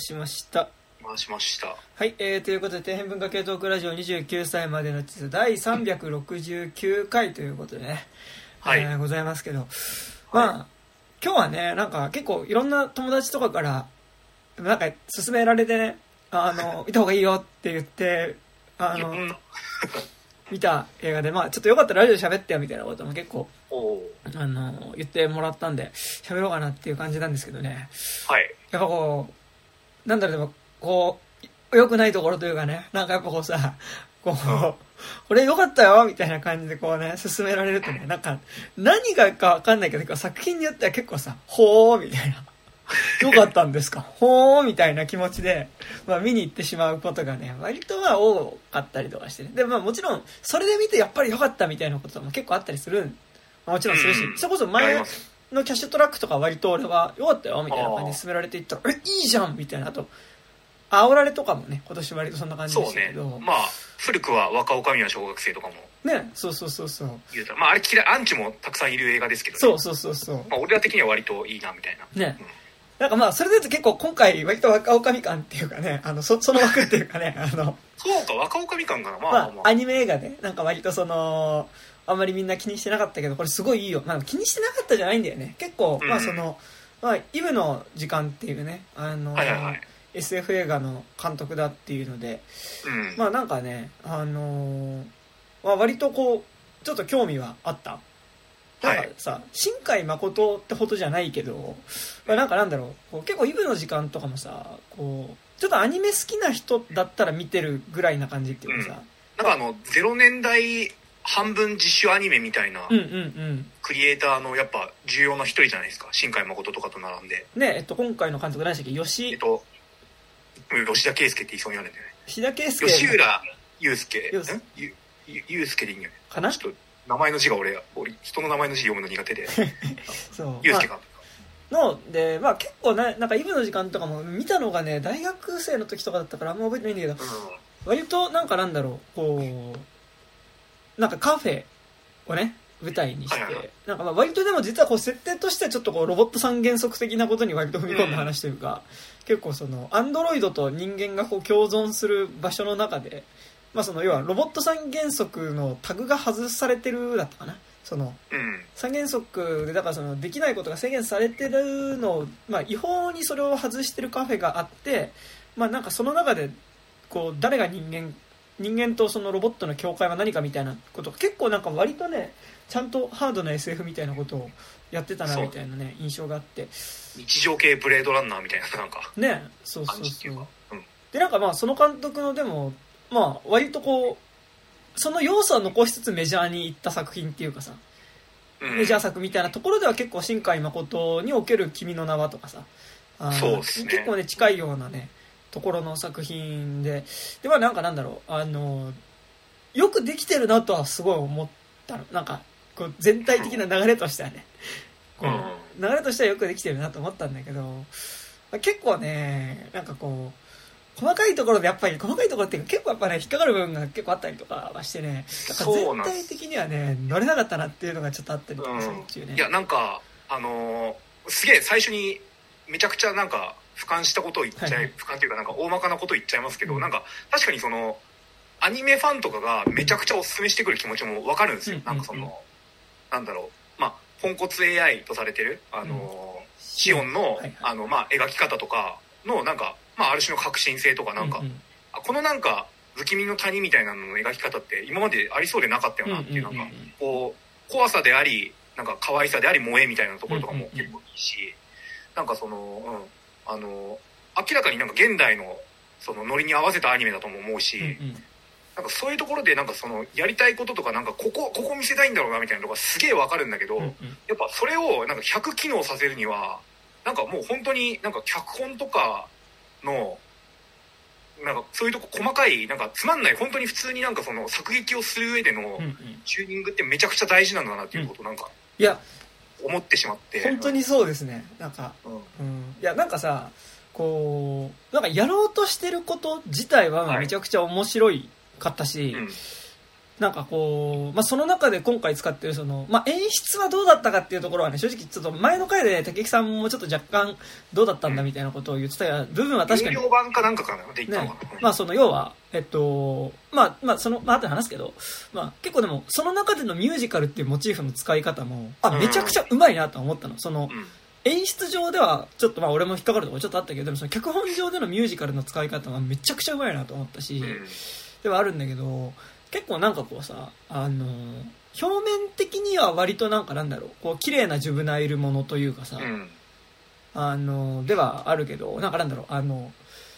しました。 回しました。 はい、ということで底辺文化系トークラジオ29歳までの地図第369回ということでね、 はい、 ございますけど、まあ、はい、今日はね、なんか結構いろんな友達とかからなんか勧められてね、見た方がいいよって言って見た映画で、まあちょっとよかったらラジオで喋ってよみたいなことも結構言ってもらったんで喋ろうかなっていう感じなんですけどね。 はい。 やっぱこうなんだろう、でもこう良くないところというかね、なんかやっぱこうさ、これ良かったよみたいな感じでこうね勧められるとね、なんか何がか分かんないけど作品によっては結構さ、ほーみたいな、良かったんですかほーみたいな気持ちで、まあ、見に行ってしまうことがね割とは多かったりとかしてね。で、まあもちろんそれで見てやっぱり良かったみたいなことも結構あったりする、もちろんするし、それこそ前のキャッシュトラックとか割と俺は良かったよみたいな感じで勧められていったら、いいじゃんみたいな。あと煽られとかもね、今年割とそんな感じでしたけど、 そうね、まあ古くは若女将は小学生とかもね、そう言うたら、まああれ嫌いアンチもたくさんいる映画ですけどね、そう、 まあ、俺ら的には割といいなみたいなね、なんかまあそれで言うと結構今回割と若女将感っていうかね、その枠っていうかねそうか、若女将感かな、 まあアニメ映画でなんか割とあんまりみんな気にしてなかったけど、これすごいいいよ、まあ、気にしてなかったじゃないんだよね結構、まあまあイブの時間っていうねはいはいはい、 SF 映画の監督だっていうので、まあなんかねまあ、割とこうちょっと興味はあった。なんかさ、新海誠ってほどじゃないけど、まあ、なんかなんだろう、こう結構イブの時間とかもさ、こうちょっとアニメ好きな人だったら見てるぐらいな感じっていうかさ、 なんか0年代半分実写アニメみたいなクリエイターのやっぱ重要な一人じゃないですか、新海誠とかと並んでね。今回の監督何でしたっけ、吉田圭佑って言いそうになるんだよね。 吉田圭佑、 吉浦祐介祐介でいいんじゃないかな。 ちょっと名前の字が俺人の名前の字読むの苦手でそう祐介監督ので、まあ結構ね、なんかイブの時間とかも見たのがね大学生の時とかだったからあんま覚えてないんだけど、割となんかなんだろう、こうなんかカフェをね舞台にして、なんかまあ割とでも実はこう設定としてはちょっとこうロボット三原則的なことに割と踏み込んだ話というか、結構アンドロイドと人間がこう共存する場所の中で、まあ要はロボット三原則のタグが外されてるだったかな、三原則でだからできないことが制限されてるのを、まあ、違法にそれを外してるカフェがあって、まあ、なんかその中でこう誰が人間とそのロボットの境界は何かみたいなことが結構なんか割とねちゃんとハードな SF みたいなことをやってたなみたいなね印象があって、 日常系ブレードランナーみたいななんかね、そうでなんかまあその監督のでもまあ割とこうその要素は残しつつメジャーに行った作品っていうかさ、メジャー作みたいなところでは結構新海誠における君の名はとかさ、 そうですね、 結構ね近いようなねところの作品で、まあなんかなんだろう、よくできてるなとはすごい思ったの。なんかこう全体的な流れとしてはね、こう流れとしてはよくできてるなと思ったんだけど、結構ねなんかこう細かいところでやっぱり細かいところっていうか結構やっぱね引っかかる部分が結構あったりとかはしてね、全体的にはね乗れなかったなっていうのがちょっとあったりとかするっていうね。 いやなんかすげえ最初にめちゃくちゃなんか俯瞰したことを言っちゃい、俯瞰っていうかなんか大まかなことを言っちゃいますけど、なんか確かにアニメファンとかがめちゃくちゃおすすめしてくる気持ちもわかるんですよ。なんかなんだろう、まあポンコツ AI とされてるシオンのまあ描き方とかのなんかまあある種の革新性とかなんか、このなんか不気味の谷みたいなのの描き方って今までありそうでなかったよなっていう、なんかこう怖さでありなんか可愛さであり萌えみたいなところとかも結構いいし、なんか明らかになんか現代のノリに合わせたアニメだとも思うし、なんかそういうところでなんかやりたいこととかなんかここ見せたいんだろうなみたいなのがすげえわかるんだけど、やっぱそれをなんか100機能させるにはなんかもう本当になんか脚本とかのなんかそういうとこ細かいなんかつまんない本当に普通になんか作劇をする上でのチューニングってめちゃくちゃ大事なんだなっていうことをなんかいや思ってしまって、 本当にそうですね。なんか、いやなんかさこうなんかやろうとしてること自体はめちゃくちゃ面白いかったし、 なんかこう、まあ、その中で今回使ってるその、まあ、演出はどうだったかっていうところはね、正直ちょっと前の回で竹木さんもちょっと若干どうだったんだみたいなことを言ってた部分は確かに。 有料版かなんかかなで言ったのかな。 まあその要は、まあその、まあ後で話すけど、まあ結構でも、その中でのミュージカルっていうモチーフの使い方も、めちゃくちゃうまいなと思ったの。その、演出上では、ちょっとまあ俺も引っかかるところちょっとあったけど、でもその脚本上でのミュージカルの使い方はめちゃくちゃうまいなと思ったし、ではあるんだけど、結構なんかこうさ、表面的には割となんかなんだろう、こう綺麗なジュブナイルものというかさ、ではあるけど、なんかなんだろう、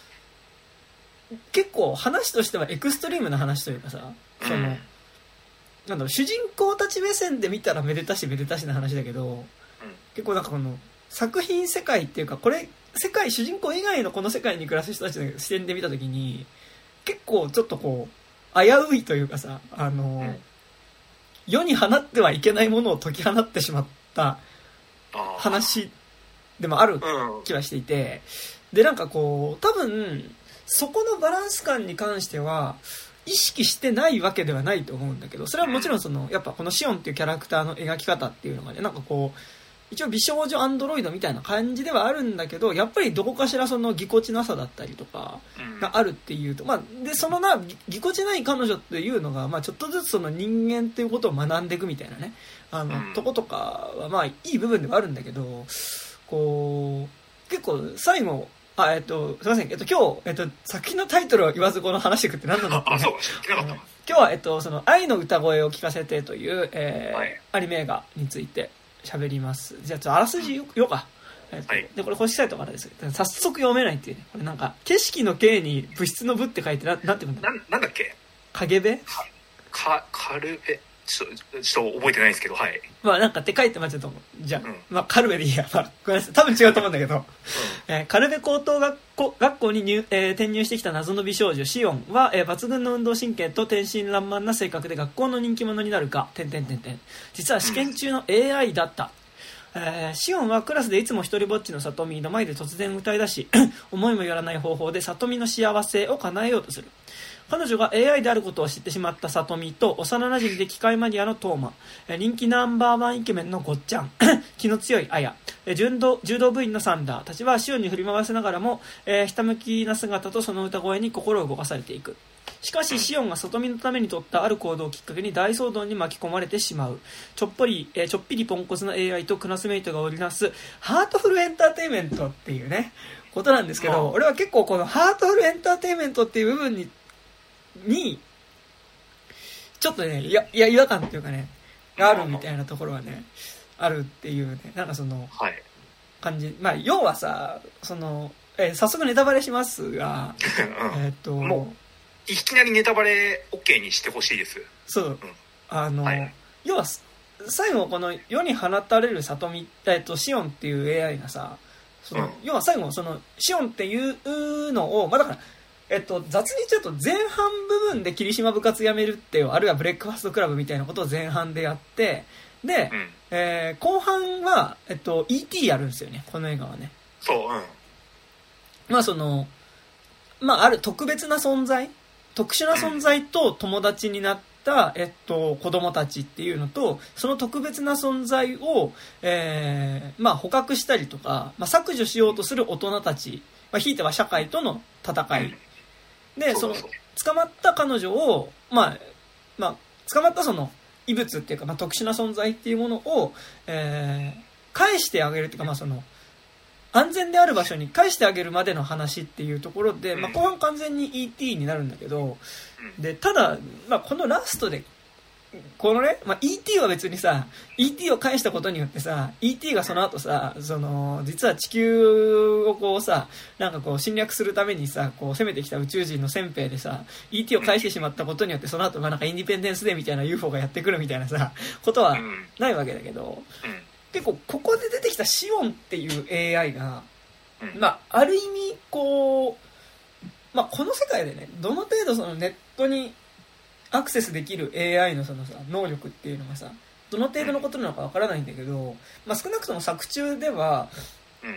結構話としてはエクストリームな話というかさ、その、なんだろう、主人公たち目線で見たらめでたしめでたしな話だけど、結構なんかこの作品世界っていうか、これ、世界、主人公以外のこの世界に暮らす人たちの視点で見たときに、結構ちょっとこう、危ういというかさ、世に放ってはいけないものを解き放ってしまった話でもある気はしていて、でなんかこう多分そこのバランス感に関しては意識してないわけではないと思うんだけど、それはもちろんそのやっぱこのシオンっていうキャラクターの描き方っていうのがね、なんかこう一応美少女アンドロイドみたいな感じではあるんだけど、やっぱりどこかしらそのぎこちなさだったりとかがあるっていうと、まあでそのぎこちない彼女っていうのがまあちょっとずつその人間っていうことを学んでいくみたいなね、とことかはまあいい部分ではあるんだけど、こう結構最後すいません、今日、作品のタイトルを言わずこの話していくって何なんだって、ね、今日は、その愛の歌声を聞かせてという、アニメ映画について喋ります。じゃああらすじ言おうか。でこれ公式サイトからですけど、早速読めないっていうね、これなんか景色の景に物質の部って書いてなんて言うんだ。 なんだっけ？ 影部？ カルベ。ちょっと覚えてないですけど、はい。 まあなんかって書いてますと思う。じゃあ、まあカルベでいいや。まあごめんなさい。多分違うと思うんだけど、カルベ高等学校に転入してきた謎の美少女シオンは、抜群の運動神経と天真爛漫な性格で学校の人気者になるが、実は試験中の AI だった。シオンはクラスでいつも一人ぼっちのサトミの前で突然歌い出し思いもよらない方法でサトミの幸せを叶えようとする。彼女が AI であることを知ってしまったサトミと幼馴染で機械マニアのトーマ、人気ナンバーワンイケメンのゴッチャン気の強いアヤ、柔道部員のサンダーたちはシオンに振り回せながらも、ひたむきな姿とその歌声に心を動かされていく。しかしシオンがサトミのために取ったある行動をきっかけに大騒動に巻き込まれてしまう。ちょっぴりポンコツな AI とクラスメイトが織りなすハートフルエンターテインメントっていうねことなんですけど、俺は結構このハートフルエンターテインメントっていう部分にちょっとね違和感っていうかねがあるみたいなところはねあるっていうね、なんかその感じ。まあ要はさ、その早速ネタバレしますがもういきなりネタバレ OK にしてほしいです。 そう、要は最後この世に放たれる里見、シオンっていう AI がさ、その要は最後そのシオンっていうのを、まあだから雑に言っちゃうと前半部分で霧島部活やめるっていう、あるいはブレックファストクラブみたいなことを前半でやって、で、後半は、E.T. やるんですよね、この映画はね。 そう、 まあその、まあある特殊な存在と友達になった、子供たちっていうのと、その特別な存在を、まあ捕獲したりとか、まあ、削除しようとする大人たち、まあ、ひいては社会との戦い。で、その、捕まった彼女を、まあ、捕まったその、異物っていうか、まあ、特殊な存在っていうものを、返してあげるっていうか、まあ、その、安全である場所に返してあげるまでの話っていうところで、まあ、後半完全に E.T. になるんだけど、で、ただ、まあ、このラストで、このね、まあ、E.T. は別にさ、E.T. を返したことによってさ、E.T. がその後さ、その、実は地球をこうさ、なんかこう侵略するためにさ、こう攻めてきた宇宙人の先兵でさ、E.T. を返してしまったことによって、その後、まあなんかインディペンデンスデーみたいな UFO がやってくるみたいなさ、ことはないわけだけど、結構ここで出てきたシオンっていう AI が、まあ、ある意味、こう、まあ、この世界でね、どの程度そのネットにアクセスできる AI のそのさ、能力っていうのがさ、どの程度のことなのかわからないんだけど、まあ、少なくとも作中では、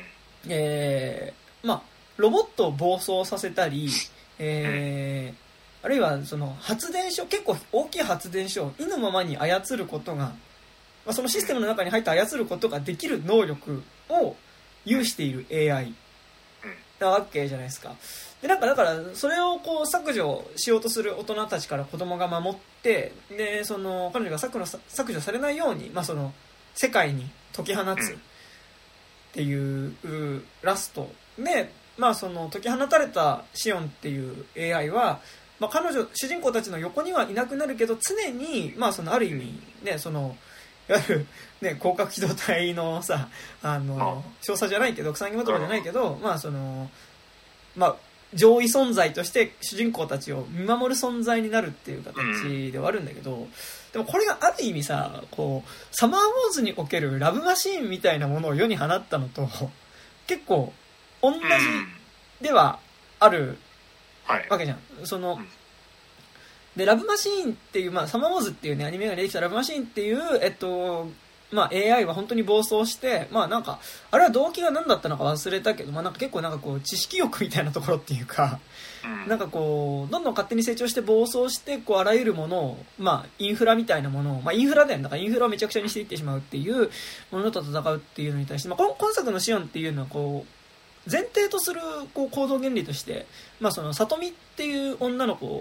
まあ、ロボットを暴走させたり、 あるいはその発電所、結構大きい発電所を意のままに操ることが、そのシステムの中に入って操ることができる能力を有している AI なわけじゃないですか。で、なんかだからそれをこう削除しようとする大人たちから子供が守って、でその彼女が削除されないように、その世界に解き放つっていうラストで、その解き放たれたシオンっていう AI は、彼女主人公たちの横にはいなくなるけど、常にそのある意味ね、そのいわゆるね、広角機動隊のさ、少佐じゃないけど、草薙とかじゃないけど、その上位存在として主人公たちを見守る存在になるっていう形ではあるんだけど、でもこれがある意味さ、こうサマーウォーズにおけるラブマシーンみたいなものを世に放ったのと結構同じではあるわけじゃん。そのでラブマシーンっていう、サマーウォーズっていうねアニメが出てきたラブマシーンっていうAI は本当に暴走して、なんかあれは動機が何だったのか忘れたけど、なんか結構なんかこう知識欲みたいなところっていうか、なんかこうどんどん勝手に成長して暴走して、こうあらゆるものを、インフラみたいなものを、インフラだよ、だからインフラをめちゃくちゃにしていってしまうっていうものと戦うっていうのに対して、今作のシオンっていうのはこう前提とするこう行動原理として、その里美っていう女の子を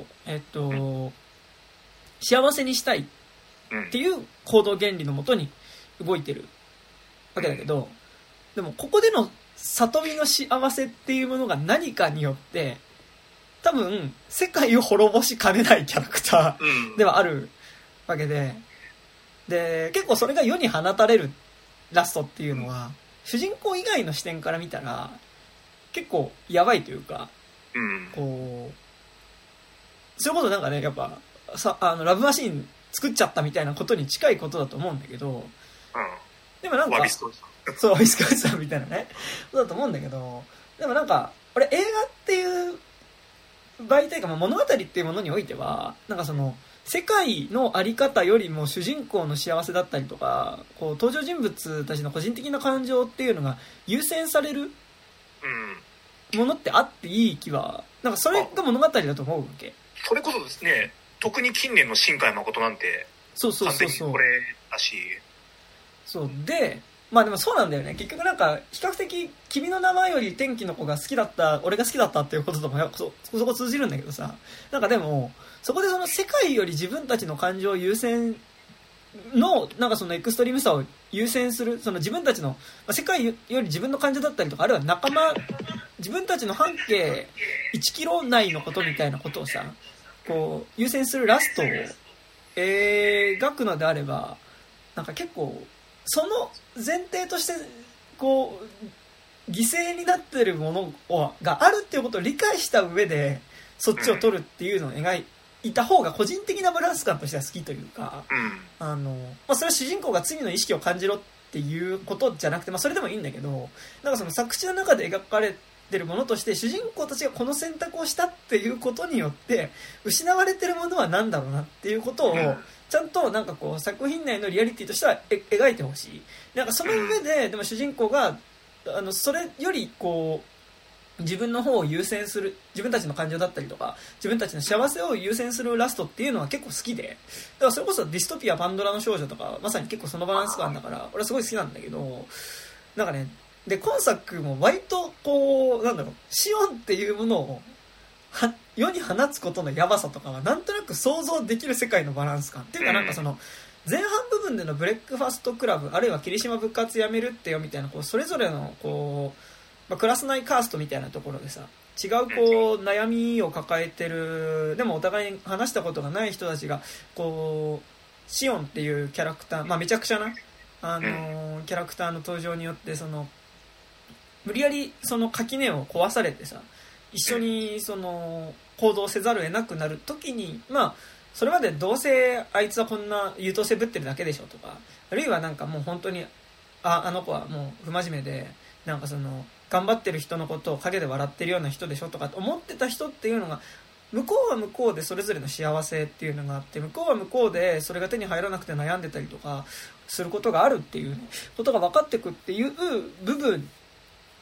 幸せにしたいっていう行動原理のもとに動いてるわけだけど、でもここでの里美の幸せっていうものが何かによって多分世界を滅ぼしかねないキャラクターではあるわけで、結構それが世に放たれるラストっていうのは主人公以外の視点から見たら結構やばいというか、こうそういうことなんかね、やっぱラブマシーン作っちゃったみたいなことに近いことだと思うんだけど、でもなんかそうワビスコさんみたいなねそうだと思うんだけど、でもなんか俺映画っていう媒体か、物語っていうものにおいてはなんかその世界の在り方よりも主人公の幸せだったりとか、こう登場人物たちの個人的な感情っていうのが優先されるものってあっていい気は、なんかそれが物語だと思うわけ。 それこそですね、特に近年の新海誠なんてそう完全にこれだし、 そうででもそうなんだよね。結局なんか比較的君の名前より天気の子が好きだった、俺が好きだったっていうことともそこ通じるんだけどさ、なんかでもそこでその世界より自分たちの感情を優先のなんかそのエクストリームさを優先する、その自分たちの世界より自分の感情だったりとか、あるいは仲間自分たちの半径1キロ内のことみたいなことをさ、こう優先するラストを描くのであれば、なんか結構その前提としてこう犠牲になってるものがあるっていうことを理解した上でそっちを取るっていうのを描いた方が個人的なバランス感としては好きというか、それは主人公が罪の意識を感じろっていうことじゃなくて、それでもいいんだけど、なんかその作詞の中で描かれてるものとして、主人公たちがこの選択をしたっていうことによって失われてるものは何だろうなっていうことをちゃんとなんかこう作品内のリアリティとしては描いてほしい。なんかその上ででも主人公がそれよりこう自分の方を優先する、自分たちの感情だったりとか自分たちの幸せを優先するラストっていうのは結構好きで、だからそれこそディストピアパンドラの少女とかまさに結構そのバランス感だから俺はすごい好きなんだけど、なんかね、で今作も割とこうなんだろう、シオンっていうものを世に放つことのヤバさとかはなんとなく想像できる世界のバランス感っていうか、なんかその前半部分でのブレックファストクラブあるいは霧島部活やめるってよみたいな、こうそれぞれのこう、クラス内カーストみたいなところでさ、違うこう悩みを抱えてる、でもお互いに話したことがない人たちがこうシオンっていうキャラクター、めちゃくちゃなキャラクターの登場によってその無理やりその垣根を壊されてさ、一緒にその行動せざるを得なくなる時に、それまでどうせあいつはこんな優等生ぶってるだけでしょとか、あるいはなんかもう本当にあの子はもう不真面目でなんかその頑張ってる人のことを陰で笑ってるような人でしょとか思ってた人っていうのが、向こうは向こうでそれぞれの幸せっていうのがあって、向こうは向こうでそれが手に入らなくて悩んでたりとかすることがあるっていうことが分かってくっていう部分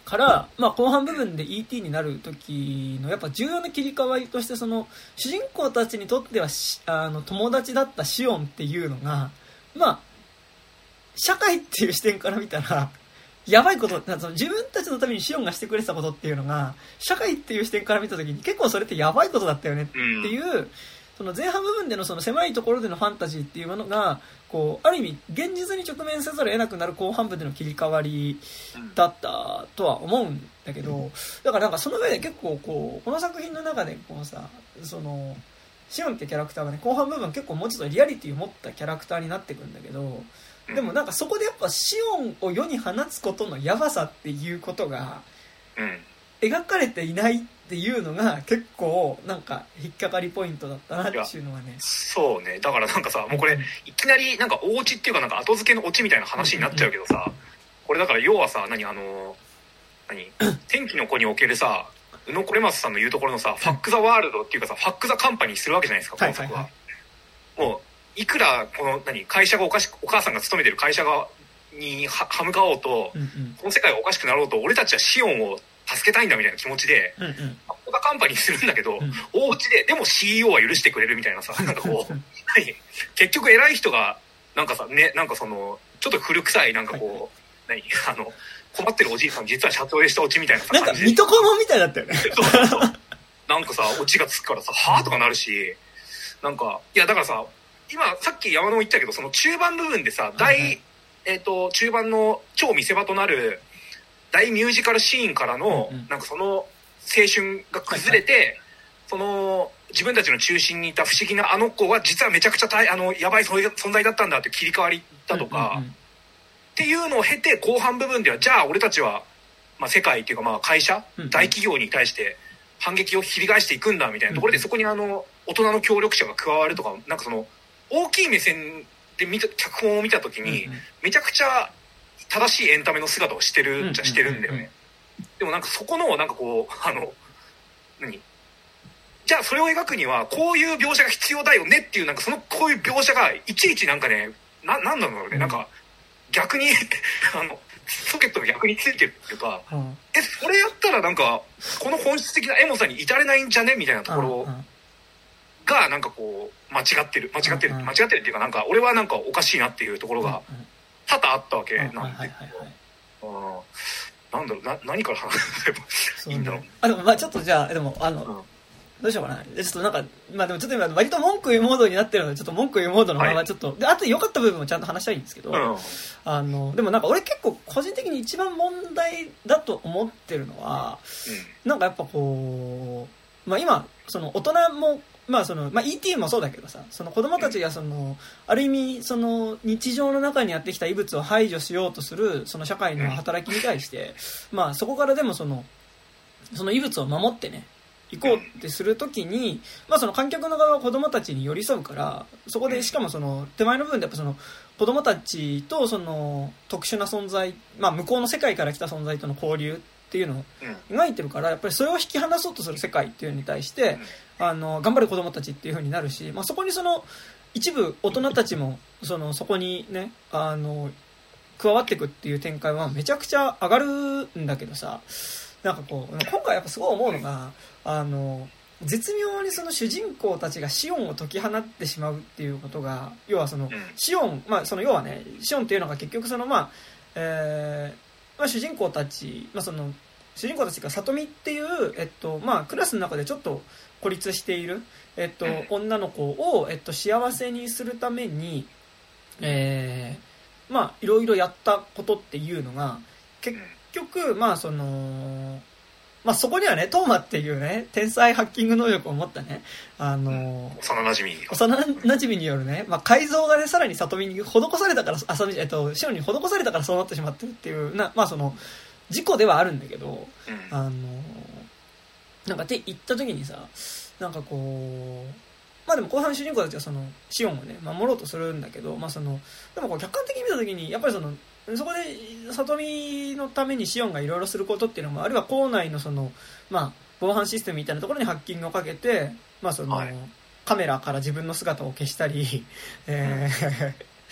から、まあ、後半部分で ET になる時のやっぱ重要な切り替わりとして、その主人公たちにとっては友達だったシオンっていうのが、まあ、社会っていう視点から見たらやばいこと、自分たちのためにシオンがしてくれてたことっていうのが社会っていう視点から見た時に結構それってやばいことだったよねっていう、その前半部分でのその狭いところでのファンタジーっていうものがこうある意味現実に直面せざるを得なくなる後半部での切り替わりだったとは思うんだけど、だからなんかその上で結構この作品の中でこうさ、そのシオンってキャラクターがね後半部分結構もうちょっとリアリティを持ったキャラクターになってくんだけど、でもなんかそこでやっぱシオンを世に放つことのやばさっていうことが描かれていないっていうのが結構なんか引っかかりポイントだったなっていうのはね。 そうね、だからなんかさ、もうこれいきなりなんかお家っていうかなんか後付けのオチみたいな話になっちゃうけどさ、これだから要はさ、天気の子におけるさ宇野これ松さんの言うところのさ、ファック・ザ・ワールドっていうかさ、ファック・ザ・カンパニーするわけじゃないですか、この作は。もういくらこの会社がお母さんが勤めてる会社に歯向かおうと、この世界がおかしくなろうと、俺たちはシオンを助けたいんだみたいな気持ちで、ファック・ザ・カンパニーするんだけど、お家ででも CEO は許してくれるみたいなさ、なんかこう結局偉い人がなんかさね、なんかそのちょっと古臭いなんかこう、困ってるおじいさん実は社長でしたオチみたいなさなんか水戸黄門みたいだったよね。 そうなんかさオチがつくからさはぁとかなるし、なんかいやだからさ、今さっき山野も言ったけど、その中盤部分でさ、中盤の超見せ場となる大ミュージカルシーンからの、なんかその青春が崩れて、その自分たちの中心にいた不思議なあの子は実はめちゃくちゃやばい存在だったんだって切り替わりだとか、っていうのを経て後半部分では、じゃあ俺たちは、まあ、世界っていうかまあ会社、大企業に対して反撃を翻していくんだみたいなところで、そこに大人の協力者が加わるとか、なんかその大きい目線で脚本を見た時にめちゃくちゃ正しいエンタメの姿をしてるっちゃしてるんだよね。でもなんかそこのなんかこうじゃあそれを描くにはこういう描写が必要だよねっていう、なんかこういう描写がいちいちなんかね、なんなんだろうね、なんか逆にソケットが逆についてるっていうか、それやったらなんかこの本質的なエモさに至れないんじゃねみたいなところがなんかこう間違ってるっていうか、なんか俺はなんかおかしいなっていうところが多々あったわけなんで、なんだろう、何から話せばいいんだろう。 でもまあちょっとじゃあどうしようかな。ちょっとなんかまあでもちょっと今割と文句言うモードになってるので、ちょっと文句言うモードのままちょっと、であと良かった部分もちゃんと話したいんですけど、でもなんか俺結構個人的に一番問題だと思ってるのは、なんかやっぱこう、まあ今その大人もまあET もそうだけどさ、その子供たちがある意味その日常の中にやってきた異物を排除しようとするその社会の働きに対して、まあそこからでもその異物を守ってね行こうってするときに、まあその観客の側は子供たちに寄り添うから、そこでしかもその手前の部分でやっぱその子供たちとその特殊な存在、まあ向こうの世界から来た存在との交流っていうのを描いてるから、やっぱりそれを引き離そうとする世界っていうのに対して頑張る子供たちっていう風になるし、まあそこにその一部大人たちもそこにね加わっていくっていう展開はめちゃくちゃ上がるんだけどさ、なんかこう今回やっぱすごい思うのが絶妙にその主人公たちがシオンを解き放ってしまうっていうことが、要はそのシオン、まあその要はね、シオンっていうのが結局そのまあ主人公たち、まあその主人公たちが里美っていうまあクラスの中でちょっと孤立している女の子を幸せにするためにまあいろいろやったことっていうのが結局まあまあそこにはねトーマっていうね天才ハッキング能力を持ったね幼馴染によるね、まあ、改造がねさらに里見に施されたからシオンに施されたからそうなってしまってるっていうまあその事故ではあるんだけど、なんかって言った時にさ、なんかこうまあでも後半主人公たちはそのシオンをね守ろうとするんだけど、まあそのでもこう客観的に見た時にやっぱりそこで里見のためにシオンがいろいろすることっていうのも、あるいは校内のまあ防犯システムみたいなところにハッキングをかけて、まあカメラから自分の姿を消したり、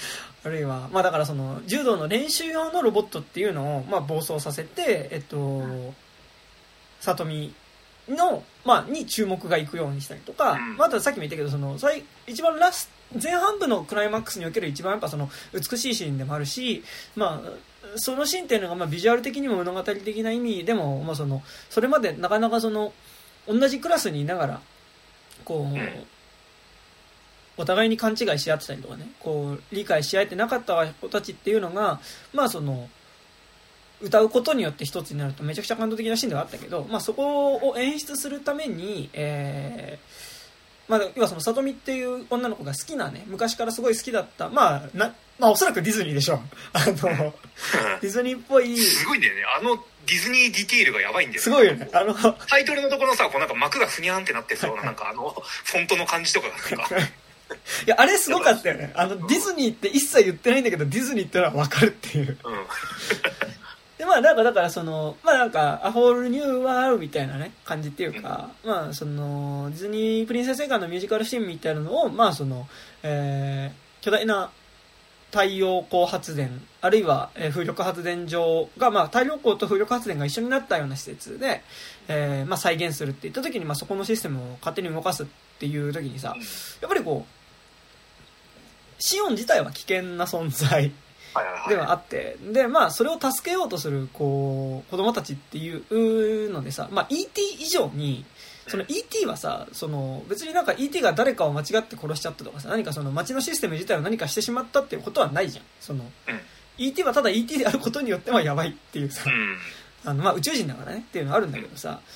あるいはまあだからその柔道の練習用のロボットっていうのをまあ暴走させて里見の、まあ、に注目がいくようにしたりとか、またさっきも言ったけどその一番前半部のクライマックスにおける一番やっぱその美しいシーンでもあるし、まあ、そのシーンっていうのがまあビジュアル的にも物語的な意味でも、まあ、それまでなかなかその同じクラスにいながらこう、お互いに勘違いし合ってたりとかね、こう理解し合えてなかった子たちっていうのが、まあその歌うことによって一つになるとめちゃくちゃ感動的なシーンではあったけど、まあ、そこを演出するために、まあ、要はその里見っていう女の子が好きなね、昔からすごい好きだった、まあおそらくディズニーでしょディズニーっぽいすごいんだよね、ディズニーディティールがやばいんだよね。 すごいよね、 タイトルのところのさ、こうなんか幕がふにゃんってなってそうな、なんかフォントの感じとかがなんかいやあれすごかったよね。ディズニーって一切言ってないんだけどディズニーってのは分かるっていう、でまあなんかだからそのまあなんかアホールニューワールみたいなね感じっていうか、まあそのディズニープリンセス映画のミュージカルシーンみたいなのをまあその、巨大な太陽光発電あるいは風力発電場が、まあ、太陽光と風力発電が一緒になったような施設で、まあ、再現するっていった時に、まあ、そこのシステムを勝手に動かすっていう時にさ、やっぱりこうシオン自体は危険な存在ではあって、でまあそれを助けようとするこう子供たちっていうのでさ、まあ、E.T. 以上にその E.T. はさ、その別になんか E.T. が誰かを間違って殺しちゃったとかさ、何かその街のシステム自体を何かしてしまったっていうことはないじゃん。その E.T. はただ E.T. であることによってはやばいっていうさ、まあ宇宙人だからねっていうのはあるんだけどさ、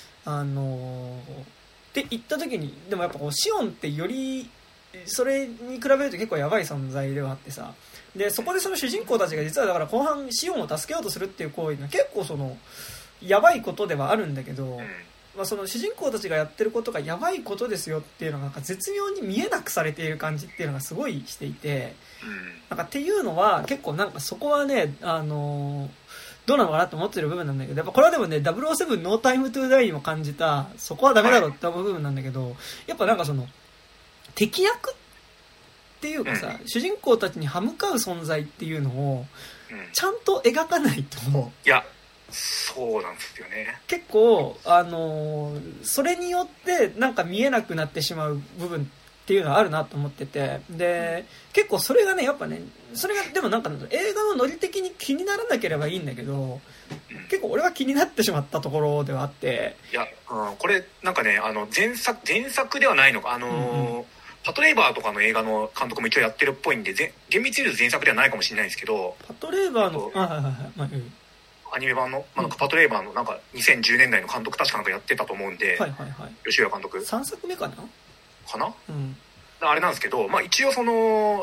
って言った時にでもやっぱこうシオンってよりそれに比べると結構やばい存在ではあってさ、でそこでその主人公たちが実はだから後半シオンを助けようとするっていう行為が結構そのやばいことではあるんだけど、まあ、その主人公たちがやってることがやばいことですよっていうのがなんか絶妙に見えなくされている感じっていうのがすごいしていて、なんかっていうのは結構なんかそこはねどうなのかなと思ってる部分なんだけど、やっぱこれはでもね007ノータイムトゥーダイにも感じたそこはダメだろって思う部分なんだけど、やっぱなんかその敵役っていうかさ、主人公たちに歯向かう存在っていうのをちゃんと描かないと、 いやそうなんですよね。 結構それによってなんか見えなくなってしまう部分っていうのはあるなと思ってて、で結構それがねやっぱねそれがでもなんか映画のノリ的に気にならなければいいんだけど、結構俺は気になってしまったところではあって、 いや、これなんかね前作ではないのかパトレイバーとかの映画の監督も一応やってるっぽいんで厳密に言うと前作ではないかもしれないんですけど、 パトレイバーのアニメ版の、なんかパトレイバーのなんか2010年代の監督確かなんかやってたと思うんで、吉浦監督 3作目かな、 あれなんですけど、まあ、一応その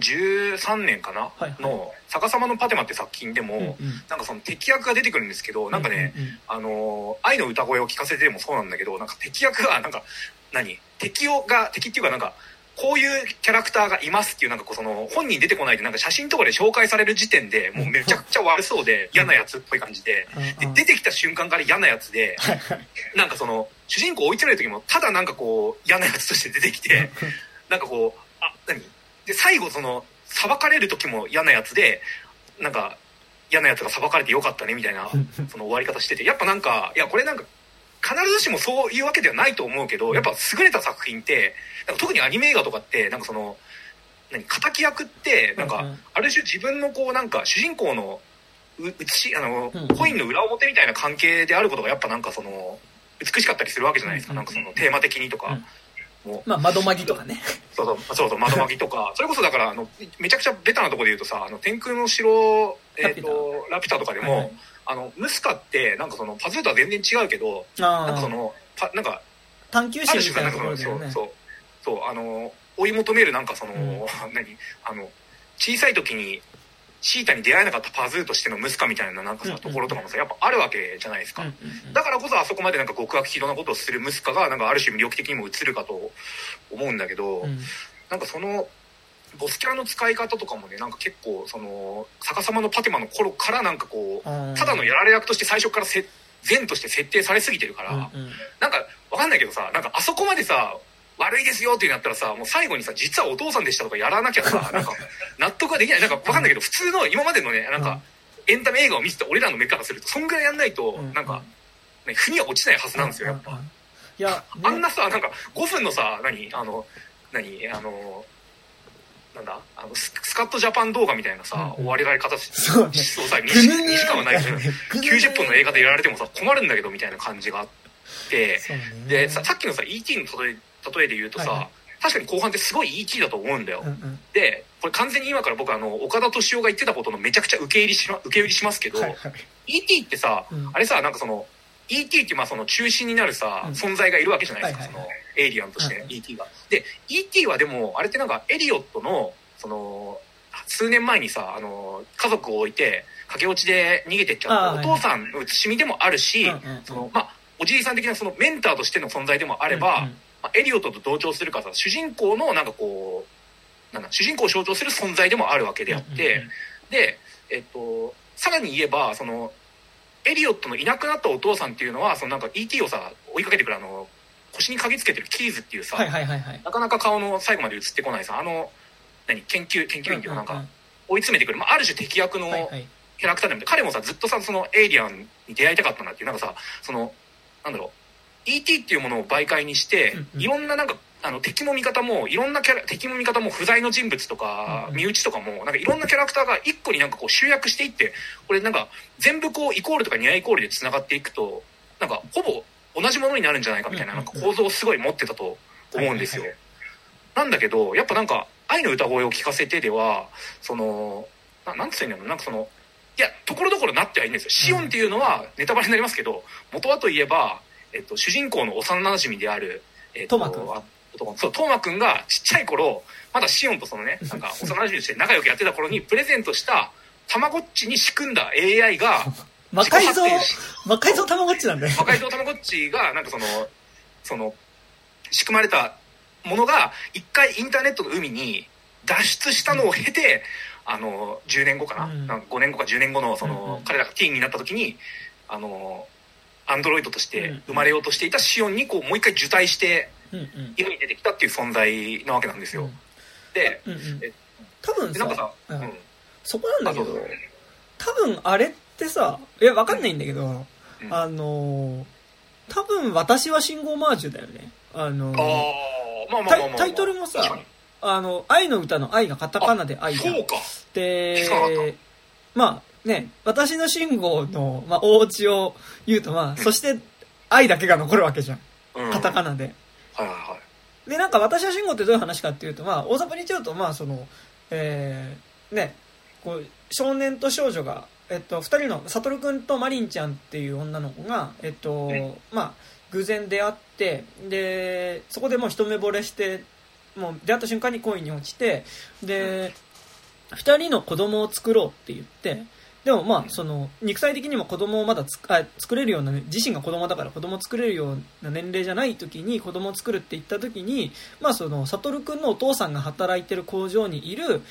2013年かな、の逆さまのパテマって作品でも、なんかその敵役が出てくるんですけど、なんかね、愛の歌声を聞かせてもそうなんだけど、なんか敵役がなんか敵っていうかなんかこういうキャラクターがいますっていうなんかこうその本人出てこないでなんか写真とかで紹介される時点でもうめちゃくちゃ悪そうで嫌なやつっぽい感じで、出てきた瞬間から嫌なやつで、なんかその主人公追い詰める時もただなんかこう嫌なやつとして出てきて、なんかこうで最後その裁かれる時も嫌なやつで、なんか嫌なやつが裁かれてよかったねみたいなその終わり方してて、やっぱなんかいやこれなんか必ずしもそういうわけではないと思うけど、やっぱ優れた作品ってなんか特にアニメ映画とかってなんかその敵役ってなんかある種自分のこうなんか主人公のコインの裏表みたいな関係であることがやっぱなんかその美しかったりするわけじゃないですか。なんかそのテーマ的にとかもまあ窓マギとかね、 そう窓マギとかそれこそだからめちゃくちゃベタなところで言うとさ天空の城ラピュタとかでも、ムスカってなんかそのパズーとは全然違うけど、なんかそのなんか探求心みたいなところだよね。 そう追い求めるなんかその、小さい時にシータに出会えなかったパズーとしてのムスカみたいななんかさ、ところとかもさやっぱあるわけじゃないですか。だからこそあそこまでなんか極悪非道なことをするムスカがなんかある種魅力的にも映るかと思うんだけど、なんかそのボスキャラの使い方とかもねなんか結構その逆さまのパテマの頃からなんかこうただのやられ役として最初から善として設定されすぎてるから、なんかわかんないけどさなんかあそこまでさ悪いですよってなったらさ、もう最後にさ、実はお父さんでしたとかやらなきゃさ、なんか納得ができない。なんかわかんないけど、普通の今までのね、なんかエンタメ映画を見てた俺らの目からすると、そんぐらいやんないと、なんか、ね、腑には落ちないはずなんですよ、やっぱ。 いや、ね、 あんなさ、なんか5分のさ、なんだスカットジャパン動画みたいなさ、終わり方して、 そうね。 そうさ、2時間はない90分の映画でやられてもさ、困るんだけどみたいな感じがあって、で、さっきのさ、ET の例えで言うとさ、確かに後半ってすごい ET だと思うんだよ。で、これ完全に今から僕岡田敏夫が言ってたことのめちゃくちゃ受け入れしますけど、ET ってさ、あれさ、なんかその、ET ってその中心になるさ、存在がいるわけじゃないですか、そのエイリアンとして ET が。で ET はでもあれってなんかエリオットのその数年前にさ家族を置いて駆け落ちで逃げてっちゃったお父さんの写しみでもあるし、そのおじいさん的なそのメンターとしての存在でもあれば、エリオットと同調するからさ、主人公のなんかこう主人公を象徴する存在でもあるわけであって、でさらに言えばそのエリオットのいなくなったお父さんっていうのはそのなんか ET をさ追いかけてくる腰に鍵つけてるキーズっていうさ、なかなか顔の最後まで映ってこないさ研究員っていうかなんか追い詰めてくる、ある種敵役のキャラクターでも彼もさずっとさそのエイリアンに出会いたかったなっていうなんかさそのなんだろう ET っていうものを媒介にしていろんななんか敵も味方もいろんな敵も味方も不在の人物とか身内とかもなんかいろんなキャラクターが一個になんかこう集約していってこれなんか全部こうイコールとかニアイコールでつながっていくとなんかほぼ同じものになるんじゃないかみたいななんか構造をすごい持ってたと思うんですよ。なんだけどやっぱなんか愛の歌声を聞かせてではそのなんて言うんだろうなんかそのいやところどころなってはいいんですよ。シオンっていうのはネタバレになりますけど元はといえば主人公の幼馴染であるトマ君そうトーマ君がちっちゃい頃まだシオンとそのねなんか幼馴染として仲良くやってた頃にプレゼントしたたまごっちに仕組んだ AI が魔改造たまごっちなんだよ。 魔改造たまごっちがなんかその仕組まれたものが一回インターネットの海に脱出したのを経て10年後かな、5年後か10年後のその彼らがティーンになった時にアンドロイドとして生まれようとしていたシオンにこうもう一回受胎して世に出てきたっていう存在なわけなんですよ。で、 多分さなんかさ、 そこなんだけど多分あれってさいや分かんないんだけど、多分私は信号マージュだよね。タイトルもさ愛の歌の愛がカタカナで愛だでまあね私の信号の、お家を言うとそして愛だけが残るわけじゃん、カタカナで。でなんか私の信号ってどういう話かっていうと大雑把に言っちゃうとそのねこう少年と少女が2人のサトルくんとマリンちゃんっていう女の子が偶然出会ってでそこでもう一目惚れしてもう出会った瞬間に恋に落ちてで2人の子供を作ろうって言ってでもその肉体的にも子供をまだ作れるような、自身が子供だから子供を作れるような年齢じゃない時に子供を作るって言った時にそのサトルくんのお父さんが働いてる工場にいる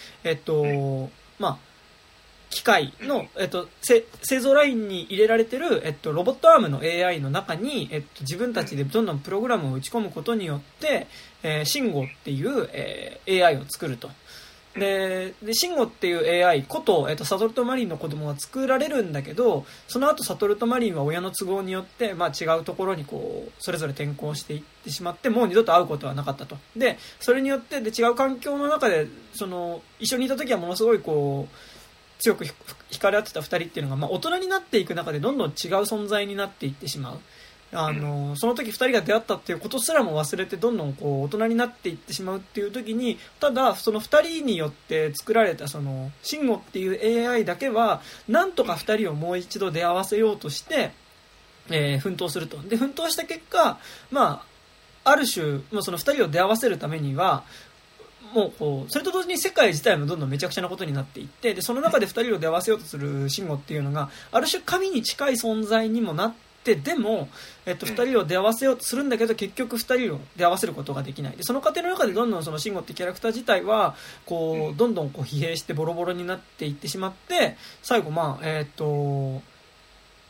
機械の、製造ラインに入れられてる、ロボットアームの AI の中に、自分たちでどんどんプログラムを打ち込むことによって、シンゴっていう、AI を作ると。でシンゴっていう AI こと、サトルとマリンの子供が作られるんだけどその後サトルとマリンは親の都合によって、違うところにこうそれぞれ転校していってしまってもう二度と会うことはなかったと。でそれによってで違う環境の中でその一緒にいた時はものすごいこう強く惹かれ合ってた2人っていうのが、大人になっていく中でどんどん違う存在になっていってしまう。その時2人が出会ったっていうことすらも忘れてどんどんこう大人になっていってしまうっていう時にただその2人によって作られたそのシンゴっていう AI だけはなんとか2人をもう一度出会わせようとして、奮闘すると。で奮闘した結果ある種その2人を出会わせるためにはもうこうそれと同時に世界自体もどんどんめちゃくちゃなことになっていってでその中で2人を出会わせようとするシンゴっていうのがある種神に近い存在にもなってでも、2人を出会わせようとするんだけど結局2人を出会わせることができない。でその過程の中でどんどんそのシンゴってキャラクター自体はこうどんどんこう疲弊してボロボロになっていってしまって最後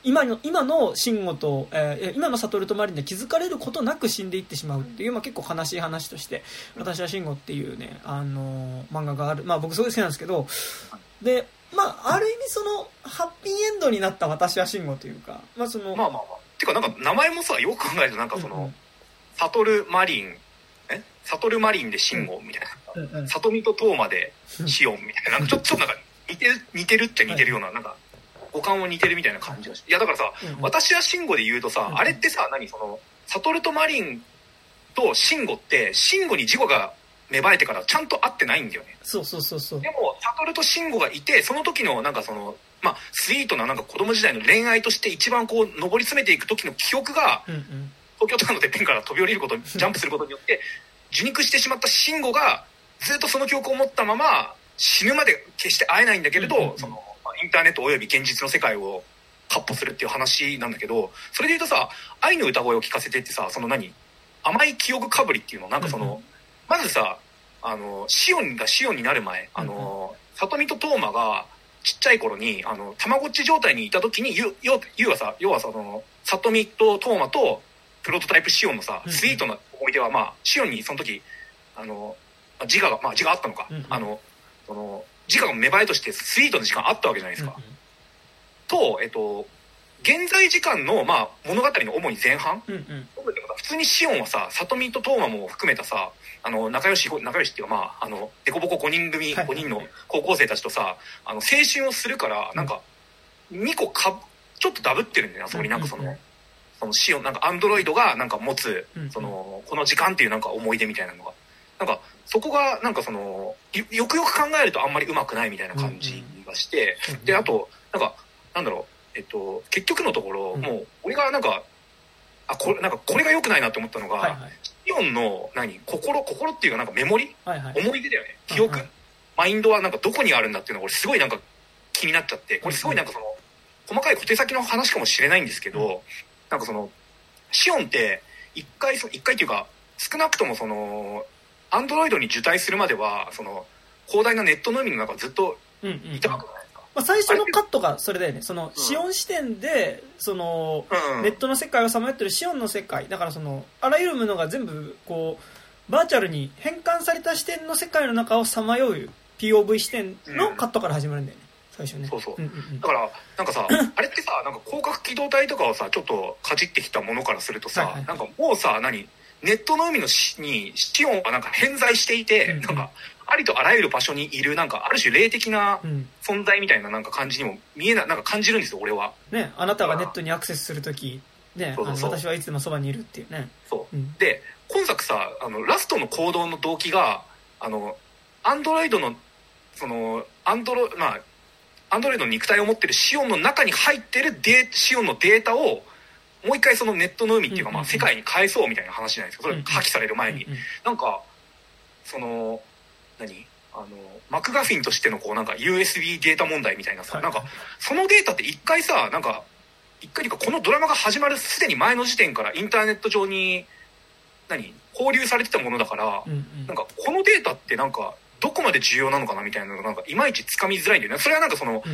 今の慎吾と、今の悟とマリンで気づかれることなく死んでいってしまうっていう、まあ、結構悲しい話として私は慎吾っていうね、漫画がある、まあ、僕すごい好きなんですけど、で、まあ、ある意味そのハッピーエンドになった私は慎吾というか、まあそのまあまあまあてかなんか名前もさよく考えるとなんかその、悟マリン悟マリンで慎吾みたいな、悟美とトーマでシオンみたいな、なんかちょっとなんか似てるっちゃ似てるような、なんか五感も似てるみたいな感じがして、いやだからさ、私は慎吾で言うとさ、あれってさ、何その悟とマリンと慎吾って慎吾に事故が芽生えてからちゃんと会ってないんだよね。 そうでも悟と慎吾がいて、その時のなんかそのまあスイートななんか子供時代の恋愛として一番こう上り詰めていく時の記憶が、東京タワーのてっぺんから飛び降りることジャンプすることによって受肉してしまった慎吾がずっとその記憶を持ったまま死ぬまで決して会えないんだけれど、そのインターネットおよび現実の世界を闊歩するっていう話なんだけど、それで言うとさ、愛の歌声を聞かせてってさ、その甘い記憶かぶりっていうの、なんかその、まずさ、シオンがシオンになる前、里見とトーマがちっちゃい頃にたまごっち状態にいた時に要はさ里見とトーマとプロトタイプシオンのさ、スイートな思い出は、まあシオンにその時自我があったのか、その自我が芽生えとしてスイートな時間あったわけじゃないですか。と現在時間の、まあ、物語の主に前半、普通にシオンはさ、里見とトーマも含めたさ、仲良しっていうか、まあ、デコボコ5人組、5人の高校生たちとさ、青春をするから、なんか、2個ちょっとダブってるんだよね、あそこになんかそのシオン、なんかアンドロイドがなんか持つ、この時間っていうなんか思い出みたいなのが、なんか、そこがなんかよくよく考えるとあんまりうまくないみたいな感じがして、で、あと、なんか、なんだろう、結局のところ、もう俺がなんかこれが良くないなって思ったのが、シオンの心っていうかなんかメモリ、思い出だよね、記憶、マインドはなんかどこにあるんだっていうのが俺すごいなんか気になっちゃって、これすごいなんかその細かい小手先の話かもしれないんですけど、なんかそのシオンって一回っていうか少なくともそのアンドロイドに受胎するまではその広大なネットの海の中ずっといたわけじゃない。 まあ、最初のカットがそれだよね。そのシオン視点でそのネットの世界をさまよってるシオンの世界だから、そのあらゆるものが全部こうバーチャルに変換された視点の世界の中をさまよう POV 視点のカットから始まるんだよね、最初ね。 そうそう、だからなんかさあれってさ、なんか広角機動隊とかをさちょっとかじってきたものからするとさ、なんかもうさネットの海にシオンはなんか偏在していて、なんかありとあらゆる場所にいるなんかある種霊的な存在みたいななんか感じにもなんか感じるんですよ俺は。 ね、あなたがネットにアクセスするときね、私はいつでもそばにいるっていうね。 そう、で今作さラストの行動の動機がアンドロイドのそのアンドロイドの肉体を持ってるシオンの中に入ってるシオンのデータをもう一回そのネットの海っていうか、まあ世界に返そうみたいな話じゃないですか。それ破棄される前に、なんかそのマクガフィンとしてのこうなんか USB データ問題みたいなさ、なんかそのデータって一回さ、なんか一回というかこのドラマが始まるすでに前の時点からインターネット上に放流されてたものだから、なんかこのデータってなんかどこまで重要なのかなみたいなのがなんかいまいちつかみづらいんだよね。それはなんかその、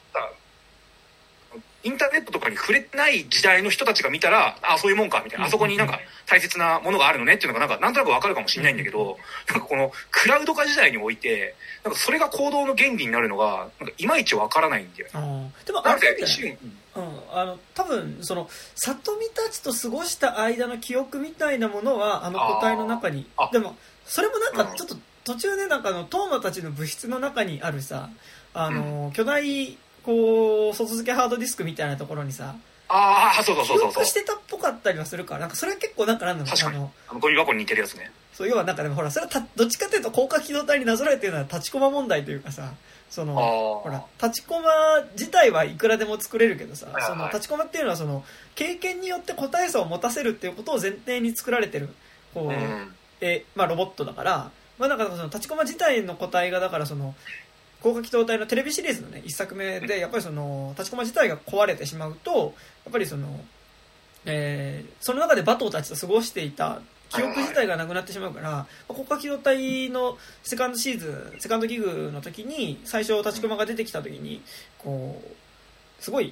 インターネットとかに触れてない時代の人たちが見たら、あ、そういうもんかみたいな、あそこになんか大切なものがあるのねっていうのがなんとなくわかるかもしれないんだけど、なんかこのクラウド化時代においてなんかそれが行動の原理になるのがなんかいまいちわからないんだよね。 でもあれだよね、多分その里見たちと過ごした間の記憶みたいなものは個体の中に、でもそれもなんかちょっと途中でなんかトーマたちの物質の中にあるさ、巨大こう外付けハードディスクみたいなところにさ、 そう記憶してたっぽかったりはするから、なんかそれは結構なんかなんだろう、 確かにゴミ箱に似てるやつね。 そう、要はなんかでもほらそれはどっちかっていうと広角機動隊になぞらえてるのは立ちコマ問題というかさ、そのほら立ちコマ自体はいくらでも作れるけどさ、その立ちコマっていうのはその経験によって個体差を持たせるっていうことを前提に作られてるこう、ロボットだから、なんかその立ちコマ自体の個体がだからその広角機動隊のテレビシリーズのね一作目でやっぱりその立ちコマ自体が壊れてしまうと、やっぱりその中でバトーたちと過ごしていた記憶自体がなくなってしまうから、広角機動隊のセカンドギグの時に最初立ちコマが出てきた時にこうすごい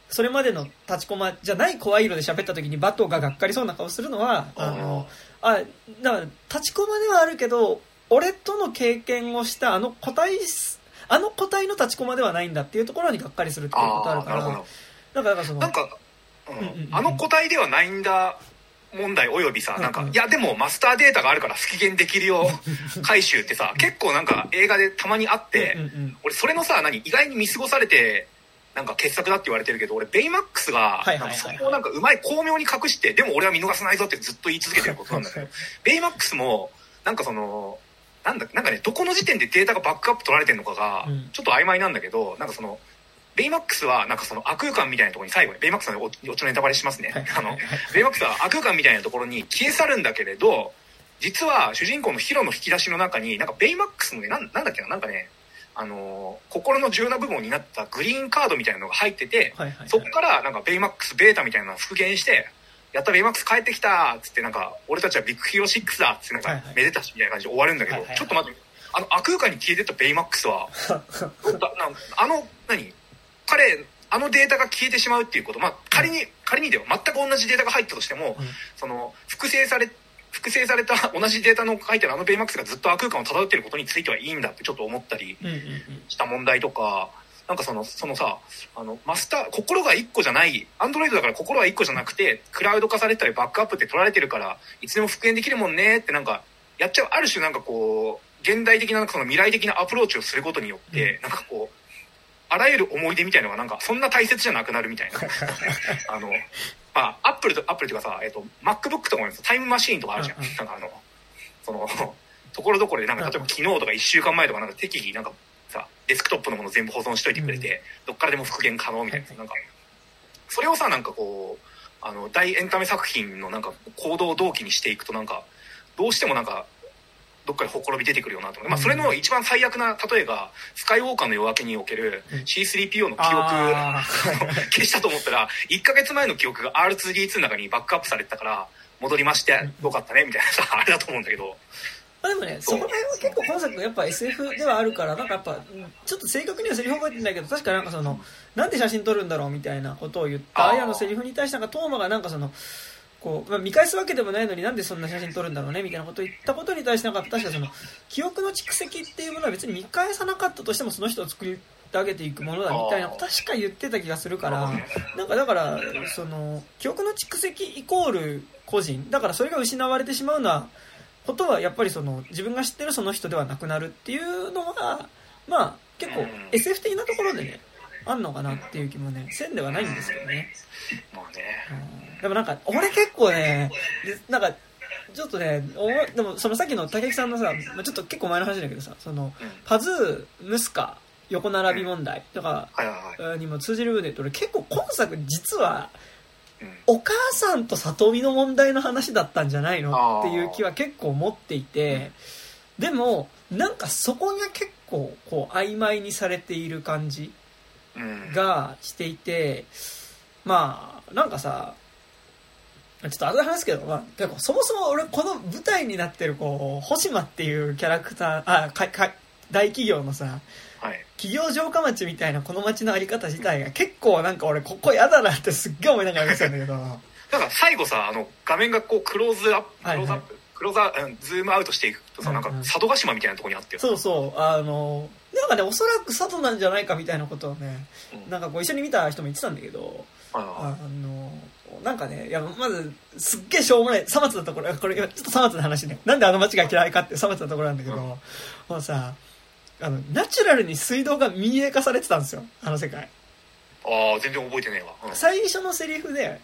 それまでの立ちコマじゃない声色で喋った時にバトががっかりそうな顔するのは、だから立ちコマではあるけど、俺との経験をしたあの個体の立ちコマではないんだっていうところにがっかりするっていうことあるから、だからそのあの個体ではないんだ問題およびさ、なんか、いやでもマスターデータがあるから復元できるよ回収ってさ、結構なんか映画でたまにあって、俺それのさ、意外に見過ごされてなんか傑作だって言われてるけど、俺ベイマックスがそこをなんかうまい巧妙に隠して、でも俺は見逃さないぞってずっと言い続けてることなんだけどベイマックスもなんかそのなんかね、どこの時点でデータがバックアップ取られてるのかがちょっと曖昧なんだけど、なんかそのベイマックスはなんかその悪空間みたいなところに最後に、ベイマックスのおちょネタバレしますね。ベイマックスは悪空間みたいなところに消え去るんだけれど、実は主人公のヒロの引き出しの中になんかベイマックスのね、なんだっけな、なんかね、心の重要な部分になったグリーンカードみたいなのが入ってて、そこからなんかベイマックスベータみたいなのを復元して、やったベイマックス帰ってきたっつって、なんか俺たちはビッグヒーロー6だっつって、なんかめでたしみたいな感じで終わるんだけど、ちょっと待って、悪空間に消えてったベイマックスはあのデータが消えてしまうっていうこと、仮にでは全く同じデータが入ったとしても、その複製された同じデータの書いてあるあのベイマックスがずっと悪空間を漂っていることについてはいいんだってちょっと思ったりした問題とか、なんかそのさ、マスター心が1個じゃない、アンドロイドだから心は1個じゃなくてクラウド化されたりバックアップって取られてるからいつでも復元できるもんねってなんかやっちゃう、ある種なんかこう現代的なその未来的なアプローチをすることによって、なんかこうあらゆる思い出みたいなのがなんかそんな大切じゃなくなるみたいなアップルっていうかさ、MacBook とかもタイムマシーンとかあるじゃん。なんかそのところどころでなんか例えば昨日とか1週間前とかなんか適宜なんかさデスクトップのもの全部保存しといてくれて、どっからでも復元可能みたいな、なんかそれをさ、なんかこう大エンタメ作品のなんか行動動機にしていくと、なんかどうしてもなんかどっかでほころび出てくるよなと思って、それの一番最悪な例えがスカイウォーカーの夜明けにおける C3PO の記憶消したと思ったら1ヶ月前の記憶が R2D2 の中にバックアップされてたから戻りましてよかったねみたいなさ、あれだと思うんだけど、 でもね、そこら辺は結構今作やっぱ SF ではあるから、なんかやっぱちょっと正確にはセリフ覚えてないけど、確かなんかそのなんで写真撮るんだろうみたいなことを言ったアヤのセリフに対してなんかトーマがなんかそのこう、見返すわけでもないのになんでそんな写真撮るんだろうねみたいなことを言ったことに対して、なんか確かその記憶の蓄積っていうものは別に見返さなかったとしてもその人を作り上げていくものだみたいな確か言ってた気がするから、なんかだからその記憶の蓄積イコール個人だから、それが失われてしまうのはことはやっぱりその自分が知ってるその人ではなくなるっていうのは結構 SF 的なところでねあんのかなっていう気もねせんではないんですけどね。でもなんか俺結構ね、なんかちょっとね、でもそのさっきの竹木さんのさ、ちょっと結構前の話だけどさ、そのパズームスカ横並び問題とかにも通じる部分で言うと、俺結構今作実はお母さんと里美の問題の話だったんじゃないのっていう気は結構持っていて、でもなんかそこが結構こう曖昧にされている感じがしていて、なんかさ、ちょっと後で話すけど、結構そもそも俺この舞台になってるこう星間っていうキャラクター、大企業のさ、企業城下町みたいなこの町のあり方自体が結構なんか俺ここ嫌だなってすっげえ思いながら見てたんだけど、 なんか最後さ画面がこうクローズアップ、ズームアウトしていくとさ、なんか佐渡島みたいなところにあって、 そうなんかねおそらく佐渡なんじゃないかみたいなことをね、なんかこう一緒に見た人も言ってたんだけど、なんかね、いやまずすっげえしょうもないさまつなところ、これちょっとさまつな話ね、なんであの街が嫌いかってさまつなところなんだけど、もうさナチュラルに水道が民営化されてたんですよ、あの世界。 全然覚えてねえわ。 最初のセリフで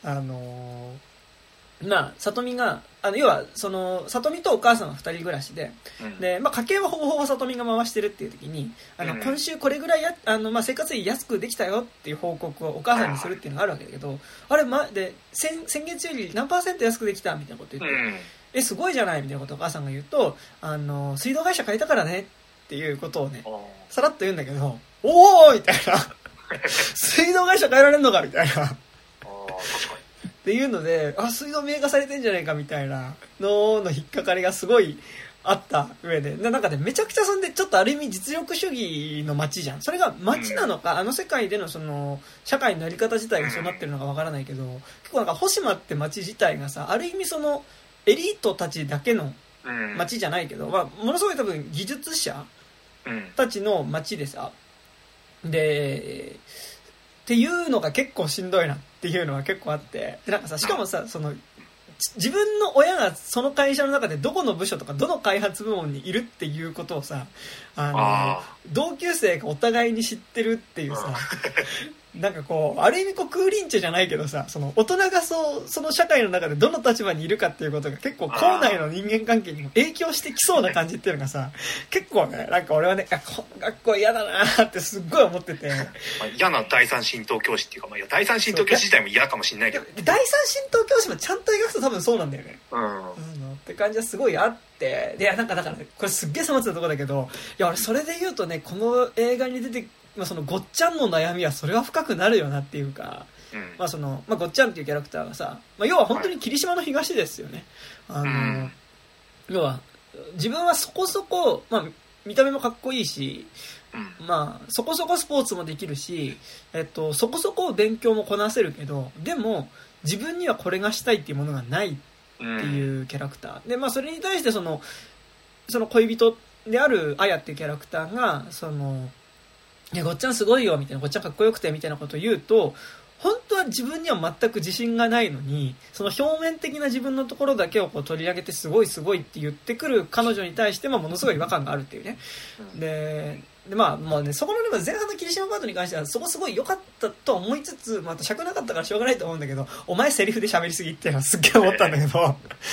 里美が要はその里美とお母さんは2人暮らしで、で家計はほぼほぼ里美が回してるっていう時に今週これぐらい生活費安くできたよっていう報告をお母さんにするっていうのがあるわけだけど、で先月より何%安くできたみたいなこと言って、すごいじゃないみたいなことをお母さんが言うと、水道会社変えたからねっていうことをねさらっと言うんだけど、おーみたいな水道会社変えられんのかみたいなっていうので、水道民営化されてんじゃないかみたいなの引っかかりがすごいあった上で、なんかね、めちゃくちゃそんで、ちょっとある意味実力主義の街じゃん。それが街なのか、あの世界でのその、社会のやり方自体がそうなってるのかわからないけど、結構なんか、星間って街自体がさ、ある意味その、エリートたちだけの街じゃないけど、まあ、ものすごい多分技術者たちの街でさ、で、っていうのが結構しんどいなっていうのは結構あって、でなんかさ、しかもさ、その、自分の親がその会社の中でどこの部署とかどの開発部門にいるっていうことをさ、同級生がお互いに知ってるっていうさ、なんかこう、ある意味こうクーリンチェじゃないけどさ、その大人がその社会の中でどの立場にいるかっていうことが結構校内の人間関係にも影響してきそうな感じっていうのがさ、結構ね、なんか俺はね、この学校嫌だなーってすっごい思ってて。 嫌な第三神道教師っていうか、まあ、第三神道教師自体も嫌かもしれないけど。 第三神道教師もちゃんと描くと多分そうなんだよね。って感じはすごいあって、で、なんかだから、ね、これすっげえさまつなとこだけど、いや俺それで言うとね、この映画に出てまあ、そのごっちゃんの悩みはそれは深くなるよなっていうか、まあそのまあ、ごっちゃんっていうキャラクターがさ、まあ、要は本当に霧島の東ですよね。要は自分はそこそこ、まあ、見た目もかっこいいし、まあ、そこそこスポーツもできるし、そこそこ勉強もこなせるけど、でも自分にはこれがしたいっていうものがないっていうキャラクターで、まあ、それに対してその恋人であるアヤっていうキャラクターがいやごっちゃんすごいよみたいな、ごっちゃんかっこよくてみたいなことを言うと、本当は自分には全く自信がないのに、その表面的な自分のところだけをこう取り上げてすごいすごいって言ってくる彼女に対してもものすごい違和感があるっていうね。でまあもうね、そこの前半の霧島パートに関してはそこすごい良かったと思いつつ、まあ、尺なかったからしょうがないと思うんだけど、お前セリフで喋りすぎっていうのはすっげえ思ったんだけど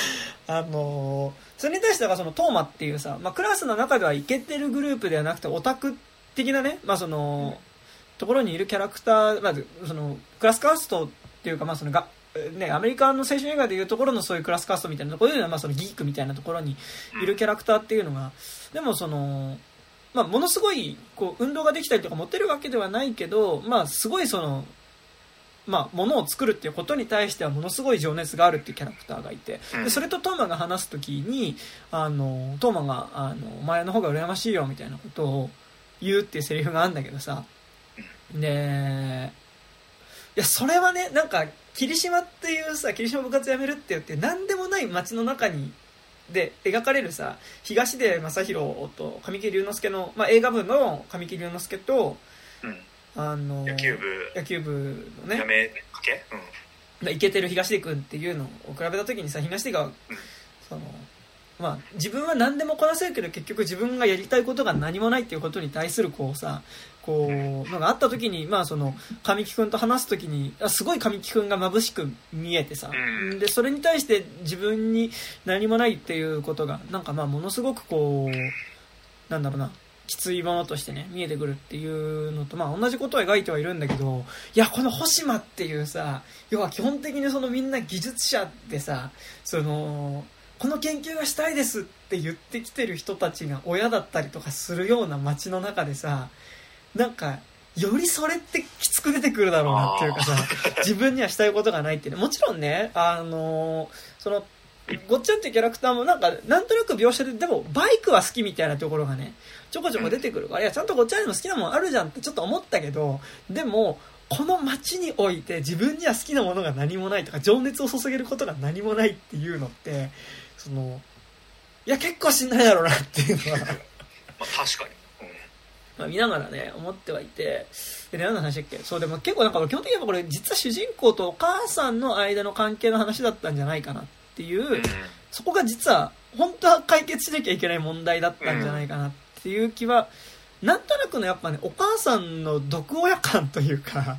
それに対してはそのトーマっていうさ、まあ、クラスの中ではイケてるグループではなくてオタク的なね、まあそのところにいるキャラクター、まずそのクラスカーストっていうか、まあそのがね、アメリカの青春映画でいうところのそういうクラスカーストみたいなところでは、まあそのギークみたいなところにいるキャラクターっていうのが、でもそのまあものすごいこう運動ができたりとか持ってるわけではないけど、まあすごいそのまあ、物を作るっていうことに対してはものすごい情熱があるっていうキャラクターがいて、でそれとトーマが話すときにトーマがお前の方が羨ましいよみたいなことを言うっていうセリフがあるんだけどさ、でいやそれはね、なんか霧島っていうさ、霧島部活やめるって言って何でもない街の中にで描かれるさ、東出昌大と神木隆之介の、まあ、映画部の神木隆之介と、野球部のね、 やめかけ、 イケてる東出君っていうのを比べた時にさ、東出が、まあ、自分は何でもこなせるけど結局自分がやりたいことが何もないっていうことに対するこうさ、こうのがあった時に、まあその神木君と話す時にすごい神木君が眩しく見えてさ、でそれに対して自分に何もないっていうことがなんかまあものすごくこうなんだろうな、きついものとしてね見えてくるっていうのと、まあ同じことを描いてはいるんだけど、いやこの星間っていうさ、要は基本的にそのみんな技術者でさ、この研究がしたいですって言ってきてる人たちが親だったりとかするような街の中でさ、なんかよりそれってきつく出てくるだろうなっていうかさ、自分にはしたいことがないってね、もちろんね、そのごっちゃんっていうキャラクターもなんとなく描写で、でもバイクは好きみたいなところがねちょこちょこ出てくるから、いやちゃんとごっちゃんにも好きなもんあるじゃんってちょっと思ったけど、でもこの街において自分には好きなものが何もないとか情熱を注げることが何もないっていうのって、いや結構しんないだろうなっていうのはまあ確かに、 まあ、見ながらね思ってはいて、で何の話だっけ。そうでも結構なんか基本的にはこれ実は主人公とお母さんの間の関係の話だったんじゃないかなっていう、そこが実は本当は解決しなきゃいけない問題だったんじゃないかなっていう気は、なんとなくのやっぱねお母さんの毒親感というか、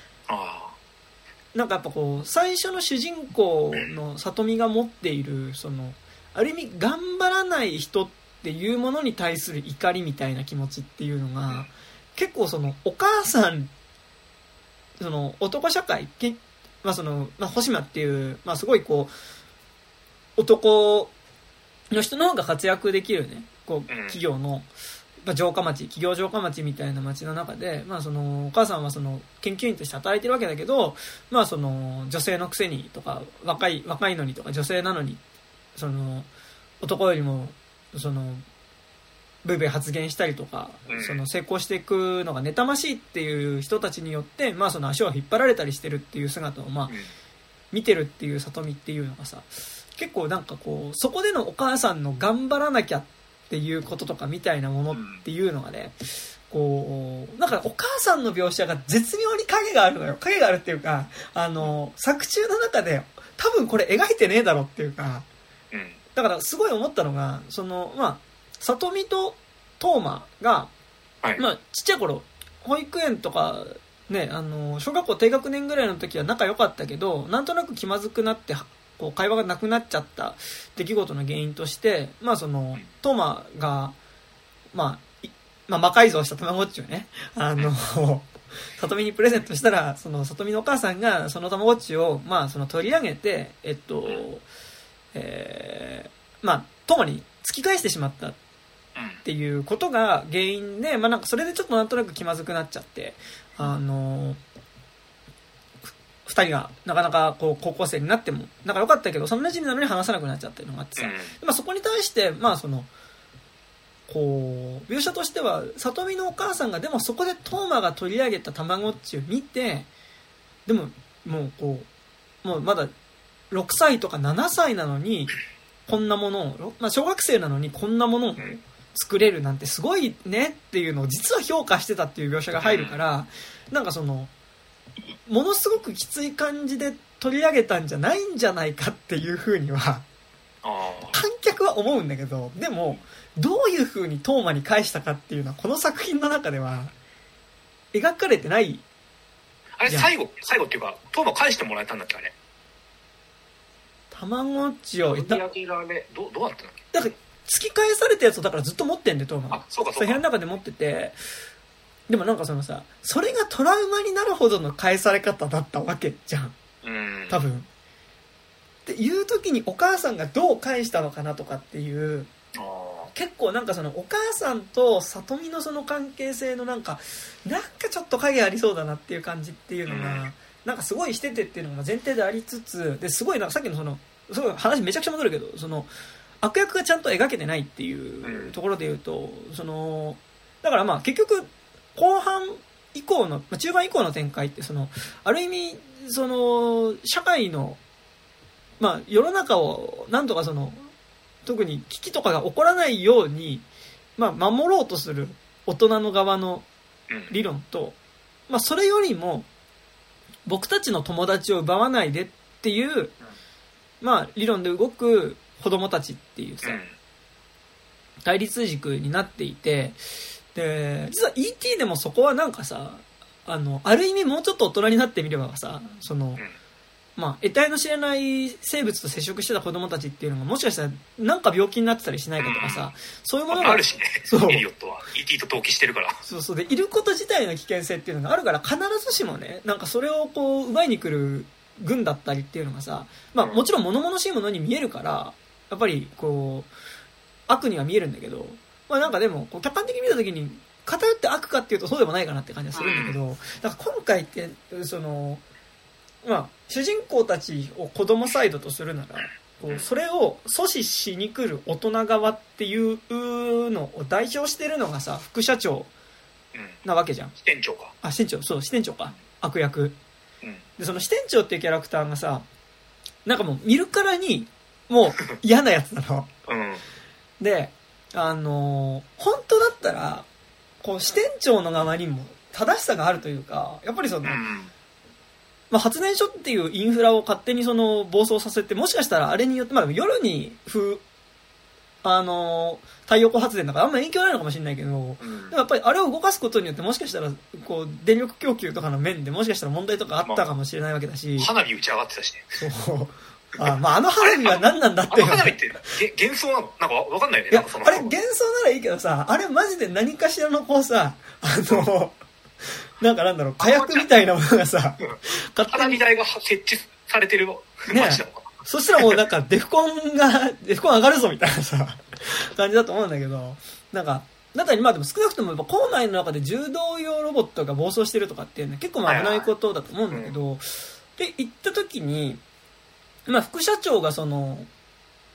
なんかやっぱこう最初の主人公の里美が持っているある意味頑張らない人っていうものに対する怒りみたいな気持ちっていうのが結構お母さん男社会、まあ星間っていう、まあ、すごいこう男の人の方が活躍できるねこう企業の城下町、企業城下町みたいな町の中で、まあ、お母さんは研究員として働いてるわけだけど、まあ、女性のくせにとか若いのにとか女性なのに男よりもそのブイブイ発言したりとか、その成功していくのが妬ましいっていう人たちによって、まあその足を引っ張られたりしてるっていう姿をまあ見てるっていう里見っていうのがさ、結構なんかこうそこでのお母さんの頑張らなきゃっていうこととかみたいなものっていうのがね、こうなんかお母さんの描写が絶妙に影があるのよ。影があるっていうか、作中の中で多分これ描いてねえだろっていうか、だからすごい思ったのが、そのまあ里見と當真が、はい、まあちっちゃい頃保育園とかね、小学校低学年ぐらいの時は仲良かったけど、なんとなく気まずくなってこう会話がなくなっちゃった出来事の原因として、まあその當真がまあ魔改造したたまごっちをね、里見にプレゼントしたら、その里見のお母さんがそのたまごっちをまあその取り上げて、まあ當真に突き返してしまったっていうことが原因で、まあなんかそれでちょっとなんとなく気まずくなっちゃって、二人がなかなかこう高校生になっても仲良かったけど、その馴染みなのに話さなくなっちゃったのがあってさ、まあそこに対してまあそのこう描写としては、里見のお母さんがでもそこで當真が取り上げたたまごっちを見て、でももうこうもうまだ6歳とか7歳なのにこんなものを、まあ小学生なのにこんなものを作れるなんてすごいねっていうのを実は評価してたっていう描写が入るから、なんかそのものすごくきつい感じで取り上げたんじゃないんじゃないかっていう風には観客は思うんだけど、でもどういう風に當真に返したかっていうのはこの作品の中では描かれてない。 あれ最後っていうか當真返してもらえたんだっけ、あれたまごっちを取り上げられどうだったんだっけ。 だから突き返されたやつをだからずっと持ってんで當真。 あ、そうかそうか。 部屋の中で持ってて、でもなんかそのさ、それがトラウマになるほどの返され方だったわけじゃん。多分。っていう時にお母さんがどう返したのかなとかっていう、結構なんかそのお母さんと里見のその関係性のなんかちょっと影ありそうだなっていう感じっていうのが、なんかすごいしててっていうのが前提でありつつ、ですごいなんかさっきのその、すごい話めちゃくちゃ戻るけど、その、悪役がちゃんと描けてないっていうところで言うと、その、だからまあ結局、後半以降の、中盤以降の展開って、その、ある意味、その、社会の、まあ世の中をなんとかその、特に危機とかが起こらないように、まあ守ろうとする大人の側の理論と、まあそれよりも、僕たちの友達を奪わないでっていう、まあ理論で動く子供たちっていうさ、対立軸になっていて、で、実は E.T. でもそこはなんかさ、ある意味もうちょっと大人になってみればさ、その、まあ、得体の知れない生物と接触してた子供たちっていうのがもしかしたらなんか病気になってたりしないかとかさ、そういうものがあるしね。そう。エリオットは E.T. と同期してるから。 そうそう。で、いること自体の危険性っていうのがあるから、必ずしもね、なんかそれをこう奪いに来る軍だったりっていうのがさ、まあもちろん物々しいものに見えるから、やっぱりこう悪には見えるんだけど、まあなんかでもこう客観的に見た時に偏って悪かっていうとそうでもないかなって感じがするんだけど、だから今回ってそのまあ主人公たちを子供サイドとするなら、こうそれを阻止しに来る大人側っていうのを代表してるのがさ、副社長なわけじゃん。 支店長か。 あ、支店長、そう支店長か、悪役。でその支店長っていうキャラクターがさ、なんかもう見るからにもう嫌なやつなの。で、本当だったらこう支店長の側にも正しさがあるというか、やっぱりその、まあ、発電所っていうインフラを勝手にその暴走させて、もしかしたらあれによって、まあ、夜に太陽光発電だからあんま影響ないのかもしれないけど、でもやっぱりあれを動かすことによってもしかしたらこう電力供給とかの面でもしかしたら問題とかあったかもしれないわけだし、 花火打ち上がってたしね。 そうまあ、花火は何なんだっていう。 花火って幻想なの？なんかわかんないね。 いや、あれ幻想ならいいけどさ、あれマジで何かしらのこうさ、なんかなんだろう、火薬みたいなものがさ、 花火台が設置されてる街なのかな。 そしたらもうなんかデフコン上がるぞみたいなさ、感じだと思うんだけど、なんか、だったらまあでも少なくともやっぱ校内の中で柔道用ロボットが暴走してるとかっていうのは結構まあ危ないことだと思うんだけど、で、行った時に、まあ副社長がその、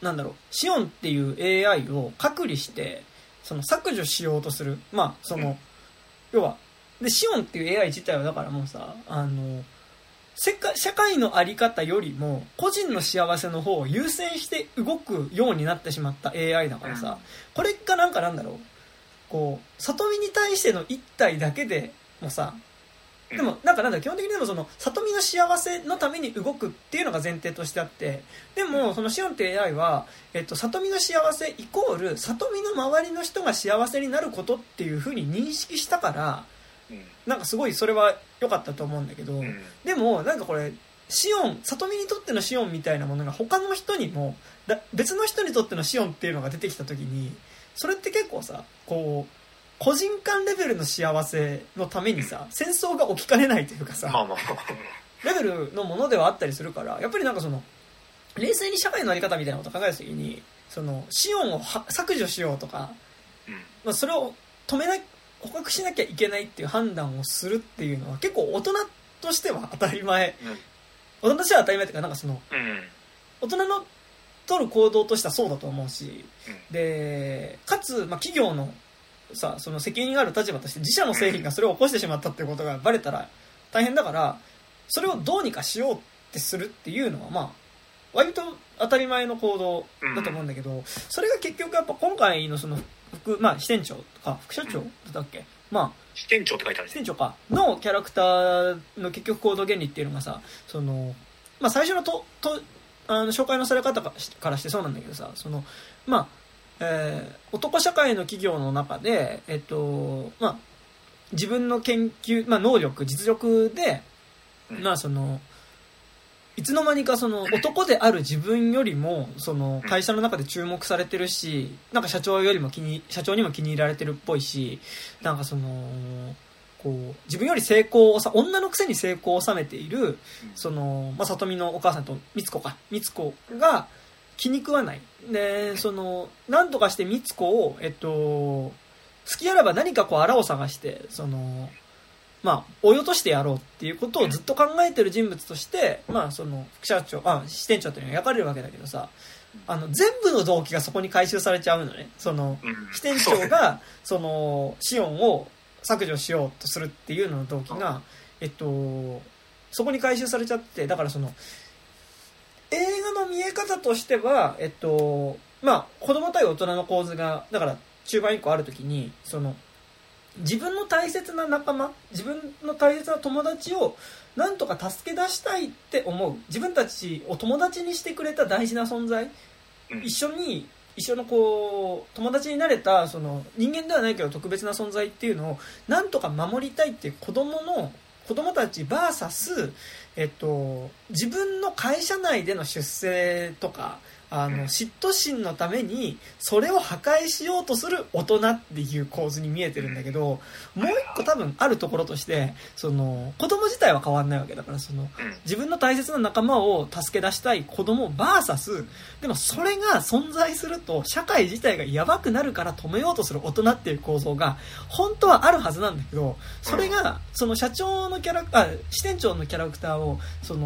なんだろう、シオンっていう AI を隔離してその削除しようとする、まあその、要はでシオンっていう AI 自体はだからもうさ、社会のあり方よりも個人の幸せの方を優先して動くようになってしまった AI だからさ、これがなんかなんだろう、こう里見に対しての一体だけでもさ、でもなんか基本的にでもその里見の幸せのために動くっていうのが前提としてあって、でもそのシオンって AI は、里見の幸せイコール里見の周りの人が幸せになることっていう風に認識したから、なんかすごいそれは良かったと思うんだけど、でもなんかこれシオン、里見にとってのシオンみたいなものが他の人にも別の人にとってのシオンっていうのが出てきた時に、それって結構さ、こう個人間レベルの幸せのためにさ、戦争が起きかねないというかさ、レベルのものではあったりするから、やっぱりなんかその冷静に社会の在り方みたいなことを考えた時に、そのシオンを削除しようとか、まあ、それを止めない、捕獲しなきゃいけないっていう判断をするっていうのは結構大人としては当たり前、大人としては当たり前っていうか、なんかその、大人の取る行動としてはそうだと思うし、でかつ、まあ、企業のさ、その責任がある立場として自社の製品がそれを起こしてしまったっていうことがバレたら大変だから、それをどうにかしようってするっていうのはまあ割と当たり前の行動だと思うんだけど、それが結局やっぱ今回のそのまあ支店長とか副社長だったっけ、まあ支店長って書いてある、 支店長かのキャラクターの結局行動原理っていうのがさ、そのまあ最初の紹介のされ方からしてそうなんだけどさ、そのまあ男社会の企業の中で、まあ、自分の研究、まあ、能力実力で、まあ、そのいつの間にかその男である自分よりもその会社の中で注目されてるし、なんか社長にも気に入られてるっぽいし、なんかそのこう自分より成功を女のくせに成功を収めているその、まあ、里見のお母さんとみつこが気に食わないで、そのなんとかしてみつこを好きあらば何かこうあらを探してそのまあ追い落としてやろうっていうことをずっと考えてる人物として、まあその支店長というのが焼かれるわけだけどさ、全部の動機がそこに回収されちゃうのね。その支店長がそのシオンを削除しようとするっていうのの動機がそこに回収されちゃって、だからその映画の見え方としては、まあ、子供対大人の構図が、だから中盤以降あるときに、その、自分の大切な仲間、自分の大切な友達をなんとか助け出したいって思う。自分たちを友達にしてくれた大事な存在、一緒のこう、友達になれた、その、人間ではないけど特別な存在っていうのを、なんとか守りたいっていう子供たち VS、自分の会社内での出世とか嫉妬心のためにそれを破壊しようとする大人っていう構図に見えてるんだけど、もう一個多分あるところとしてその子供自体は変わんないわけだから、その自分の大切な仲間を助け出したい子供 VS でもそれが存在すると社会自体がやばくなるから止めようとする大人っていう構造が本当はあるはずなんだけど、それがその支店長のキャラクターを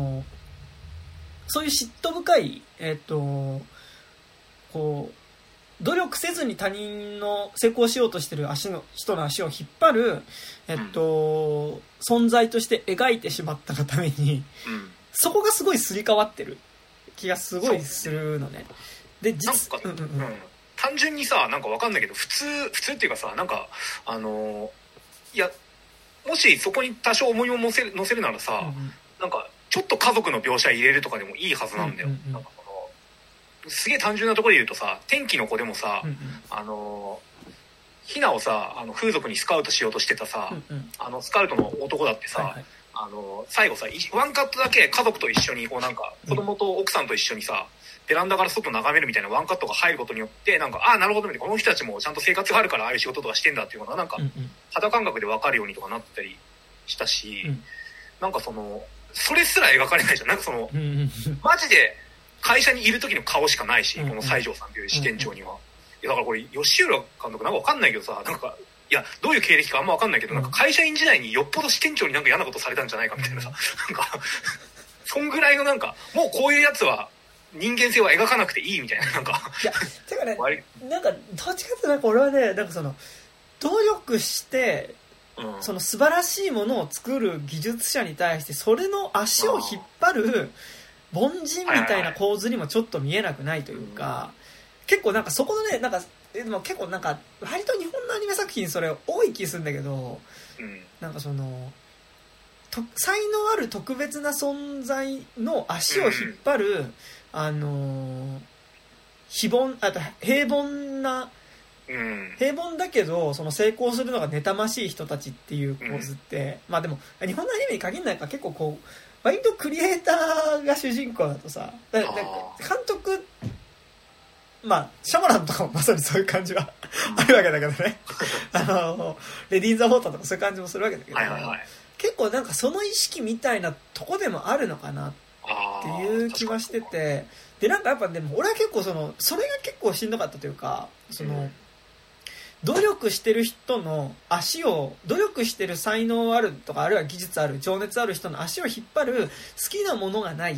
そういう嫉妬深いこう努力せずに他人の成功しようとしてる人の足を引っ張る存在として描いてしまったがために、そこがすごいすり替わってる気がすごいするのね。で単純にさ、なんかわかんないけど普通っていうかさ、なんかいやもしそこに多少思いを乗せるならさ、なんかちょっと家族の描写入れるとかでもいいはずなんだよ。なんかすげえ単純なところで言うとさ、天気の子でもさ、ヒナをさ風俗にスカウトしようとしてたさ、スカウトの男だってさ、最後さワンカットだけ家族と一緒にこうなんか子供と奥さんと一緒にさ、ベランダから外眺めるみたいなワンカットが入ることによって、なんかなるほどね、この人たちもちゃんと生活があるからああいう仕事とかしてんだっていうのがなんか肌感覚で分かるようにとかなったりしたし、なんかそれすら描かれないじゃん。なんかマジで会社にいる時の顔しかないし、この西条さんという支店長には。だからこれ吉浦監督なんか分かんないけどさ、なんかいやどういう経歴かあんま分かんないけど、なんか会社員時代によっぽど支店長になんか嫌なことされたんじゃないかみたいなさ、なんかそんぐらいのなんかもうこういうやつは人間性は描かなくていいみたいな、なんかいやてかね、なんかどっちかっていうとなんか俺はね、なんかその努力して、その素晴らしいものを作る技術者に対してそれの足を引っ張る凡人みたいな構図にもちょっと見えなくないというか、結構なんかそこのね、なんかでも結構なんか割と日本のアニメ作品それ多い気するんだけど、なんかその才能ある特別な存在の足を引っ張る、平凡だけどその成功するのが妬ましい人たちっていう構図って、まあでも日本のアニメに限らないから結構こう割とクリエイターが主人公だとさ、監督、まあシャマランとかもまさにそういう感じはあるわけだけどねレディー・ザ・ウォーターとかそういう感じもするわけだけど、結構なんかその意識みたいなとこでもあるのかなっていう気はしてて、でなんかやっぱでも俺は結構それが結構しんどかったというか、その努力してる人の足を、努力してる才能あるとかあるいは技術ある情熱ある人の足を引っ張る好きなものがない、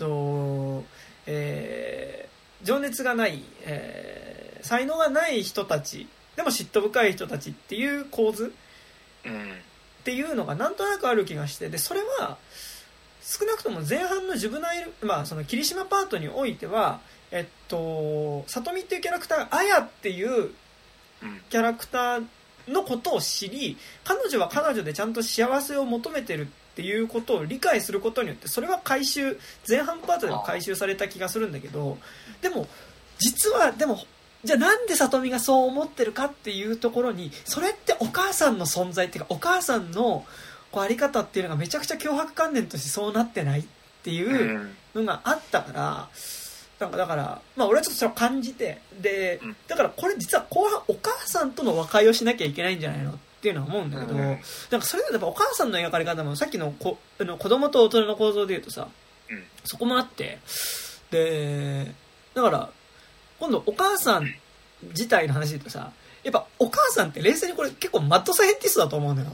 情熱がない、才能がない人たちでも嫉妬深い人たちっていう構図っていうのがなんとなくある気がして、でそれは少なくとも前半のジュブナイル、まあその霧島パートにおいては里見っていうキャラクターがアヤっていうキャラクターのことを知り、彼女は彼女でちゃんと幸せを求めてるっていうことを理解することによってそれは回収、前半パートでは回収された気がするんだけど、でも実はでもじゃあなんで里見がそう思ってるかっていうところに、それってお母さんの存在っていうかお母さんのこうあり方っていうのがめちゃくちゃ強迫観念としてそうなってないっていうのがあったから、なんかだからまあ俺はちょっとそれを感じて、でだからこれ実は後半お母さんとの和解をしなきゃいけないんじゃないのっていうのは思うんだけど、なんかそれだとやっぱお母さんの描かれ方もさっきの子供と大人の構造でいうとさ、そこもあって、でだから今度お母さん自体の話で言うとさ、やっぱお母さんって冷静にこれ結構マッドサイエンティストだと思うんだよ。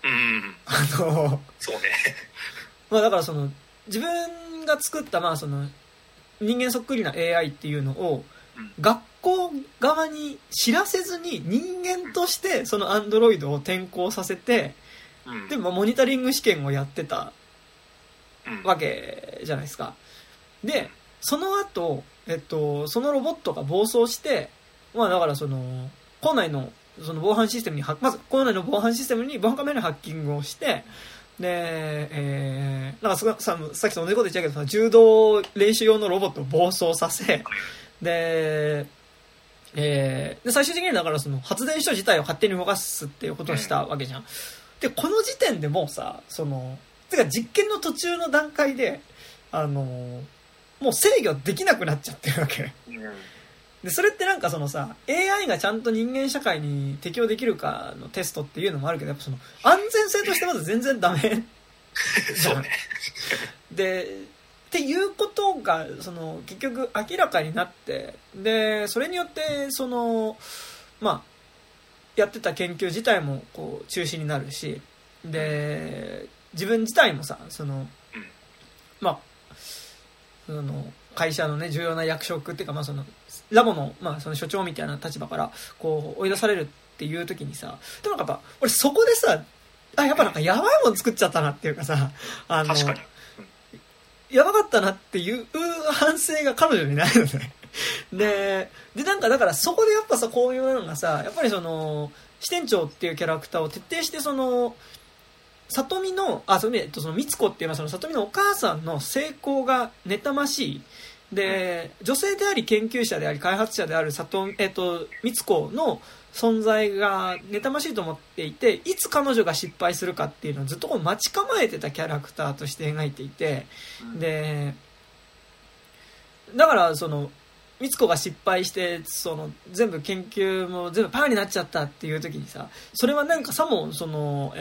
そうね。 まあだからその自分が作ったまあその人間そっくりな AI っていうのを学校側に知らせずに人間としてそのアンドロイドを転校させて、でまあモニタリング試験をやってたわけじゃないですか。でその後そのロボットが暴走して、まあだからその校内のその防犯システムにまず校内の防犯システムに防犯カメラにハッキングをして、でなんかさっきと同じこと言っちゃうけど、柔道練習用のロボットを暴走させ、で最終的にだからその発電所自体を勝手に動かすっていうことをしたわけじゃん。でこの時点でもうさ、そのてか実験の途中の段階でもう制御できなくなっちゃってるわけ。でそれってなんかそのさ AI がちゃんと人間社会に適応できるかのテストっていうのもあるけど、やっぱその安全性としてまず全然ダメそうねでっていうことがその結局明らかになって、でそれによってそのまあやってた研究自体もこう中止になるし、で自分自体もさそのまあその会社のね重要な役職っていうか、まあそのラボのまあその所長みたいな立場からこう追い出されるっていう時にさ、でもなんかやっぱ俺そこでさ、やっぱなんかやばいもの作っちゃったなっていうかさ、 確かに、 やばかったなっていう反省が彼女にないのねでなんかだからそこでやっぱさこういうのがさ、やっぱりその支店長っていうキャラクターを徹底してその里見のその美津子っていうのはその里見のお母さんの成功が妬ましいで、女性であり研究者であり開発者である美津子の存在が妬ましいと思っていて、いつ彼女が失敗するかっていうのをずっとこう待ち構えてたキャラクターとして描いていて、でだからその美津子が失敗してその全部研究も全部パーになっちゃったっていう時にさ、それはなんかさもその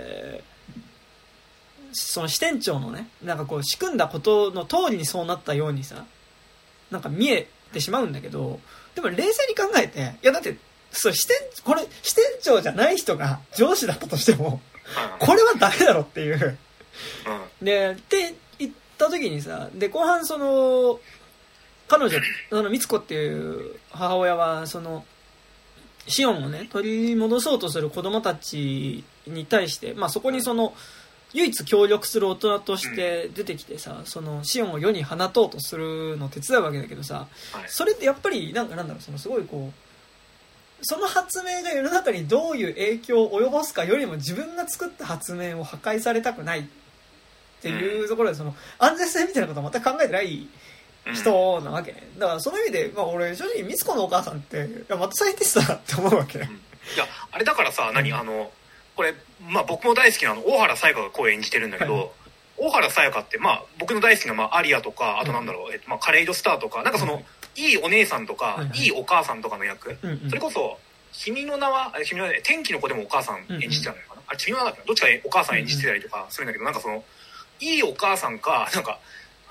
その支店長のねなんかこう仕組んだことの通りにそうなったようにさなんか見えてしまうんだけど、でも冷静に考えて、いやだってこれ支店長じゃない人が上司だったとしてもこれはダメだろっていうでって言った時にさ、で後半その彼女、美津子っていう母親は、シオンをね、取り戻そうとする子供たちに対して、まあそこに唯一協力する大人として出てきてさ、シオンを世に放とうとするのを手伝うわけだけどさ、それってやっぱり、なんだろう、すごいその発明が世の中にどういう影響を及ぼすかよりも自分が作った発明を破壊されたくないっていうところで、安全性みたいなことは全く考えてない人なわけね。だからその意味で、まあ俺正直ミツコのお母さんって、いや、またサイエンティストだなって思うわけ。いや、 あれだからさ、これ、まあ僕も大好きな大原彩香が声演じてるんだけど、はい、大原彩香って、まあ僕の大好きな、まあアリアとか、あとなんだろう、まあカレイドスターとか、なんかいいお姉さんとか、はいはい、いいお母さんとかの役、それこそ、君の名は、天気の子でもお母さん演じてたのかな、あ、君の名はどっちかお母さん演じてたりとかするんだけど、なんかいいお母さんか、なんか、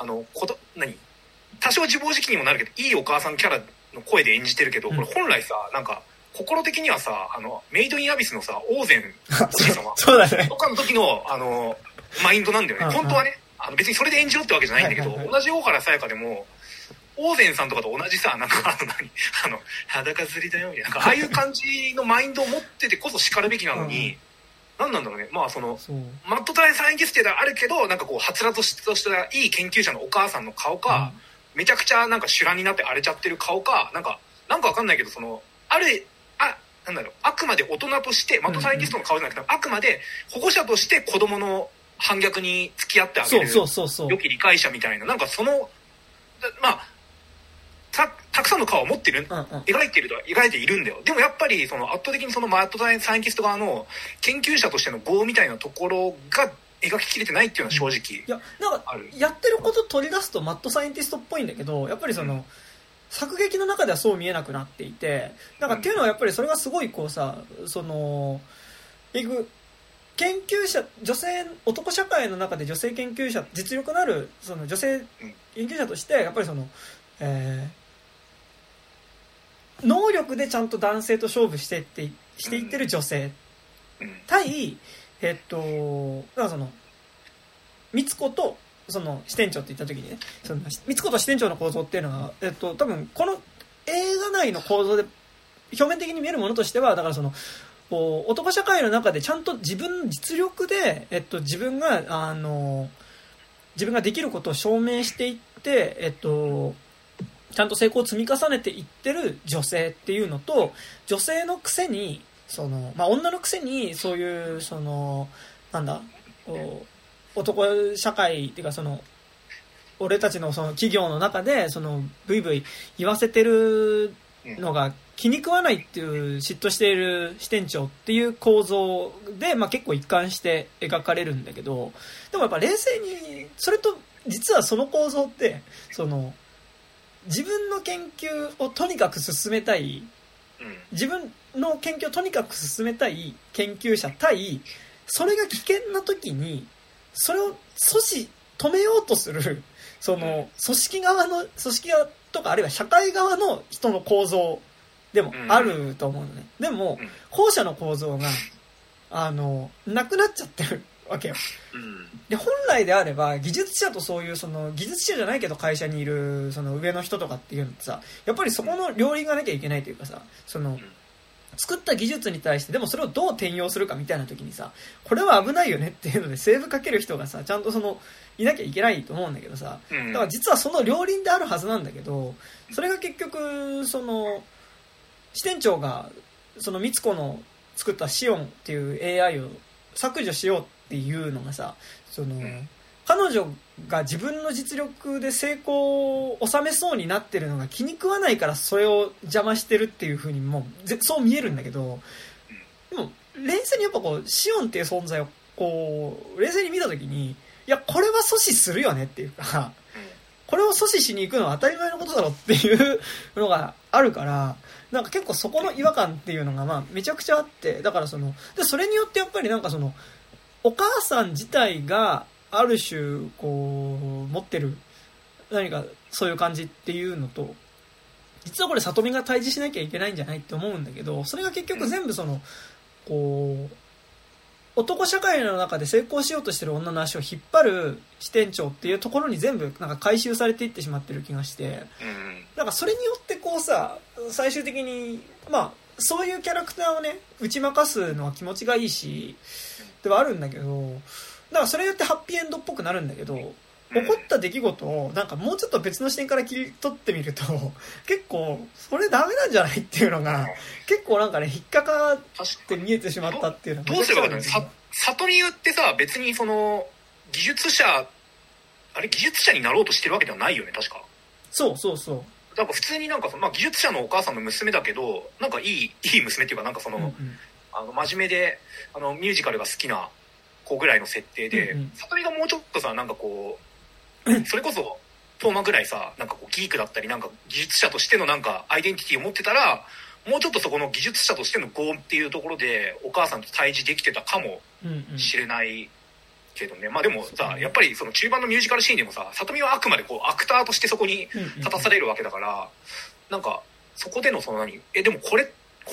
多少自暴自棄にもなるけど、いいお母さんキャラの声で演じてるけど、これ本来さ、なんか、心的にはさ、メイドインアビスのさ、オーゼンおじい様そうだね。 とかの時の、マインドなんだよね。本当はね、別にそれで演じろってわけじゃないんだけど、同じ大原さやかでも、オーゼンさんとかと同じさ、なんか裸釣りだよみたいな、なんかああいう感じのマインドを持っててこそ叱るべきなのに、なんなんだろうね、まあマッドタイサイエンティストであるけど、なんかはつらとしたいい研究者のお母さんの顔か、めちゃくちゃなんか修羅になって荒れちゃってる顔か、なんかわかんないけど、なんだろう、あくまで大人として、マッドサイエンティストの顔じゃなくて、あくまで保護者として子供の反逆に付き合ってあげる良き理解者みたいな、なんかまあたくさんの顔を持ってる、描いているんだよ。でもやっぱり圧倒的にマッドサイエンティスト側の研究者としての業みたいなところが描ききれてないっていうのは正直いや、なんかやってること取り出すとマッドサイエンティストっぽいんだけど、やっぱり作劇の中ではそう見えなくなっていて、なんかっていうのはやっぱりそれがすごい研究者、男社会の中で女性研究者、実力のある女性研究者としてやっぱり能力でちゃんと男性と勝負していってる女性対、だから美津子と支店長って言った時にね、美津子と支店長の構造っていうのは、多分この映画内の構造で表面的に見えるものとしては、だから男社会の中でちゃんと自分の実力で、自分ができることを証明していって、ちゃんと成功を積み重ねていってる女性っていうのと、女性のくせにまあ、女のくせにそういうなんだ男社会っていうか俺たちの企業の中でブイブイ言わせてるのが気に食わないっていう嫉妬している支店長っていう構造で、まあ、結構一貫して描かれるんだけど、でもやっぱ冷静にそれと実はその構造って自分の研究をとにかく進めたい、自分の研究をとにかく進めたい研究者対、それが危険な時にそれを止めようとする組織側とかあるいは社会側の人の構造でもあると思うのね。でも後者の構造がなくなっちゃってるわけよ。で本来であれば技術者とそういう技術者じゃないけど会社にいる上の人とかっていうのってさ、やっぱりそこの両輪がなきゃいけないというかさ、作った技術に対してでもそれをどう転用するかみたいな時にさ、これは危ないよねっていうのでセーブかける人がさちゃんといなきゃいけないと思うんだけどさ、だから実はその両輪であるはずなんだけど、それが結局支店長が美津子の作ったシオンっていう AI を削除しようっていうのがさ、彼女が自分の実力で成功を収めそうになってるのが気に食わないからそれを邪魔してるっていう風にもそう見えるんだけど、でも冷静にやっぱシオンっていう存在を冷静に見た時に、いやこれは阻止するよねっていうか、これを阻止しに行くのは当たり前のことだろっていうのがあるから、なんか結構そこの違和感っていうのがまあめちゃくちゃあって、だからでそれによってやっぱりなんかお母さん自体がある種持ってる何かそういう感じっていうのと、実はこれ里見が対峙しなきゃいけないんじゃないって思うんだけど、それが結局全部男社会の中で成功しようとしてる女の足を引っ張る支店長っていうところに全部なんか回収されていってしまってる気がして、なんかそれによってこうさ、最終的にまあそういうキャラクターをね打ち負かすのは気持ちがいいしではあるんだけど、だからそれによってハッピーエンドっぽくなるんだけど、起こった出来事をなんかもうちょっと別の視点から切り取ってみると結構それダメなんじゃないっていうのが結構なんかね引っかかって見えてしまったっていうのが、 どうすればいいの？里見ってさ、別にその技術者になろうとしてるわけではないよね、確か。 そうそうそう。 なんか普通になんかまあ技術者のお母さんの娘だけど、なんかいい娘っていうか、なんかその、真面目でミュージカルが好きな子ぐらいの設定で、里見がもうちょっとさ、なんかこうそれこそトーマぐらいさ、なんかこうギークだったり、なんか技術者としてのなんかアイデンティティを持ってたら、もうちょっとそこの技術者としての業っていうところでお母さんと対峙できてたかもしれないけどね。まあでもさ、やっぱりその中盤のミュージカルシーンでもさ、里見はあくまでこうアクターとしてそこに立たされるわけだから、なんかそこでのそのでもこの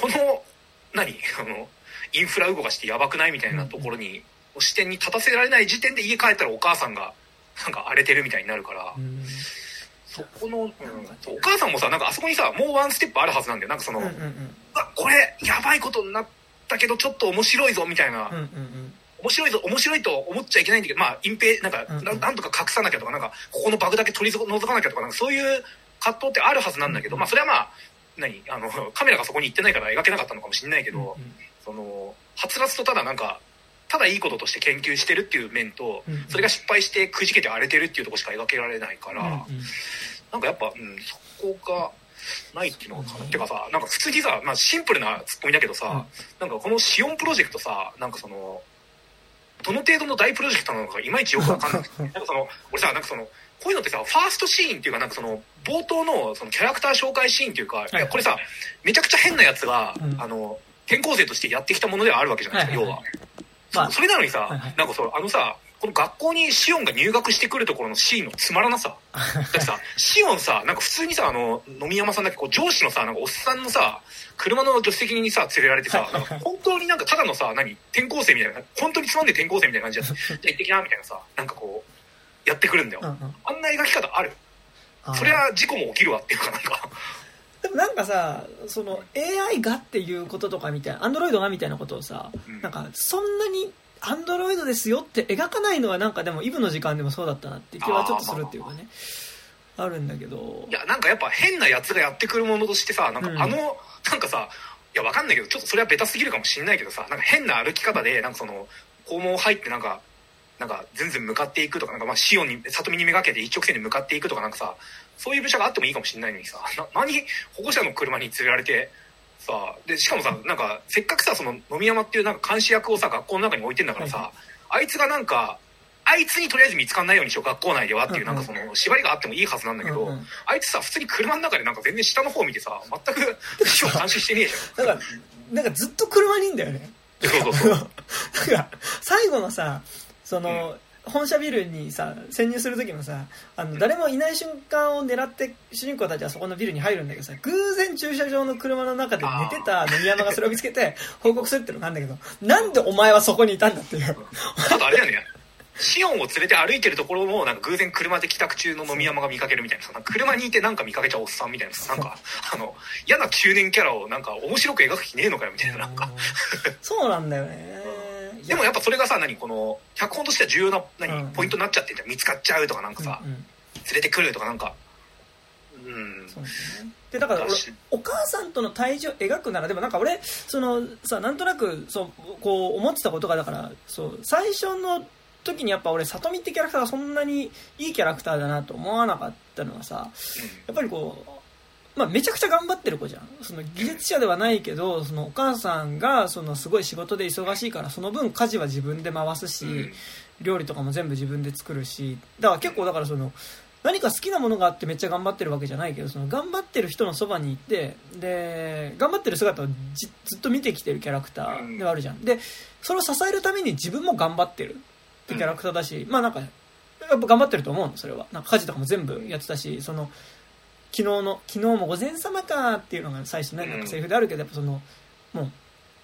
インフラ動かしてやばくないみたいなところに視点に立たせられない時点で家帰ったらお母さんがなんか荒れてるみたいになるから、そこの、お母さんもさ、なんかあそこにさ、もうワンステップあるはずなんだよ。なんかその、これやばいことになったけどちょっと面白いぞみたいな、面白いと思っちゃいけないんだけど、まあ隠蔽なんか、なんとか隠さなきゃとか、なんかここのバグだけ取り除かなきゃとか、なんかそういう葛藤ってあるはずなんだけど、まあそれはまあカメラがそこに行ってないから描けなかったのかもしれないけど、そのはつらつとただいいこととして研究してるっていう面と、それが失敗してくじけて荒れてるっていうところしか描けられないから、なんかやっぱ、そこがないっていうのがかな。てかさ、なんか普通にさ、まあシンプルなツッコミだけどさ、なんかこのシオンプロジェクトさ、なんかそのどの程度の大プロジェクトなのかいまいちよくわかんなくて、なんかその俺さ、なんかそのこういうのってさ、ファーストシーンっていうか、なんかその冒頭のそのキャラクター紹介シーンっていうか、いやこれさ、めちゃくちゃ変なやつが、転校生としてやってきたものではあるわけじゃないですか、要は。それなのにさ、なんかこの学校にシオンが入学してくるところのシーンのつまらなさ。だってさ、シオンさ、なんか普通にさ、野見山さんだけこう上司のさ、なんかおっさんのさ、車の助手席にさ、連れられてさ、本当になんかただのさ、転校生みたいな、本当につまんで転校生みたいな感じで、じゃあ行ってきな、みたいなさ、なんかこう、やってくるんだよ。あんな描き方ある？そりゃ事故も起きるわっていうかなんか。 でもなんかさ、その AI がっていうこととかみたいな、Android がみたいなことをさ、なんかそんなにAndroid ですよって描かないのはなんかでもイブの時間でもそうだったなって気はちょっとするっていうかね、あるんだけど。 いやなんかやっぱ変なやつがやってくるものとしてさ、なんかなんかさ、いやわかんないけどちょっとそれはベタすぎるかもしんないけどさ、なんか変な歩き方でなんかその校門入ってなんか全然向かっていくとか、なんかまあシオンに里見にめがけて一直線に向かっていくとか、なんかさ、そういう描写があってもいいかもしれないのにさ、何保護者の車に連れられてさ、でしかもさ、なんかせっかくさ、その野見山っていうなんか監視役をさ学校の中に置いてんだからさ、あいつがなんかあいつにとりあえず見つかんないようにしよう学校内ではっていう、なんかその縛りがあってもいいはずなんだけど、あいつさ普通に車の中でなんか全然下の方見てさ、全く死を監視してねえじゃん。なんかずっと車にいんだよね。 そうなんか最後のさ、その、本社ビルにさ潜入する時もさ、誰もいない瞬間を狙って主人公たちはそこのビルに入るんだけどさ、偶然駐車場の車の中で寝てた野見山がそれを見つけて報告するっていうのがあるんだけど、なんでお前はそこにいたんだっていう。 あとあれだよね、シオンを連れて歩いてるところもなんか偶然車で帰宅中の野見山が見かけるみたいなさ、なんか車にいてなんか見かけちゃうおっさんみたいなさ、なんか嫌な中年キャラをなんか面白く描く気ねえのかよみたいな、なんかそうなんだよね。 でもやっぱそれがさ、この脚本としては重要なポイントになっちゃってんじゃん。見つかっちゃうとかなんかさ、連れてくるとかなんか、 そうですね。でだから俺お母さんとの対峙を描くなら、でもなんか俺そのさ、なんとなくこう思ってたことが、だから最初の時にやっぱ俺里見ってキャラクターがそんなにいいキャラクターだなと思わなかったのはさ、やっぱりこう。まあ、めちゃくちゃ頑張ってる子じゃん。その技術者ではないけど、そのお母さんがそのすごい仕事で忙しいから、その分家事は自分で回すし、料理とかも全部自分で作るし、だから結構だからその何か好きなものがあってめっちゃ頑張ってるわけじゃないけど、その頑張ってる人のそばにいて、で頑張ってる姿をずっと見てきてるキャラクターではあるじゃん。でそれを支えるために自分も頑張ってるってキャラクターだし、まあなんかやっぱ頑張ってると思うの、それは。なんか家事とかも全部やってたし、その昨日も午前様かっていうのが最初ね、なんかセリフであるけど、やっぱそのもう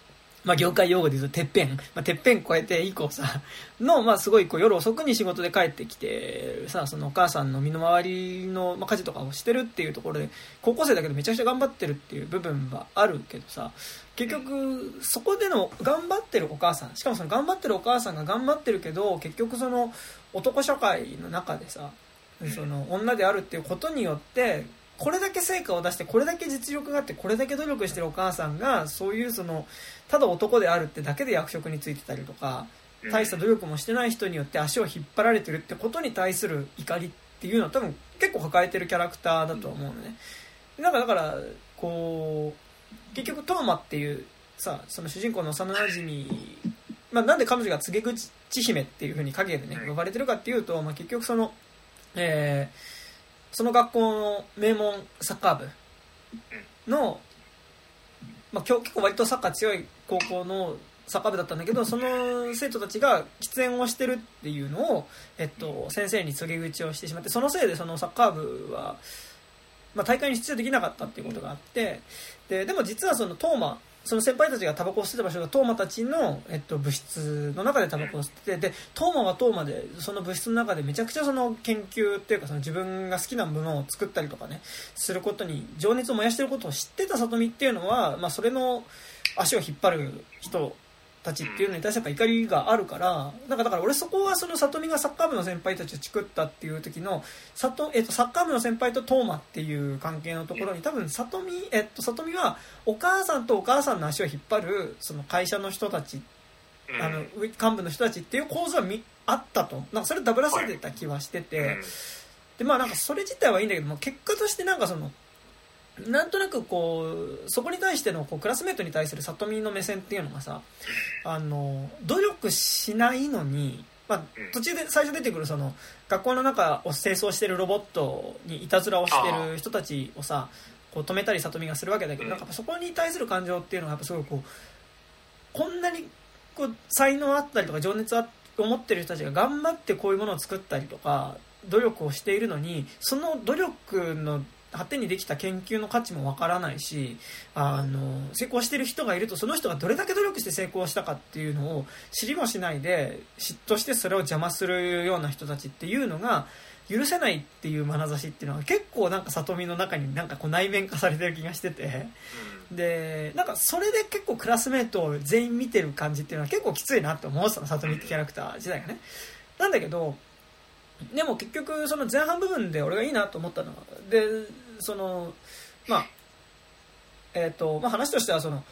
まあ業界用語で言うとてっぺん、まあ、てっぺん越えて以降さの、まあすごいこう夜遅くに仕事で帰ってきてさ、そのお母さんの身の回りの、まあ、家事とかをしてるっていうところで、高校生だけどめちゃくちゃ頑張ってるっていう部分はあるけどさ、結局そこでの頑張ってるお母さん、しかもその頑張ってるお母さんが頑張ってるけど、結局その男社会の中でさ、その女であるっていうことによってこれだけ成果を出して、これだけ実力があって、これだけ努力してるお母さんが、そういうそのただ男であるってだけで役職についてたりとか、大した努力もしてない人によって足を引っ張られてるってことに対する怒りっていうのは多分結構抱えてるキャラクターだと思うのね。なんかだからこう結局トーマっていうさ、その主人公の幼馴染、まあなんで彼女が告げ口姫っていう風に影でね呼ばれてるかっていうと、まあ結局そのその学校の名門サッカー部の、まあ、結構割とサッカー強い高校のサッカー部だったんだけど、その生徒たちが喫煙をしてるっていうのを、先生に告げ口をしてしまって、そのせいでそのサッカー部は、まあ、大会に出場できなかったっていうことがあって、でも実はそのトーマ、その先輩たちがタバコを吸ってた場所がトーマたちの、部室の中でタバコを吸ってて、でトーマはトーマでその部室の中でめちゃくちゃその研究っていうか、その自分が好きなものを作ったりとかねすることに情熱を燃やしてることを知ってた里見っていうのは、まあ、それの足を引っ張る人たちっていうのに対してやっぱ怒りがあるから、だから俺そこはその里見がサッカー部の先輩たちをチクったっていう時のサッカー部の先輩とトーマっていう関係のところに、多分里見はお母さんとお母さんの足を引っ張るその会社の人たち、幹部の人たちっていう構図はあったと、なんかそれダブらせてた気はしてて、でまあなんかそれ自体はいいんだけども、結果としてなんかそのなんとなくこうそこに対してのこうクラスメートに対する里見の目線っていうのがさ、努力しないのに、まあ、途中で最初出てくるその学校の中を清掃してるロボットにいたずらをしてる人たちをさ、こう止めたり里見がするわけだけど、なんかそこに対する感情っていうのがやっぱすごいこんなにこう才能あったりとか情熱を持ってる人たちが頑張ってこういうものを作ったりとか努力をしているのに、その努力の果てにできた研究の価値もわからないし、成功してる人がいるとその人がどれだけ努力して成功したかっていうのを知りもしないで嫉妬してそれを邪魔するような人たちっていうのが許せないっていう眼差しっていうのは結構なんか里見の中になんかこう内面化されてる気がしてて、でなんかそれで結構クラスメートを全員見てる感じっていうのは結構きついなって思う、その里見ってキャラクター自体がね。なんだけどでも結局その前半部分で俺がいいなと思ったのは、でそのまあ話としてはその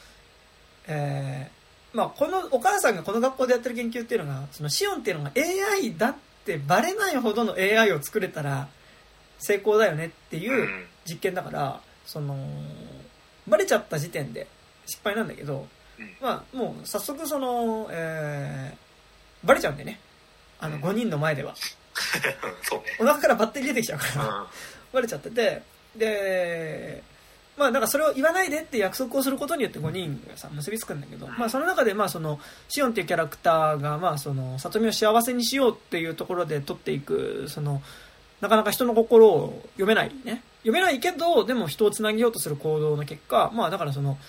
まあこのお母さんがこの学校でやってる研究っていうのが、そのシオンっていうのが AI だってバレないほどの AI を作れたら成功だよねっていう実験だから、そのバレちゃった時点で失敗なんだけど、まあもう早速そのバレちゃうんでね、5人の前ではそうね、 お腹からバッテリー出てきちゃうからバレちゃってて、でまあなんかそれを言わないでって約束をすることによって5人がさ結びつくんだけど、まあその中でまあそのシオンっていうキャラクターがまあその里見を幸せにしようっていうところで取っていく、そのなかなか人の心を読めないけどでも人をつなげようとする行動の結果、まあだからその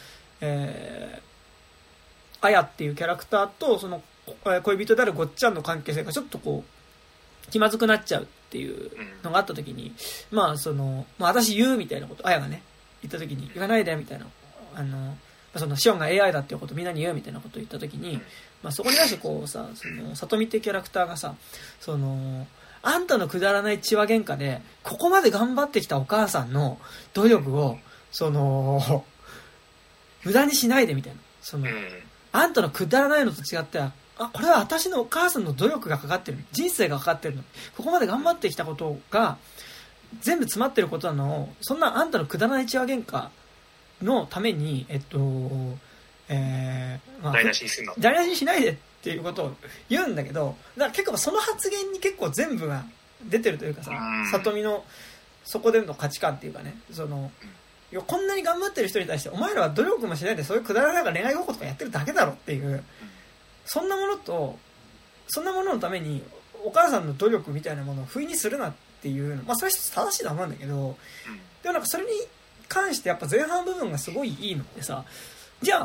アヤっていうキャラクターとその恋人であるごっちゃんの関係性がちょっとこう気まずくなっちゃうっていうのがあった時に、まあその、まあ、私言うみたいなこと、あやがね言った時に言わないでみたいな、そのシオンが AI だっていうことをみんなに言うみたいなことを言った時に、まあ、そこに対してこうさ、その里見ってキャラクターがさ、そのあんたのくだらない血話喧嘩でここまで頑張ってきたお母さんの努力をその無駄にしないでみたいな、そのあんたのくだらないのと違ってこれは私のお母さんの努力がかかってる、人生がかかってるの、ここまで頑張ってきたことが全部詰まってることなのを、そんなあんたのくだらない血話喧嘩のためにまあ、 台無しにするの、 台無しにしないでっていうことを言うんだけど、だから結構その発言に結構全部が出てるというかさ、里見のそこでの価値観っていうかね、そのこんなに頑張ってる人に対してお前らは努力もしないでそういうくだらない恋愛ごっことかやってるだけだろっていう、そんなもののためにお母さんの努力みたいなものを不意にするなっていうの、まあそれは正しいと思うんだけど、でもなんかそれに関してやっぱ前半部分がすごいいいのってさ、じゃあ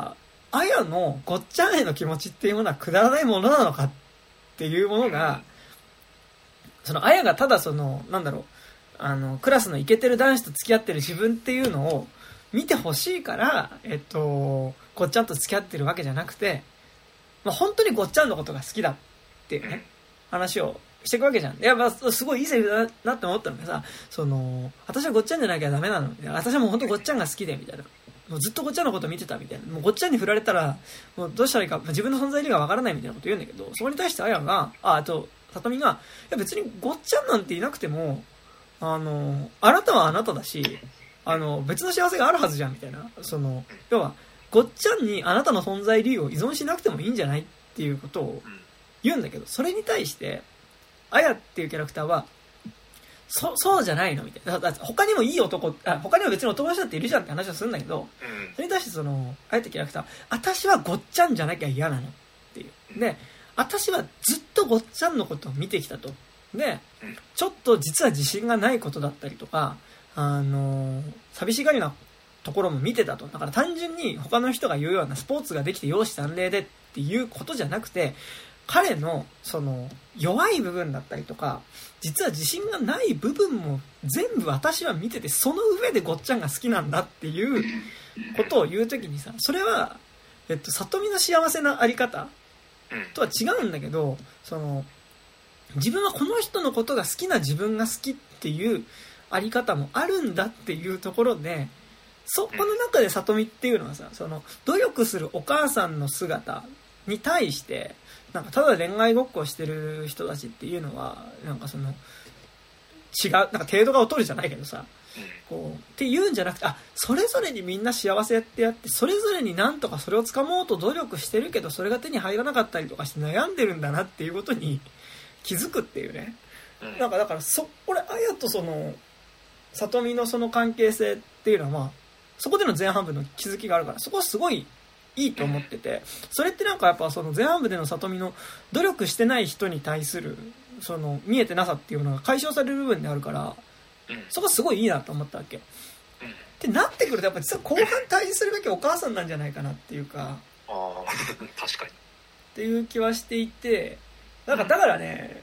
あやのごっちゃんへの気持ちっていうものはくだらないものなのかっていうものが、そのあやがただそのなんだろう、クラスのイケてる男子と付き合ってる自分っていうのを見てほしいから、ごっちゃんと付き合ってるわけじゃなくて、まあ、本当にごっちゃんのことが好きだっていうね、話をしていくわけじゃん。いや、まあ、すごいいいセリフだなって思ったのがさ、私はごっちゃんじゃなきゃダメなのみたいな。私はもう本当ごっちゃんが好きで、みたいな。もうずっとごっちゃんのこと見てた、みたいな。もうごっちゃんに振られたら、もうどうしたらいいか、自分の存在意義がわからないみたいなこと言うんだけど、そこに対してあやが、さとみが、いや別にごっちゃんなんていなくても、あなたはあなただし、別の幸せがあるはずじゃん、みたいな。要は、ごっちゃんにあなたの存在理由を依存しなくてもいいんじゃないっていうことを言うんだけど、それに対して、あやっていうキャラクターは、そうじゃないのみたいな。だ他にもいい男、他にも別に男の人だっているじゃんって話をするんだけど、それに対してあやってキャラクター、私はごっちゃんじゃなきゃ嫌なのっていう。で、私はずっとごっちゃんのことを見てきたと。で、ちょっと実は自信がないことだったりとか、寂しがりなところも見てたと。だから単純に他の人が言うようなスポーツができて容姿端麗でっていうことじゃなくて、彼の弱い部分だったりとか、実は自信がない部分も全部私は見てて、その上でごっちゃんが好きなんだっていうことを言うときにさ、それは里見の幸せなあり方とは違うんだけど、自分はこの人のことが好きな自分が好きっていうあり方もあるんだっていうところで、そこの中で里見っていうのはさ、努力するお母さんの姿に対してなんかただ恋愛ごっこをしてる人たちっていうのはなんか違う、なんか程度が劣るじゃないけどさ、っていうんじゃなくて、それぞれにみんな幸せってやって、それぞれになんとかそれを掴もうと努力してるけど、それが手に入らなかったりとかして悩んでるんだなっていうことに気づくっていうね。なんかだからこれあやと里見の関係性っていうのは、まあそこでの前半部の気づきがあるから、そこはすごいいいと思ってて、それってなんかやっぱ前半部での里見の努力してない人に対する見えてなさっていうのが解消される部分であるから、そこはすごいいいなと思ったわけ。ってなってくるとやっぱ実は後半対峙するべきお母さんなんじゃないかなっていうか、 確かにっていう気はしていて、だからね、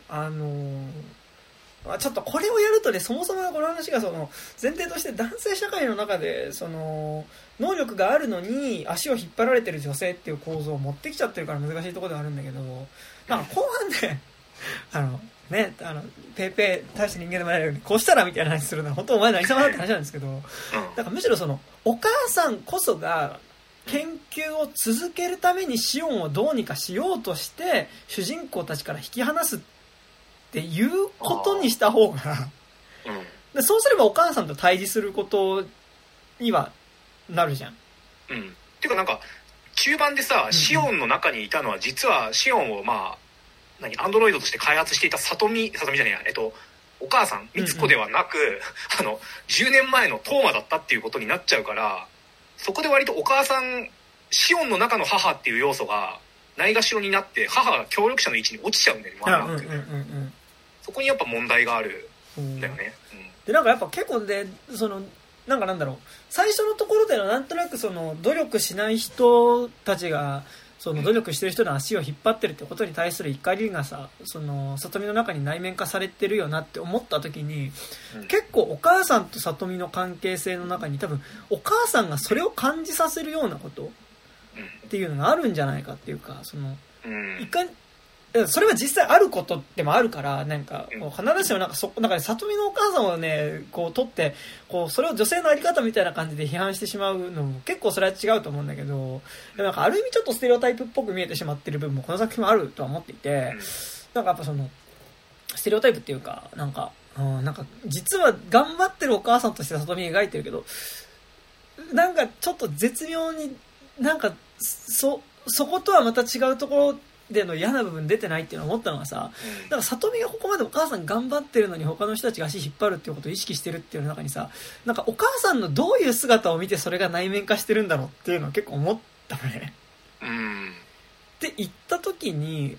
ちょっとこれをやるとね、そもそもこの話が前提として男性社会の中で能力があるのに足を引っ張られてる女性っていう構造を持ってきちゃってるから難しいところではあるんだけど、なんか後半でペイペイ大して人間でもないようにこうしたらみたいな話するのは本当お前何様だって話なんですけど、だからむしろお母さんこそが研究を続けるためにシオンをどうにかしようとして主人公たちから引き離すっていうことにした方が、でそうすればお母さんと対峙することにはなるじゃん。 てかなんか中盤でさ、シオンの中にいたのは実はシオンをアンドロイドとして開発していた里見じゃねえや、お母さん美津子ではなく、10年前のトーマだったっていうことになっちゃうから、そこで割とお母さんシオンの中の母っていう要素がないがしろになって母が協力者の位置に落ちちゃうんだよね。そこにやっぱ問題があるんだよね。 でなんかやっぱ結構でなんだろう、最初のところではなんとなく努力しない人たちが努力してる人の足を引っ張ってるってことに対する怒りがさ、里見の中に内面化されてるよなって思った時に、結構お母さんと里見の関係性の中に多分お母さんがそれを感じさせるようなことっていうのがあるんじゃないかっていうか、それは実際あることでもあるから、なんか必ずしもなんか里見のお母さんをね取ってそれを女性のあり方みたいな感じで批判してしまうのも結構それは違うと思うんだけど、なんかある意味ちょっとステレオタイプっぽく見えてしまってる部分もこの作品もあるとは思っていて、なんかやっぱステレオタイプっていうかなんか実は頑張ってるお母さんとして里見描いてるけど、なんかちょっと絶妙になんかそことはまた違うところでの嫌な部分出てないっていうのを思ったのがさ、だから里見がここまでお母さん頑張ってるのに他の人たちが足引っ張るっていうことを意識してるっていうの中にさ、なんかお母さんのどういう姿を見てそれが内面化してるんだろうっていうのを結構思ったのね。って言った時に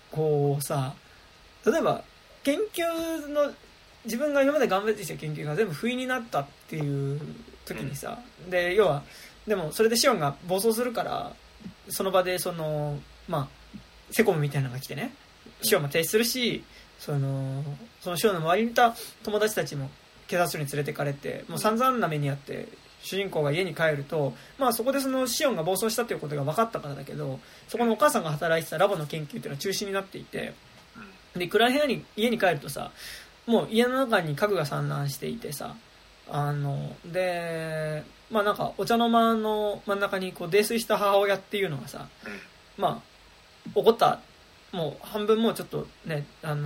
例えば研究の自分が今まで頑張ってきた研究が全部不意になったっていう時にさ、で要はでもそれでシオンが暴走するからその場でそのまあセコムみたいなのが来てね、シオンも停止するし、そのシオンの周りにいた友達たちも警察署に連れてかれて、もう散々な目にあって、主人公が家に帰ると、まあそこでそのシオンが暴走したということが分かったからだけど、そこのお母さんが働いてたラボの研究っていうのは中止になっていて、で暗い部屋に家に帰るとさ、もう家の中に家具が散乱していてさ、でまあなんかお茶の間の真ん中にこう泥酔した母親っていうのがさ、まあ怒った、もう半分もうちょっとね、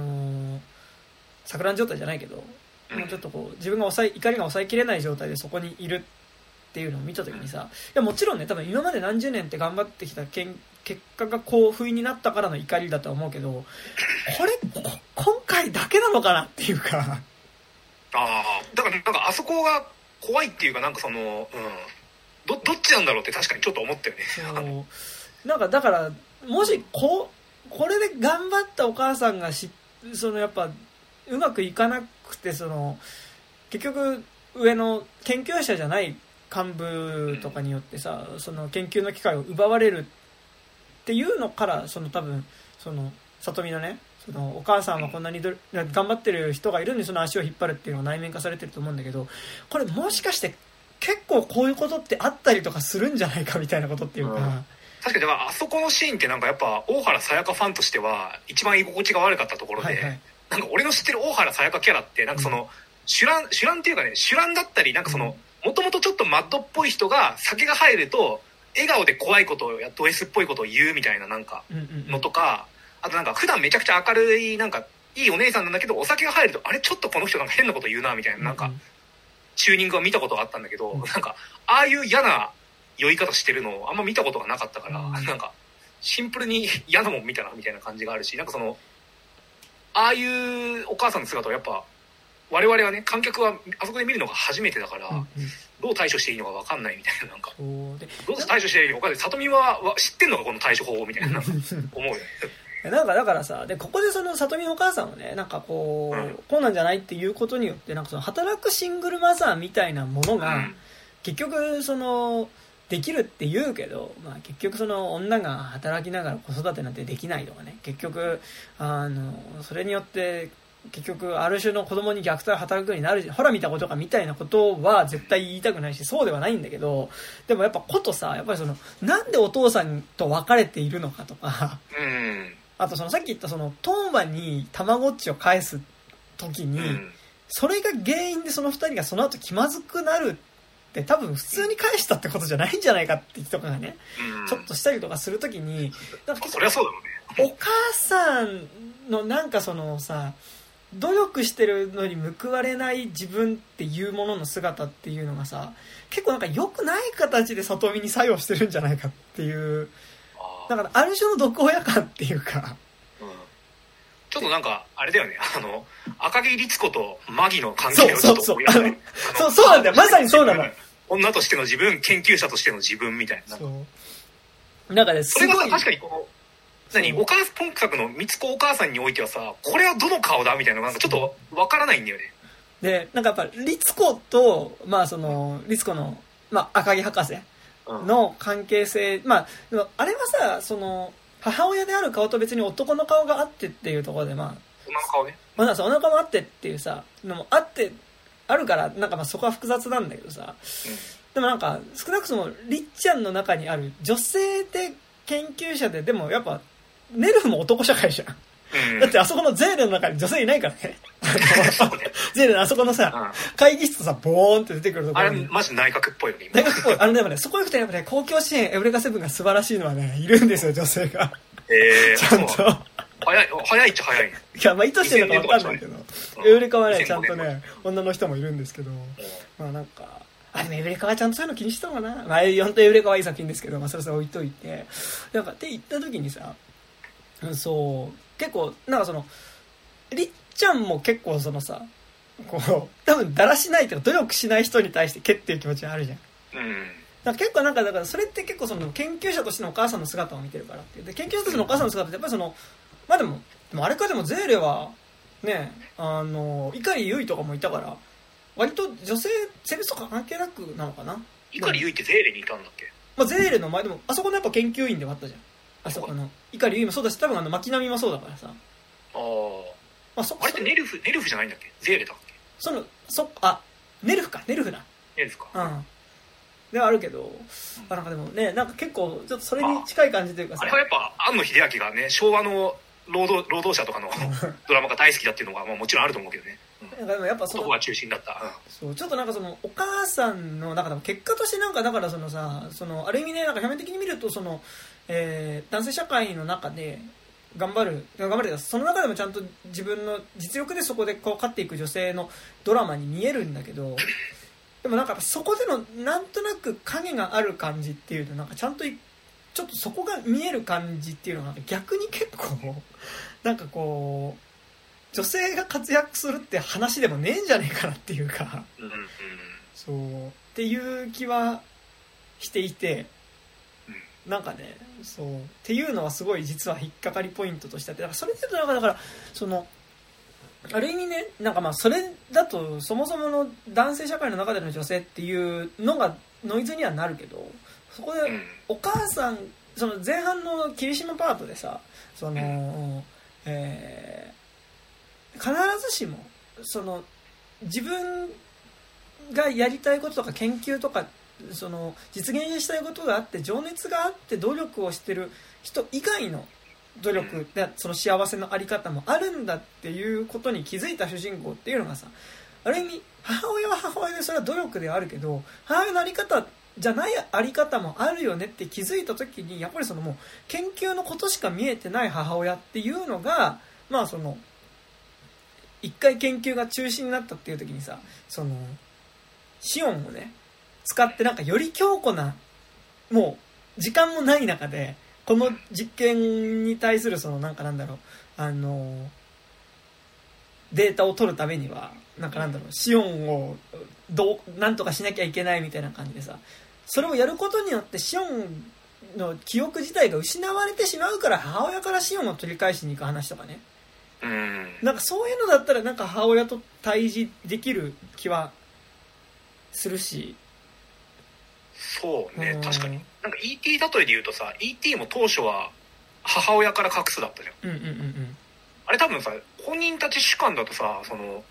錯乱状態じゃないけど、もうちょっとこう自分が怒りが抑えきれない状態でそこにいるっていうのを見た時にさ、いやもちろんね、多分今まで何十年って頑張ってきた結果がこう不意になったからの怒りだとは思うけど、これ今回だけなのかなっていうか、 だからなんかあそこが怖いっていうか、なんかその、どっちなんだろうって確かにちょっと思ったよね。 そうなんかだからもしこれで頑張ったお母さんがそのやっぱうまくいかなくて、その結局上の研究者じゃない幹部とかによってさ、その研究の機会を奪われるっていうのから、その多分その里見のね、そのお母さんはこんなに頑張ってる人がいるのにその足を引っ張るっていうのが内面化されてると思うんだけど、これもしかして結構こういうことってあったりとかするんじゃないかみたいなことっていうか、 確かにだからあそこのシーンってなんかやっぱ大原さやかファンとしては一番居心地が悪かったところで、はいはい、なんか俺の知ってる大原さやかキャラってなんかその、主乱っていうかね、主乱だったり、なんかそのもともとちょっとマッドっぽい人が酒が入ると笑顔で怖いことをド S っぽいことを言うみたいななんかのとか、あとなんか普段めちゃくちゃ明るいなんかいいお姉さんなんだけど、お酒が入るとあれちょっとこの人なんか変なこと言うなみたいななんかチューニングを見たことがあったんだけど、なんかああいう嫌な酔い方してるのをあんま見たことがなかったから、なんかシンプルに嫌なもん見たなみたいな感じがあるし、なんかそのああいうお母さんの姿をやっぱ我々はね、観客はあそこで見るのが初めてだから、どう対処していいのか分かんないみたいな、なんかどう対処していいのか分かんない、里見は知ってんのかこの対処法をみたいな思うよね。 なんかだからさ、でここでその里見のお母さんはね、なんかこう、こうなんじゃないっていうことによって、なんかその働くシングルマザーみたいなものが、結局そのできるって言うけど、まあ、結局その女が働きながら子育てなんてできないとかね、結局それによって結局ある種の子供に虐待を働くようになる、ほら見たことかみたいなことは絶対言いたくないし、そうではないんだけど、でもやっぱことさ、やっぱりそのなんでお父さんと別れているのかとか、あとそのさっき言ったそのトーマにたまごっちを返す時に、それが原因でその二人がその後気まずくなるって多分普通に返したってことじゃないんじゃないかって人とかがね、ちょっとしたりとかする時に、 なんかそりゃそうだろうね。 お母さんのなんかそのさ、努力してるのに報われない自分っていうものの姿っていうのがさ、結構なんか良くない形で里見に作用してるんじゃないかっていう、だからある種の毒親感っていうか、 ちょっとなんかあれだよね、赤木律子とマギの関係をちょっとそうなんだよ、まさにそうなの。 女としての自分、研究者としての自分みたいな。 なんかね、 それがさ、確かにこうお母さん、今作の三つ子お母さんにおいてはさ、これはどの顔だみたいなのがなんかちょっとわからないんだよね。 で、なんかやっぱ律子と、まあその律子の、まあ赤木博士の関係性、まああれはさ、その母親である顔と別に男の顔があってっていうところで、まあ女の顔ね、 まあ、お腹もあってっていうさのもあるから、なんかまあそこは複雑なんだけどさ、でもなんか少なくともりっちゃんの中にある女性で研究者で、でもやっぱネルフも男社会じゃん、だってあそこのゼーレの中に女性いないからねゼーレのあそこのさ、会議室とさボーンって出てくるところに、 あれマジ内閣っぽいよね。 内閣っぽい。でもね、そこ行くとやっぱね、公共支援エウレカセブンが素晴らしいのはね、いるんですよ、女性が。ちゃんと早いっちゃ早い。いや、まあ意図してるのか分かんないけど、エウレカはね、ちゃんとね、女の人もいるんですけど、まあなんか、でもエウレカはちゃんとそういうの気にしたのかな。まあ本当エウレカはいい作品ですけど、まあそれ置いといて、なんかって言った時にさ、そう結構なんかそのりっちゃんも結構そのさ、こう多分だらしないというか努力しない人に対してけっていう気持ちがあるじゃん。だから結構なんかだからそれって結構その研究者としてのお母さんの姿を見てるからっていう。で研究者としてのお母さんの姿ってやっぱりその、まあでもあれか、でもゼーレはね、碇結衣とかもいたから、割と女性性別とか関係なくなのかな。 碇結衣ってゼーレにいたんだっけ。 まあ、ゼーレの前でもあそこのやっぱ研究員ではあったじゃん、あそこの碇結衣もそうだし、多分巻波もそうだからさ。 まあ、あれってネルフじゃないんだっけ、ゼーレだっけ。 ネルフか、ネルフだ。 ネルフか。 ではあるけど、なんかでもね、なんか結構ちょっとそれに近い感じというかさ。 あれはやっぱ庵野秀明がね、昭和の労働者とかのドラマが大好きだっていうのが、まあ、もちろんあると思うけどね。 なんかでもやっぱそこが中心だった。 そうちょっとなんかそのお母さんのなんか結果としてなんかだからそのさ、そのある意味ね、なんか表面的に見るとその、男性社会の中で頑張るその中でもちゃんと自分の実力でそこでこう勝っていく女性のドラマに見えるんだけど、でもなんかそこでのなんとなく影がある感じっていうと、なんかちゃんとちょっとそこが見える感じっていうのが逆に結構なんかこう女性が活躍するって話でもねえんじゃねえかなっていうか、そうっていう気はしていて、なんかね、そうっていうのはすごい実は引っかかりポイントとしてあって、だからそれで言うとだからそのある意味ね、なんかまあそれだとそもそもの男性社会の中での女性っていうのがノイズにはなるけど、そこでお母さん、その前半の霧島パートでさ、その、必ずしもその自分がやりたいこととか研究とかその実現したいことがあって情熱があって努力をしてる人以外の努力でその幸せのあり方もあるんだっていうことに気づいた主人公っていうのがさ、ある意味母親は母親でそれは努力であるけど母親のあり方じゃないあり方もあるよねって気づいた時に、やっぱりそのもう研究のことしか見えてない母親っていうのが、まあその一回研究が中止になったっていう時にさ、そのシオンをね使ってなんかより強固な、もう時間もない中でこの実験に対するそのなんかなんだろう、データを取るためにはなんかなんだろう、シオンをなんとかしなきゃいけないみたいな感じでさ、それをやることによってシオンの記憶自体が失われてしまうから母親からシオンを取り返しに行く話とかね、なんかそういうのだったらなんか母親と対峙できる気はするし。 そうね、確かになんか ET 例えで言うとさ、 ET も当初は母親から隠すだったじゃん、あれ多分さ本人たち主観だとさ、その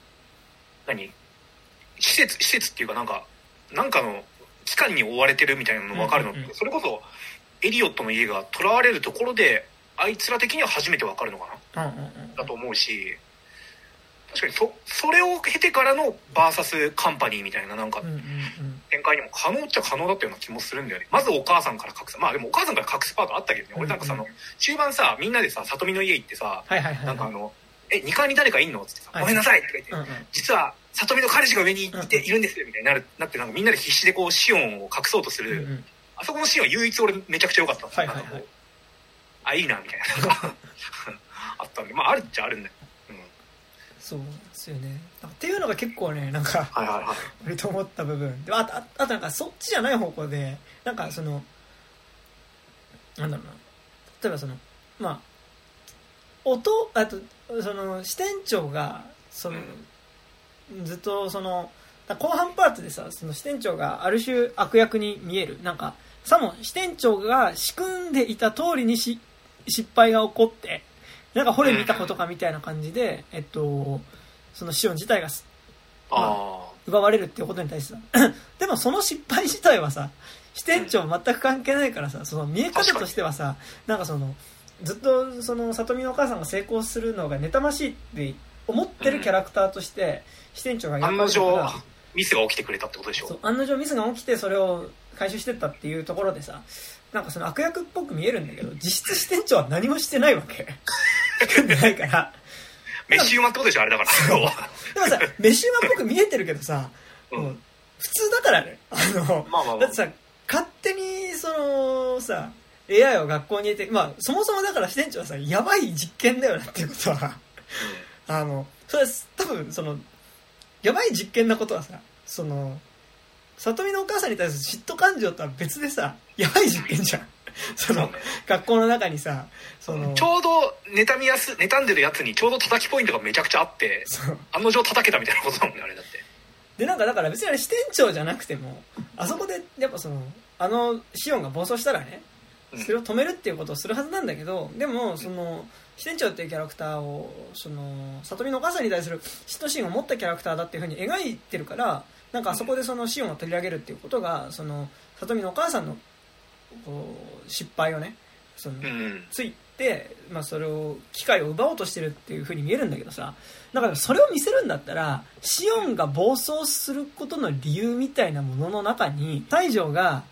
施設っていうかなんかの期間に追われてるみたいなの分かるのって、それこそエリオットの家が囚われるところであいつら的には初めて分かるのかな、だと思うし、確かにそれを経てからのバーサスカンパニーみたいななんか展開にも可能っちゃ可能だったような気もするんだよね。まずお母さんから隠す、まあでもお母さんから隠すパートあったけどね、俺なんかさ中盤さみんなでさ里見の家行ってさ、なんか2階に誰かいんのっつってさ、ごめんなさいって言って、実は里見の彼氏が上にいるんですよみたいになってなんかみんなで必死でこうシオンを隠そうとする、あそこのシーンは唯一俺めちゃくちゃ良かったんですよ。あ、いいなみたいなあったんで、まああるっちゃあるんだよ。 そうなんですよね。っていうのが結構ね、なんか割と思った部分で、あとなんかそっちじゃない方向で、なんかそのなんだろうな、例えばそのまああとその支店長がそのずっとその後半パートでさ、その支店長がある種悪役に見える、なんかさも支店長が仕組んでいた通りに失敗が起こってなんか惚れ見たことかみたいな感じで、そのシオン自体が、奪われるっていうことに対してさでもその失敗自体はさ支店長全く関係ないからさ、その見え方としてはさ、なんかそのずっとその里見のお母さんが成功するのが妬ましいって思ってるキャラクターとして支店長が案の定ミスが起きてくれたってことでしょ。 そう、案の定ミスが起きてそれを回収してったっていうところでさ、なんかその悪役っぽく見えるんだけど、実質支店長は何もしてないわけないから飯馬ってことでしょあれだからでもさ飯馬っぽく見えてるけどさ、普通だからね、だってさ勝手にそのさ AI を学校に入れて、まあそもそもだから支店長はさやばい実験だよなっていうことはそれは多分そのやばい実験なことはさ、その里見のお母さんに対する嫉妬感情とは別でさやばい実験じゃんその学校の中にさ、そのちょうど妬んでるやつにちょうど叩きポイントがめちゃくちゃあって案の定叩けたみたいなことだもんねあれだって。 でなんかだから別にあれ支店長じゃなくてもあそこでやっぱそのシオンが暴走したらねそれを止めるっていうことをするはずなんだけど、でもその支店長っていうキャラクターをその里見のお母さんに対する嫉妬心を持ったキャラクターだっていう風に描いてるから、なんかあそこでそのシオンを取り上げるっていうことがその里見のお母さんのこう失敗をねそのついて、まあ、それを機会を奪おうとしてるっていう風に見えるんだけどさ、だからそれを見せるんだったらシオンが暴走することの理由みたいなものの中に西条が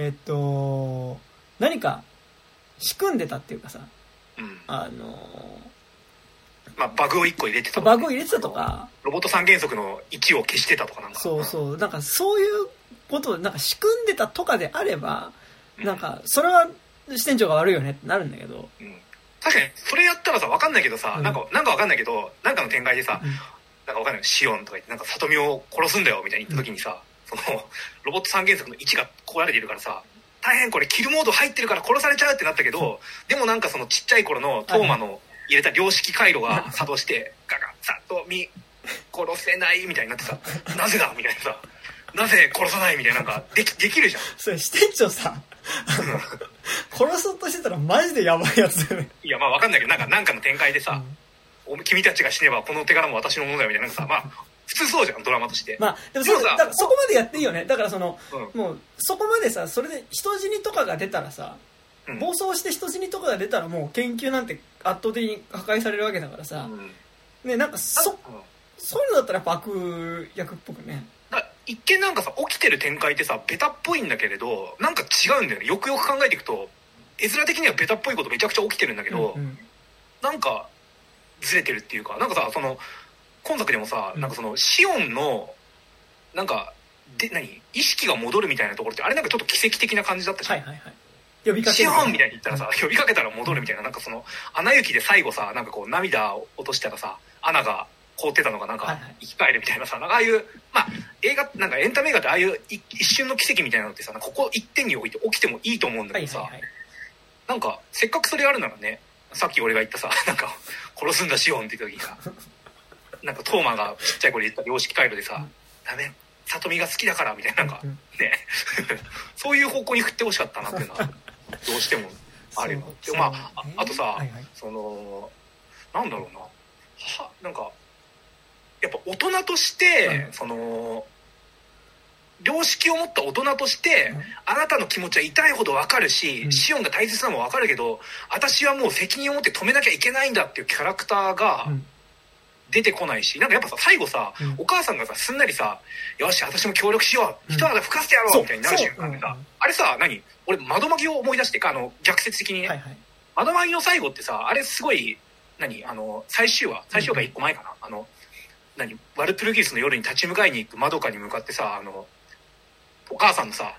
何か仕組んでたっていうかさ、 まあ、バグを1個入れてたとか、 バグを入れてたとか、 ロボット三原則の1を消してたとか、なんかそうそう、なんかそういうことをなんか仕組んでたとかであれば、なんかそれは支店長が悪いよねってなるんだけど、 確かにそれやったらさ分かんないけどさ、なんか分かんないけどなんかの展開でさ、なんか分かんないシオンとか言ってなんか里見を殺すんだよみたいに言った時にさ、そのロボット三原則の1が壊れているからさ、大変これキルモード入ってるから殺されちゃうってなったけど、でもなんかそのちっちゃい頃のトーマの入れた良識回路が作動してガガッ里見殺せないみたいになってさ、なぜだみたいなさ、なぜ殺さないみたいな、なんかできるじゃん。 それ支店長さ殺そうとしてたらマジでやばいやつだよね。 いやまあ分かんないけどなんかの展開でさ、君たちが死ねばこの手柄も私のものだよみたいな、なんかさ、まあ普通そうじゃんドラマとして。 まあでもだからそこまでやっていいよね。だからその、もうそこまでさ、それで人死にとかが出たらさ、暴走して人死にとかが出たらもう研究なんて圧倒的に破壊されるわけだからさ、ね、なんかそういうのだったら悪役っぽくね。 一見なんかさ起きてる展開ってさベタっぽいんだけれど、なんか違うんだよね。よくよく考えていくと絵面的にはベタっぽいことめちゃくちゃ起きてるんだけど、なんかずれてるっていうか、なんかさその今作でもさ、なんかそのシオンのなんかで意識が戻るみたいなところってあれなんかちょっと奇跡的な感じだったじゃん。呼びかける、シオンみたいに言ったらさ、呼びかけたら戻るみたいな、なんかそのアナ雪で最後さ、なんかこう涙を落としたらさ、アナが凍ってたのがなんか生き返るみたいなさ、なんかああいうまあ映画なんかエンタメ映画ってああいう一瞬の奇跡みたいなのってさ、ここ一点に置いて起きてもいいと思うんだけどさ、なんかせっかくそれあるならね、さっき俺が言ったさ、なんか殺すんだシオンって言った時にさ、なんかトーマがちっちゃい頃言った良識回路でさ、ダメ里見が好きだからみたいな、なんかねそういう方向に振ってほしかったなっていうのはどうしてもあるよ。でもまああとさ、そのなんだろうな、なんかやっぱ大人として、その良識を持った大人として、あなたの気持ちは痛いほど分かるし、シオンが大切なのも分かるけど、私はもう責任を持って止めなきゃいけないんだっていうキャラクターが出てこないし、なんかやっぱさ最後さ、お母さんがさすんなりさ、よし私も協力しよう、一肌吹かせてやろうみたいになる瞬間でさ、あれさ俺窓マギを思い出してか、逆説的にね、窓マギの最後ってさ、あれすごい最終話が1個前かな、ワルプルギリスの夜に立ち向かいに行くマドカに向かってさ、お母さんのさ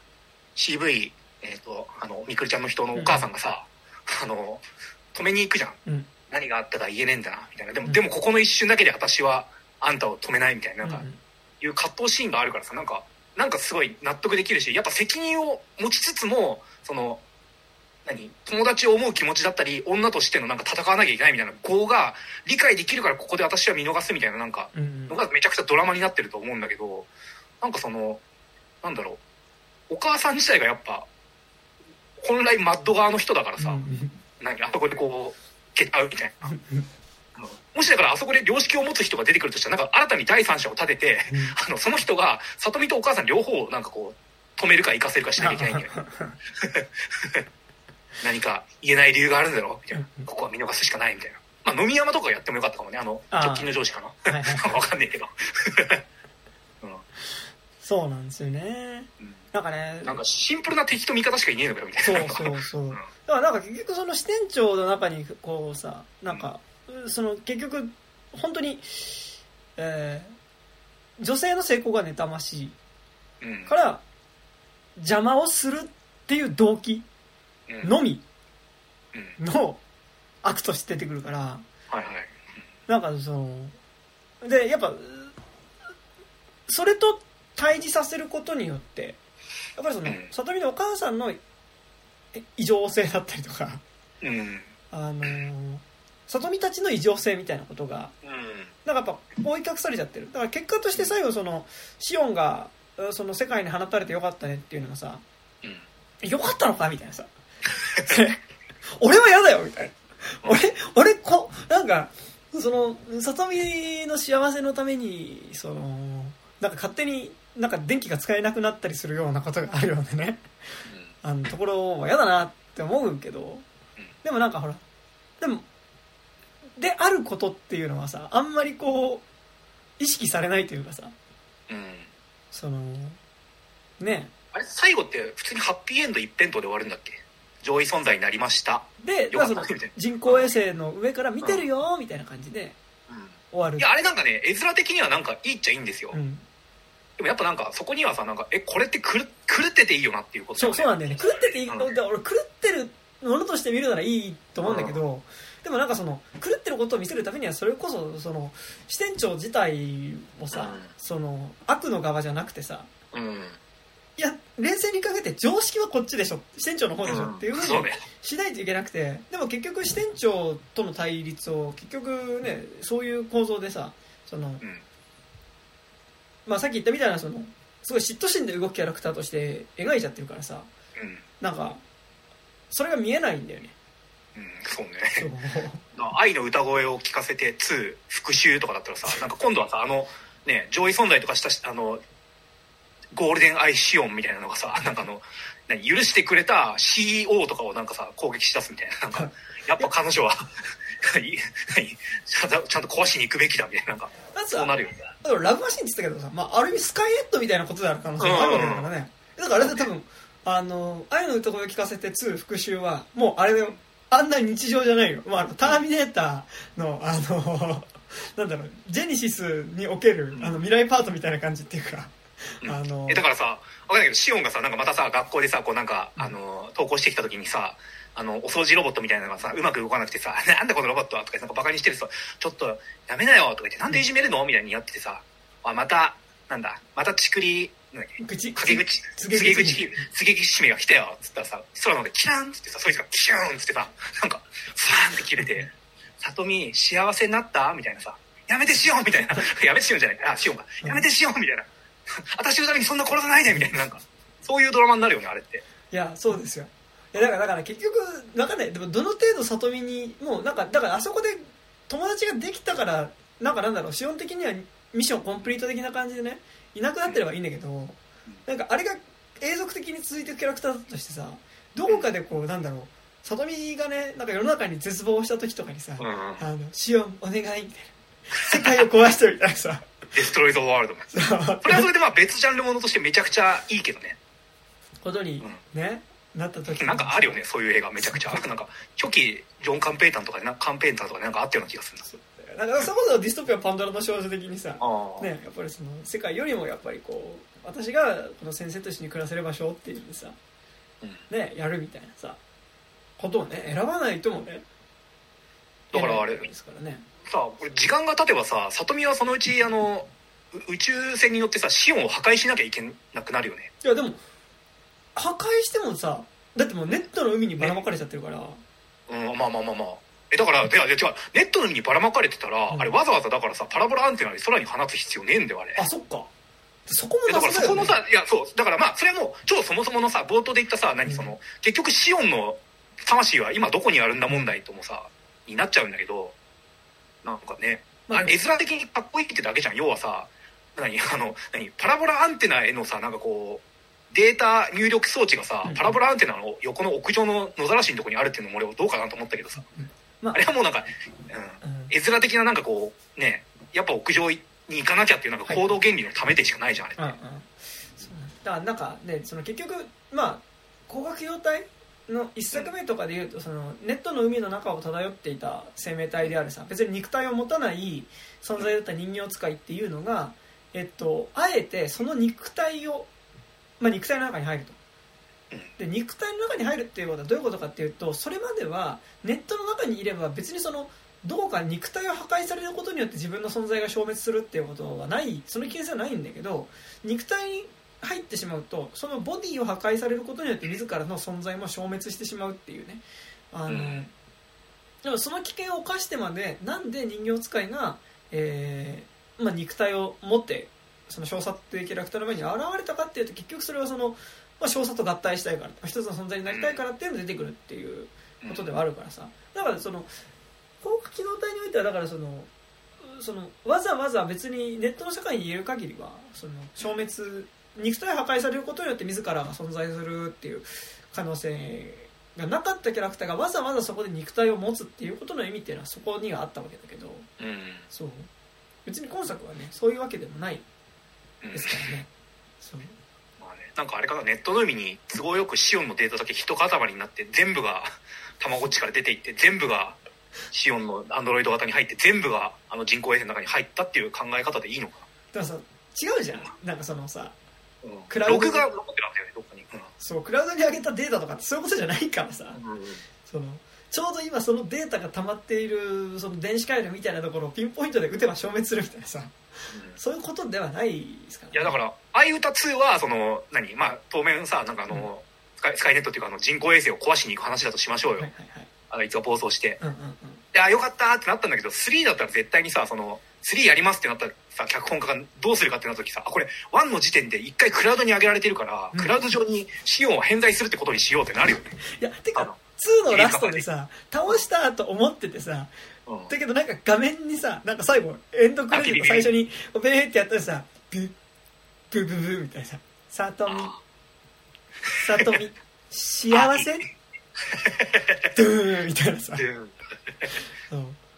CV みくりちゃんの人のお母さんがさ、止めに行くじゃん、何があったか言えねえんだなみたいな、でもここの一瞬だけで私はあんたを止めないみたいな、なんかいう葛藤シーンがあるからさ、なんかすごい納得できるし、やっぱ責任を持ちつつもその友達を思う気持ちだったり女としてのなんか戦わなきゃいけないみたいな業が理解できるから、ここで私は見逃すみたいな、なんかのがめちゃくちゃドラマになってると思うんだけど、なんかそのなんだろう、お母さん自体がやっぱ本来マッド側の人だからさ、あそこでこう蹴っちゃうみたいなもしだからあそこで良識を持つ人が出てくるとしたら、なんか新たに第三者を立てて、その人が里見とお母さん両方をなんかこう止めるか生かせるかしなきゃいけないんだよ何か言えない理由があるんだろうみたいな、ここは見逃すしかないみたいな。まあ飲み山とかやってもよかったかもね、直近の上司かなわかんないけどそうなんですよね、なんかね、 なんかシンプルな敵と味方しかいねえのかよみたいな。 そうだからなんか結局その支店長の中にこうさ、なんかその結局本当に、女性の成功が妬ましいから邪魔をするっていう動機のみの悪として出てくるから、なんかそのでやっぱそれと対峙させることによってやっぱりその里見のお母さんの異常性だったりとか、 里見たちの異常性みたいなことがなんかやっぱ覆い隠されちゃってる。だから結果として最後そのシオンがその世界に放たれてよかったねっていうのがさ、よかったのかみたいなさ俺は嫌だよみたいな、俺なんかその里見の幸せのためにそのなんか勝手になんか電気が使えなくなったりするようなことがあるようなね、ところは嫌だなって思うけど、でもなんかほらであることっていうのはさ、あんまりこう意識されないというかさ、そのね、 あれ最後って普通にハッピーエンド一辺倒で終わるんだっけ？上位存在になりましたで、 よかったその人工衛星の上から見てるよみたいな感じで終わる。 いやあれなんかね、絵面的にはなんかいいっちゃいいんですよ、でもやっぱなんかそこにはさ、なんかこれって狂ってていいよなっていうことだよね。 そうなんだよね。狂ってていい、俺狂ってるものとして見るならいいと思うんだけど、でもなんかその狂ってることを見せるためにはそれこそその支店長自体もさ、その悪の側じゃなくてさ、いや冷静にかけて常識はこっちでしょ、支店長の方でしょっていうふうにしないといけなくて、でも結局支店長との対立を結局ね、そういう構造でさ、その、まあさっき言ったみたいなそのすごい嫉妬心で動くキャラクターとして描いちゃってるからさ、なんかそれが見えないんだよね。 そうね。愛の歌声を聞かせて2復讐とかだったらさ、なんか今度はさ、ね、上位存在とかしたゴールデンアイシオンみたいなのがさ、なんか許してくれた CEO とかをなんかさ攻撃しだすみたいな、なんかやっぱ彼女はちゃんと壊しに行くべきだみたいな、なんかそうなるよね。 ラブマシンって言ってたけどさ、まあ、ある意味スカイエットみたいなことである可能性があるわけだからね。だからあれで多分愛の歌声を聞かせて2復讐はもうあれであんな日常じゃないよ。まあ、ターミネーターのなんだろう、ジェニシスにおける未来パートみたいな感じっていうか、 だからさ、分かんないけどシオンがさ、なんかまたさ学校でさこうなんか登校してきた時にさ、お掃除ロボットみたいなのがさうまく動かなくてさ、なんだこのロボットはとかなんかバカにしてるさ、ちょっとやめなよとか言って、なんでいじめるのみたいにやっててさ、またなんだ、またちくり告げ口締めが来たよっつったらさ、空のでキランっつってさ、そいつがキシューンっつってさ、なんかファーンって切れて、里見幸せになったみたいなさ、やめてしようみたいなやめてしようじゃない、シオンがやめてしようみたいな私のためにそんな殺さないでみたいな、なんかそういうドラマになるよね、あれって。 いやそうですよ。いやだから結局分かんない。でもどの程度里見にもうなんかだからあそこで友達ができたからなんだろう、資本的にはミッションコンプリート的な感じでねいなくなってればいいんだけど、なんかあれが永続的に続いていくキャラクターだとしてさ、どこかでこうなんだろう、里見がねなんか世の中に絶望した時とかにさ、シオンお願いみたいな、世界を壊してみたいなさデストロイドワールドそれはそれでまあ別ジャンルものとしてめちゃくちゃいいけどねことにね、なった時なんかあるよね、そういう映画めちゃくちゃなんか初期ジョン・カンペーターとかでカンペーターとかでなんかあったような気がするんですよ。 なんかそもそもディストピアパンドラの少女的にさ、ね、やっぱりその世界よりもやっぱりこう私がこの先生と一緒に暮らせる場所っていうさ、ね、やるみたいなさことをね選ばないともね、 だからあれですからね。 さあこれ時間が経てばさ、里見はそのうち宇宙船に乗ってさシオンを破壊しなきゃいけなくなるよね。 いやでも破壊してもさ、だってもうネットの海にばらまかれちゃってるから、 まあだから違うネットの海にばらまかれてたら、あれわざわざだからさパラボラアンテナで空に放つ必要ねえんだよあれ。 あ、そっか、そこもだからそこのさ、いやそうだからまあそれはもう超そもそものさ冒頭で言ったさ、その結局シオンの魂は今どこにあるんだ問題ともさになっちゃうんだけど、なんかね、絵面的にかっこいいってだけじゃん。要はさ、パラボラアンテナへのさ、なんかこうデータ入力装置がさ、パラボラアンテナの横の屋上の野ざらしのとこにあるっていうのも俺はどうかなと思ったけどさ、あれはもうなんか、絵面的ななんかこうね、やっぱ屋上に行かなきゃっていうなんか行動原理のためでしかないじゃん、あれって。 だからなんかね、その結局まあ光学標体の一作目とかでいうと、そのネットの海の中を漂っていた生命体であるさ、別に肉体を持たない存在だった人形使いっていうのが、あえてその肉体を、肉体の中に入ると。で肉体の中に入るっていうことはどういうことかっていうと、それまではネットの中にいれば別にそのどこか肉体を破壊されることによって自分の存在が消滅するっていうことはない、その危険性はないんだけど、肉体に入ってしまうとそのボディを破壊されることによって自らの存在も消滅してしまうっていうね、 でもその危険を冒してまでなんで人形使いが、まあ、肉体を持ってその少佐っていうキャラクターの前に現れたかっていうと、結局それはその、まあ、少佐と合体したいから、一つの存在になりたいからっていうのが出てくるっていうことではあるからさ。だからその広角機動隊においてはだからそのわざわざ別にネットの社会に言える限りはその消滅、肉体破壊されることによって自らが存在するっていう可能性がなかったキャラクターがわざわざそこで肉体を持つっていうことの意味っていうのはそこにはあったわけだけど、そう別に今作はねそういうわけでもないですからね。そう、 まあね、なんかあれかな、ネットの意味に都合よくシオンのデータだけ一塊になって全部がたまごっちから出ていって全部がシオンのアンドロイド型に入って全部があの人工衛星の中に入ったっていう考え方でいいのかな。だからさ違うじゃん、なんかそのさ、 クラウドログが残ってるわけよね、どっかに、 そうクラウドに上げたデータとかってそういうことじゃないからさ、そのちょうど今そのデータが溜まっているその電子回路みたいなところをピンポイントで打てば消滅するみたいなさ、そういうことではないですから、ね、 いやだからアイウタ2はそのまあ当面さなんかスカイネットっていうか人工衛星を壊しに行く話だとしましょうよ、あいつが暴走して、いやよかったってなったんだけど、3だったら絶対にさその3やりますってなったらさ脚本家がどうするかってなった時さ、これ1の時点で1回クラウドに上げられてるから、クラウド上にシオンを偏在するってことにしようってなるよね。 いやてか2のラストでさ倒したと思っててさ、だけどなんか画面にさなんか最後エンドクレジット最初にベーってやったらさブッブブブみたいなさ、さとみ幸せドゥーンみたいなさそう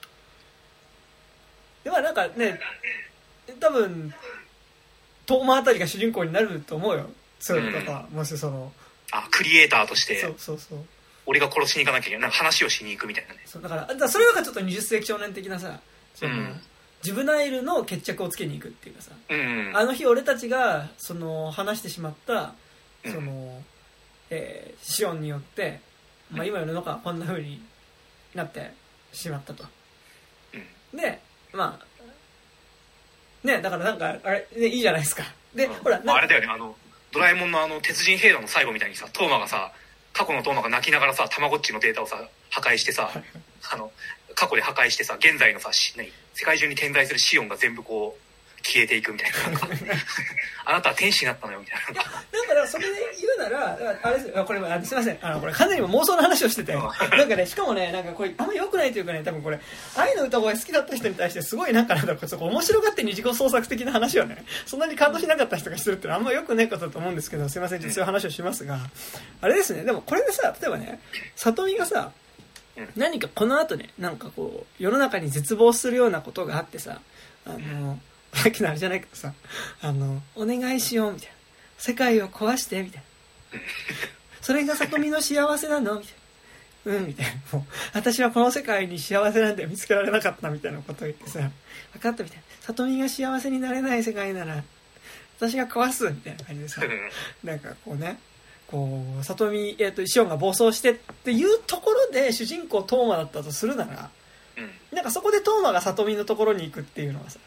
でまあなんかね多分トーマあたりが主人公になると思うよ、そういうとか、もしそのクリエイターとしてそう俺が殺しに行かなきゃいけない、なんか話をしに行くみたいなね。 そうだからそれはちょっと20世紀少年的なさ、その、ジブナイルの決着をつけに行くっていうかさ、あの日俺たちがその話してしまったその、シオンによって、まあ、今世の中はこんな風になってしまったと、でまあねだからなんかあれ、ね、いいじゃないですか。で、ほらあれだよね、ドラえもんの鉄人兵団の最後みたいにさ、トーマがさ過去のトーマが泣きながらさたまごっちのデータをさ破壊してさ過去で破壊してさ現在のさ世界中に点在するシオンが全部こう消えていくみたいな、なんかあなたは天使になったのよみたいな。だからそれで言うならあれですよ、これすいません、これ完全に妄想の話をしててなんかね、しかもねなんかこれあんま良くないというかね、多分これ愛の歌声好きだった人に対してすごいなんかそこ面白がって二次元創作的な話をねそんなに感動しなかった人がするってのはあんま良くないことだと思うんですけど、すいませんそういう話をしますが、あれですね、でもこれでさ例えばね里見がさ何かこの後ねなんかこう世の中に絶望するようなことがあってさ、さっきのあれじゃないけどさお願いしようみたいな、世界を壊してみたいなそれが里見の幸せなのみたいな、みたいな、もう私はこの世界に幸せなんて見つけられなかったみたいなことを言ってさ、分かったみたいな、里見が幸せになれない世界なら私が壊すみたいな感じでさなんかこうねこう里見、シオンが暴走してっていうところで主人公トーマだったとするなら、なんかそこでトーマが里見のところに行くっていうのはさ、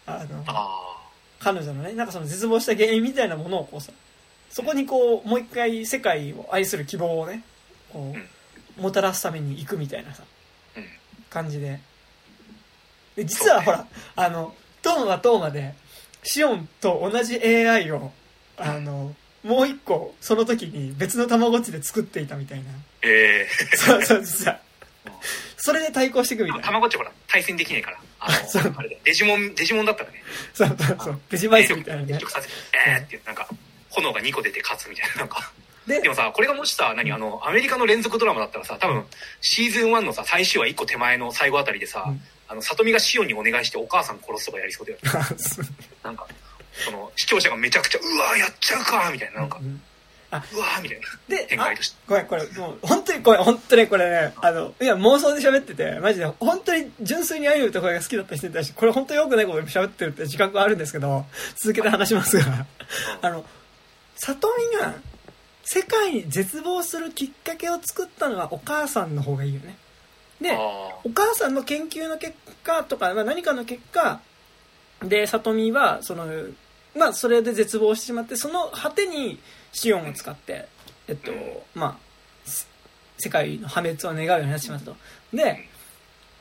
彼女のねなんかその絶望した原因みたいなものをこうさ、そこにこうもう一回世界を愛する希望をねこうもたらすために行くみたいなさ感じで、実はほらトーマはトーマでシオンと同じ AI をもう一個その時に別のたまごっちで作っていたみたいな、そう実はそれで対抗していくみたいな。 たまごっちほら対戦できないからあれでデジモンだったらね、 そうデジバイスみたいなね、 結局させてってなんか炎が2個出て勝つみたいな、なんかでもさこれがもしさアメリカの連続ドラマだったらさ、多分シーズン1のさ最終話1個手前の最後あたりでさ、里見がシオンにお願いしてお母さん殺すとかやりそうだよねなんかその視聴者がめちゃくちゃうわやっちゃうかみたいな、なんかうわみたいなで展開として、これもう本当にこれねいや妄想で喋っててマジで本当に純粋に愛の歌声が好きだった人に対してこれ本当に良くないことで喋ってるって自覚はあるんですけど、続けて話しますが里見が世界に絶望するきっかけを作ったのはお母さんの方がいいよね。でお母さんの研究の結果とか、何かの結果で里見はそれで絶望してしまって、その果てにシオンを使って世界の破滅を願うようになってしまったと。で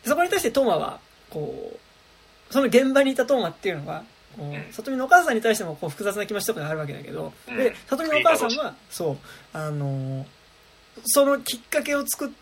そこに対してトーマはこうその現場にいたトーマっていうのは里見のお母さんに対してもこう複雑な気持ちとかがあるわけだけど、で里見のお母さんはそうそのきっかけを作った、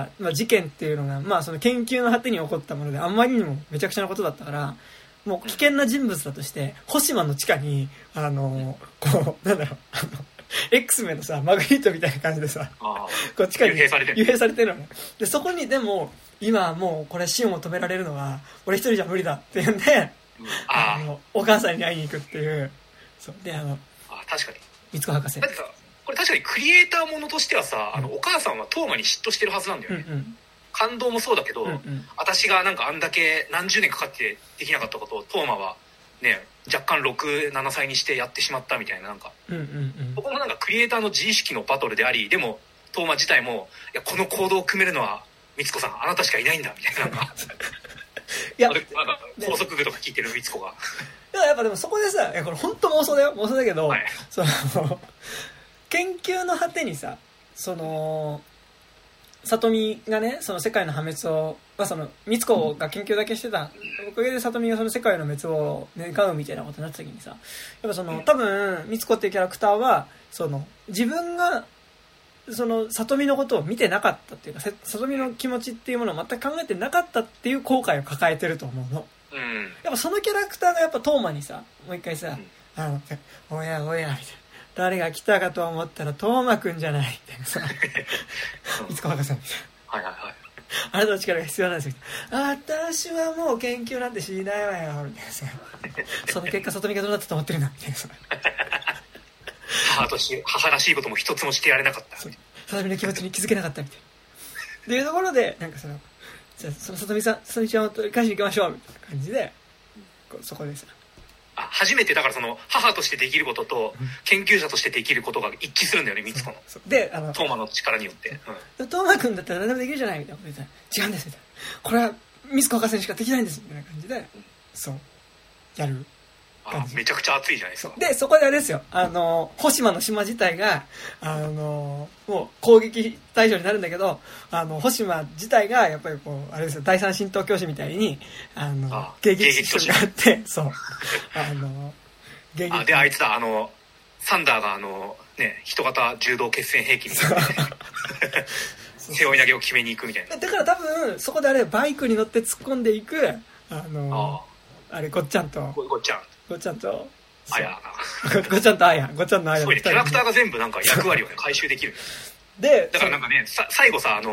事件っていうのが、その研究の果てに起こったものであんまりにもめちゃくちゃなことだったからもう危険な人物だとして星間の地下にこうなんだろうX メンのさマグリートみたいな感じでさこう地下に幽閉されてるのね。でそこにでも今もうこれシオンを止められるのは俺一人じゃ無理だって言うんでお母さんに会いに行くっていうそうで確かに三つ子博士だってさこれ確かにクリエイターものとしてはさお母さんはトーマに嫉妬してるはずなんだよね、感動もそうだけど、私がなんかあんだけ何十年かかってできなかったことをトーマはね若干6、7歳にしてやってしまったみたいななんか、ここもなんかクリエイターの自意識のバトルでありでもトーマ自体もいやこの行動を組めるのは美津子さんあなたしかいないんだみたいななんかいやなんか高速具とか聞いてる美津子がやっぱでもそこでさこれ本当妄想だよ妄想だけど、その研究の果てにさその里見がねその世界の破滅を、その美津子が研究だけしてたおかげで里見がその世界の滅亡を願うみたいなことになった時にさやっぱその多分美津子っていうキャラクターはその自分がその里見のことを見てなかったっていうか里見の気持ちっていうものを全く考えてなかったっていう後悔を抱えてると思うの、やっぱそのキャラクターがやっぱトーマにさもう一回さおやおやみたいな誰が来たかと思ったらトーマくんじゃないみたいなさいつか博士みたいなあなたの力が必要なんですよ私はもう研究なんてしないわよみたいなさその結果里見がどうなったと思ってるんだみたいなさ母らしいことも一つもしてやれなかった里見の気持ちに気づけなかったみたいなっていうところでなんかじゃあその里見ちゃんを取り返しに行きましょうみたいな感じでそこでさ初めてだからその母としてできることと研究者としてできることが一致するんだよね美津子のでトーマの力によって、 トーマ君だったら何でもできるじゃないみたいなこと言ったら違うんですみたいなこれは美津子博士にしかできないんですみたいな感じでそうやるめちゃくちゃ熱いじゃないですか。 でそこであれですよ星間の島自体がもう攻撃対象になるんだけど星間自体がやっぱりこうあれですよ第三神道教師みたいに迎撃士があってそう迎撃であいつだサンダーが人型柔道決戦兵器みたいな背負い投げを決めに行くみたいな。 だから多分そこであれバイクに乗って突っ込んでいくあれごっちゃんとごっちゃんとあやごっちゃんとあやごっちゃんのあやすごいねキャラクターが全部なんか役割をね回収できるでだからなんかね最後さ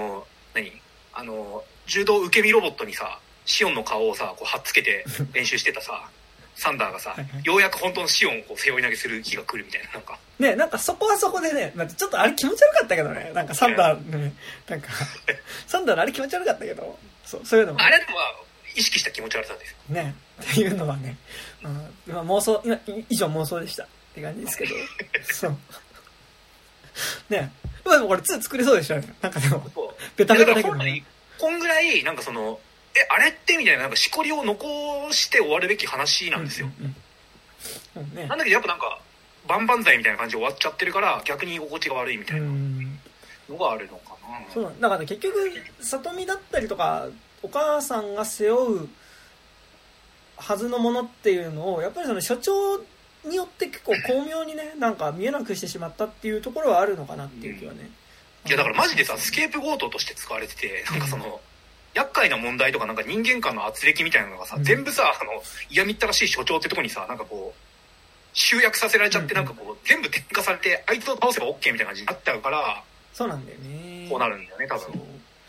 柔道受け身ロボットにさシオンの顔をさこう貼っつけて練習してたさサンダーがさようやく本当のシオンをこう背負い投げする日が来るみたいななんかねなんかそこはそこでねちょっとあれ気持ち悪かったけどねなんかサンダーねなんかサンダーのあれ気持ち悪かったけどそういうのもあれでも意識した気持ち悪さですねっていうのはね、妄想以上妄想でしたって感じですけどそうねでもこれ2作れそうでしょなんかでもベタベタだけどねこんぐらいなんかそのあれってみたいななんかしこりを残して終わるべき話なんですよ、なんだけどやっぱなんか万々歳みたいな感じで終わっちゃってるから逆に居心地が悪いみたいなのがあるのかな。 そうだからね結局里見だったりとかお母さんが背負うはずのものっていうのをやっぱりその所長によって結構巧妙にねなんか見えなくしてしまったっていうところはあるのかなっていう気はね、 いやだからマジでさスケープゴートとして使われててなんかその、厄介な問題とかなんか人間間の圧力みたいなのがさ、全部さ嫌みったらしい所長ってとこにさなんかこう集約させられちゃって、なんかこう全部転化されてあいつを倒せば OK みたいな感じになっちゃうからそうなんだよねこうなるんだよね多分そう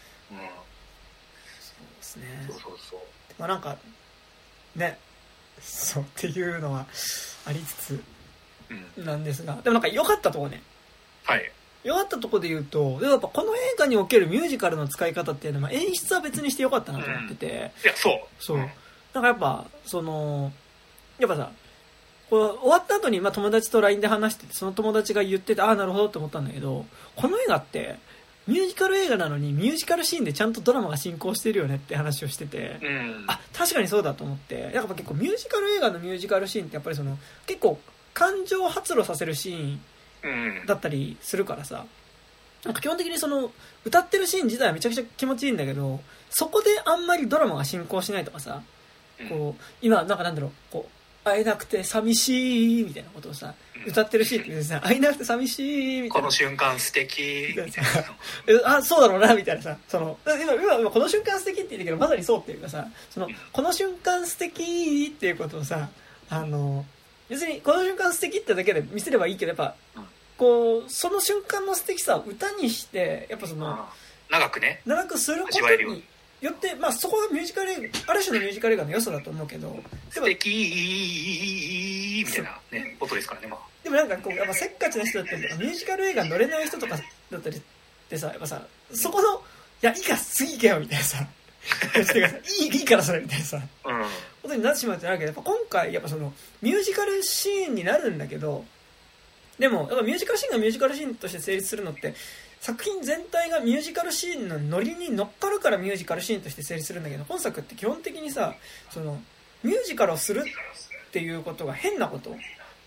ですねそうなんかねそうっていうのはありつつなんですが、でもなんか良かったとこね良かったとこで言うとやっぱこの映画におけるミュージカルの使い方っていうのは演出は別にして良かったなと思ってて、 いやそう、 なんかやっぱやっぱさこう終わった後に友達と LINE で話しててその友達が言っててなるほどって思ったんだけどこの映画ってミュージカル映画なのにミュージカルシーンでちゃんとドラマが進行してるよねって話をしてて、確かにそうだと思ってやっぱ結構ミュージカル映画のミュージカルシーンってやっぱり結構感情を発露させるシーンだったりするからさなんか基本的にその歌ってるシーン自体はめちゃくちゃ気持ちいいんだけど、そこであんまりドラマが進行しないとかさ、こう今なんかなんだろう、こう会えなくて寂しいみたいなことをさ歌ってるシーンってさ、会えなくて寂しいみたいな、 この瞬間素敵みたいなあ、そうだろうなみたいなさ、その今この瞬間素敵って言ってるけど、まさにそうっていうかさ、そのこの瞬間素敵っていうことをさ、別にこの瞬間素敵ってだけで見せればいいけど、やっぱこうその瞬間の素敵さを歌にして、やっぱその長くすることによって、まあそこがミュージカル映画、ある種のミュージカル映画の良さだと思うけど、 素敵みたいなねことですからね。まあでもなんかこうやっぱせっかちな人だったりとか、ミュージカル映画乗れない人とかだったりってさ、やっぱさ、そこのいやいいか次行けよみたいなさいいからそれみたいなさ、ことになってしまうってなるけど、やっぱ今回やっぱそのミュージカルシーンになるんだけど、でもやっぱミュージカルシーンがミュージカルシーンとして成立するのって、作品全体がミュージカルシーンのノリに乗っかるからミュージカルシーンとして成立するんだけど、本作って基本的にさ、そのミュージカルをするっていうことが変なこと、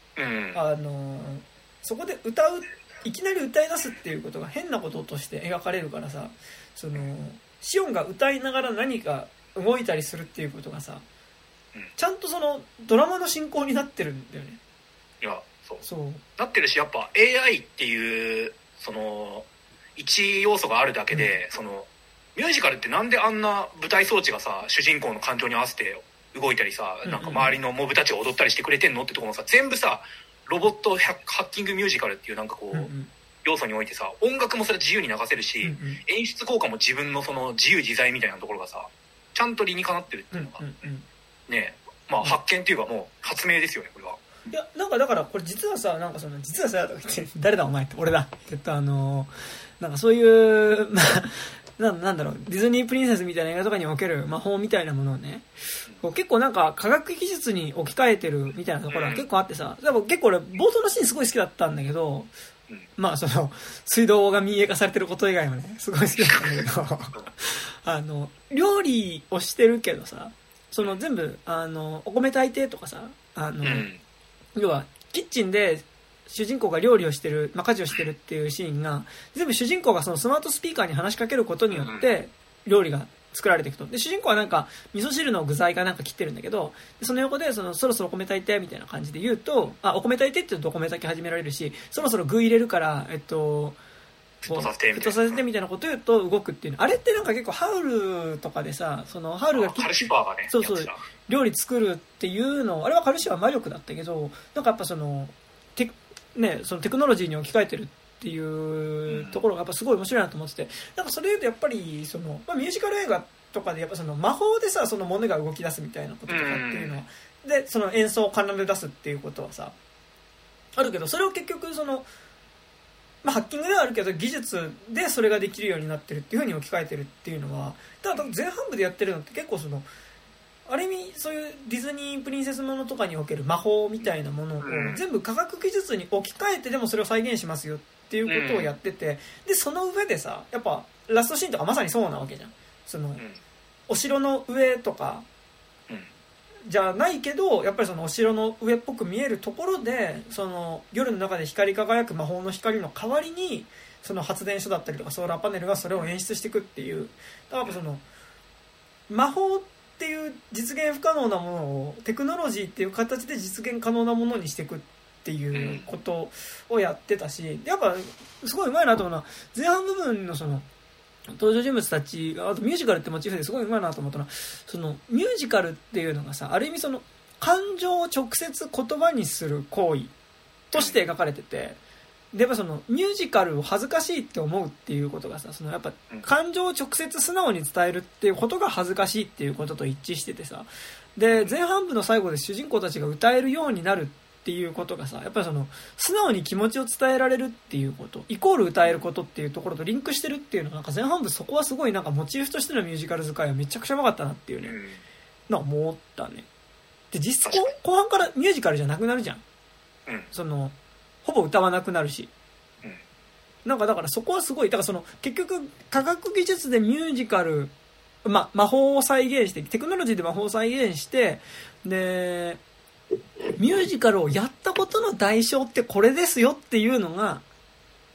そこでいきなり歌い出すっていうことが変なこととして描かれるからさ、そのシオンが歌いながら何か動いたりするっていうことがさ、ちゃんとそのドラマの進行になってるんだよね。 いやそうなってるし、やっぱ AI っていうその一要素があるだけで、そのミュージカルってなんであんな舞台装置がさ主人公の感情に合わせて動いたりさ、なんか周りのモブたちが踊ったりしてくれてんのってところもさ、全部さロボットハッキングミュージカルっていうなんかこう、要素においてさ、音楽もそれ自由に流せるし、演出効果も自分のその自由自在みたいなところがさちゃんと理にかなってるっていうのが、ね、まあ発見っていうかもう発明ですよねこれは。 いやなんかだからこれ実はさ、なんかその実はさとか言って誰だお前って俺だってなんかそういうなんだろう、ディズニープリンセスみたいな映画とかにおける魔法みたいなものをね、こう結構なんか科学技術に置き換えてるみたいなところが結構あってさ、でも結構俺冒頭のシーンすごい好きだったんだけど、まあその水道が民営化されてること以外もねすごい好きだったんだけど料理をしてるけどさ、その全部お米炊いてとかさ、要はキッチンで主人公が料理をしてる、まあ、家事をしてるっていうシーンが全部主人公がそのスマートスピーカーに話しかけることによって料理が作られていくと。で主人公はなんか味噌汁の具材がなんか切ってるんだけど、でその横でそろそろお米炊いてみたいな感じで言うと、お米炊いてって言うとお米炊き始められるし、そろそろ具入れるから沸騰させてみたいなこと言うと動くっていう。あれってなんか結構ハウルとかでさ、そのハウルがカルシファーがね、 そう料理作るっていうの、あれはカルシファー魔力だったけど、なんかやっぱそのそのテクノロジーに置き換えてるっていうところがやっぱすごい面白いなと思ってて、なんかそれ言うとやっぱりその、まあ、ミュージカル映画とかでやっぱその魔法でさ、その物が動き出すみたいなこととかっていうのは、でその演奏を奏で出すっていうことはさあるけど、それを結局その、まあ、ハッキングではあるけど技術でそれができるようになってるっていう風に置き換えてるっていうのは、ただ前半部でやってるのって結構そのある意味そういうディズニープリンセスものとかにおける魔法みたいなものを全部科学技術に置き換えてでもそれを再現しますよっていうことをやってて、でその上でさ、やっぱラストシーンとかまさにそうなわけじゃん。そのお城の上とかじゃないけど、やっぱりそのお城の上っぽく見えるところでその夜の中で光り輝く魔法の光の代わりにその発電所だったりとかソーラーパネルがそれを演出していくっていう、だからその魔法っていう実現不可能なものをテクノロジーっていう形で実現可能なものにしていくっていうことをやってたし、やっぱすごいうまいなと思うのは前半部分のその登場人物たちが、あとミュージカルってモチーフですごいうまいなと思ったのは、そのミュージカルっていうのがさ、ある意味その感情を直接言葉にする行為として描かれてて、でやっぱそのミュージカルを恥ずかしいって思うっていうことがさ、そのやっぱ感情を直接素直に伝えるっていうことが恥ずかしいっていうことと一致しててさ、で前半部の最後で主人公たちが歌えるようになるっていうことがさ、やっぱりその素直に気持ちを伝えられるっていうことイコール歌えることっていうところとリンクしてるっていうのが、なんか前半部そこはすごいなんかモチーフとしてのミュージカル使いはめちゃくちゃうまかったなっていうね、の思ったね。で実質後半からミュージカルじゃなくなるじゃん。そのほぼ歌わなくなるし、なんかだからそこはすごい、だからその結局科学技術でミュージカル、魔法を再現して、テクノロジーで魔法を再現して、でミュージカルをやったことの代償ってこれですよっていうのが、まあ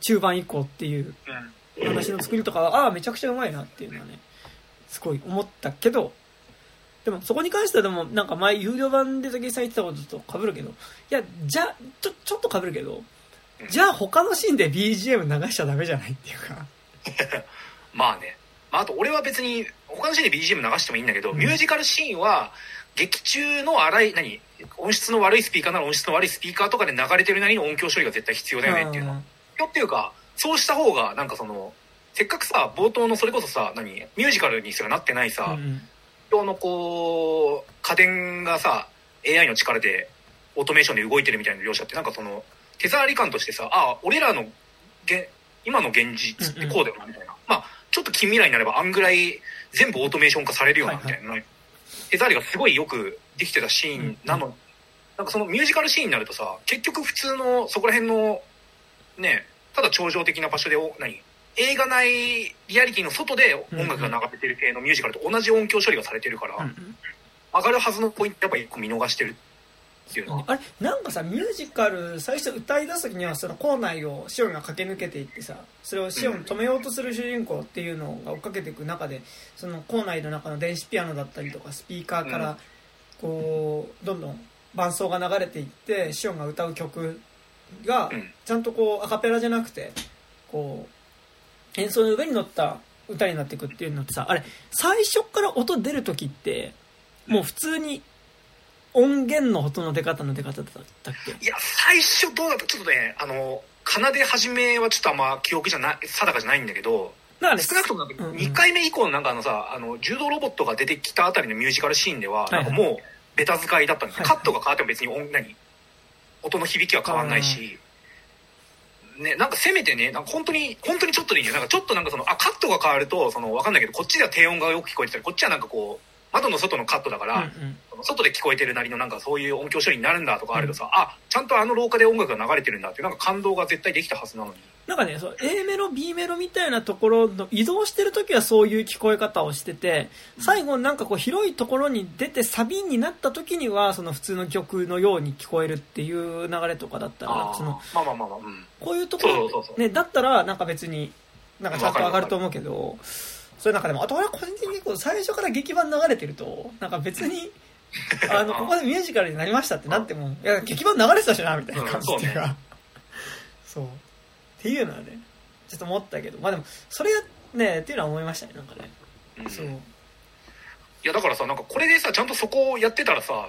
中盤以降っていう話の作りとかは、めちゃくちゃうまいなっていうのはね、すごい思ったけど、でもそこに関してはでもなんか前有料版で武井さん言ってたことと被るけど、いや、じゃあ、ちょっと被るけど、じゃあ他のシーンで BGM 流しちゃダメじゃないっていうか。 まあね。あと俺は別に他のシーンで BGM 流してもいいんだけど、ミュージカルシーンは劇中の音質の悪いスピーカーなら音質の悪いスピーカーとかで流れてるなりの音響処理が絶対必要だよねっていうの。っていうか、そうした方がなんかせっかくさ、冒頭のそれこそさ、ミュージカルにすらなってないさ、今日のこう、家電がさ、AI の力でオートメーションで動いてるみたいな描写ってなんか手触り感としてさ、俺らの今の現実ってこうだよなみたいな。まあちょっと近未来になればあんぐらい全部オートメーション化されるようなみたいな、手触りがすごいよくできてたシーンなの、なんかそのミュージカルシーンになるとさ、結局普通のそこら辺のね、ただ超常的な場所で映画内リアリティの外で音楽が流れてる系のミュージカルと同じ音響処理がされてるから、上がるはずのポイントやっぱ一個見逃してるっていうの。 あれなんかさ、ミュージカル最初歌い出す時にはその校内をシオンが駆け抜けていってさ、それをシオン止めようとする主人公っていうのが追っかけていく中で、その校内の中の電子ピアノだったりとかスピーカーからこうどんどん伴奏が流れていってシオンが歌う曲がちゃんとこうアカペラじゃなくてこう演奏の上に乗った歌になっていくっていうのってさ、あれ最初から音出る時ってもう普通に音源の音の出方だったっけ？ いや、最初どうだった？ちょっとね、奏で始めはちょっとあんま記憶定かじゃないんだけど、なんかね、少なくとも2回目以降のなんか柔道ロボットが出てきたあたりのミュージカルシーンでは、なんかもうベタ使いだったんですよ。カットが変わっても別に音の響きは変わんないし、ね、なんかせめてね、なんか本当にちょっとでいいよ。なんかちょっとなんかカットが変わると、わかんないけど、こっちでは低音がよく聞こえてたり、こっちはなんかこう、窓の外のカットだから、外で聞こえてるなりのなんかそういう音響処理になるんだとかあるとさ、ちゃんと廊下で音楽が流れてるんだっていうなんか感動が絶対できたはずなのに。 なんかね、A メロ B メロみたいなところの移動してる時はそういう聞こえ方をしてて、最後なんかこう広いところに出てサビになった時には普通の曲のように聞こえるっていう流れとかだったら、こういうところねだったらなんか別になんかちゃんと上がると思うけど、それなんかでもあと俺は個人的に最初から劇版流れてるとなんか別にここでミュージカルになりましたってなっても、いや劇版流れてたしなみたいな感じっていうか、そうっていうのはねちょっと思ったけど、まあでもそれがねっていうのは思いましたね、なんかね、そう。いやだからさ、なんかこれでさちゃんとそこをやってたらさ、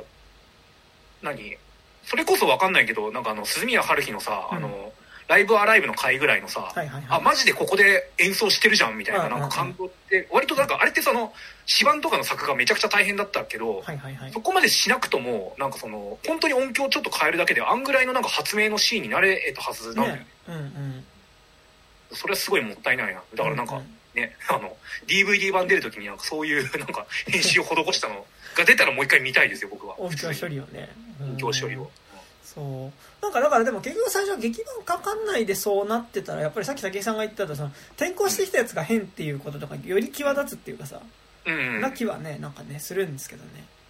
それこそわかんないけど、なんか鈴宮春日のさ、ライブアライブの回ぐらいのさ、マジでここで演奏してるじゃんみたいな、なんか感動って割となんかあれって指板とかの作画めちゃくちゃ大変だったけど、そこまでしなくともなんか本当に音響ちょっと変えるだけであんぐらいのなんか発明のシーンになれたはずなんだよね。それはすごいもったいないな。だからなんかね、DVD 版出るときになんかそういうなんか編集を施したのが出たらもう一回見たいですよ、僕は。 音響処理をね。 音響処理を。 そう。なんかだからでも結局最初劇版かかんないでそうなってたら、やっぱりさっき武井さんが言ってた転校してきたやつが変っていうこととかより際立つっていうかさ、な気はねなんかねするんですけどね。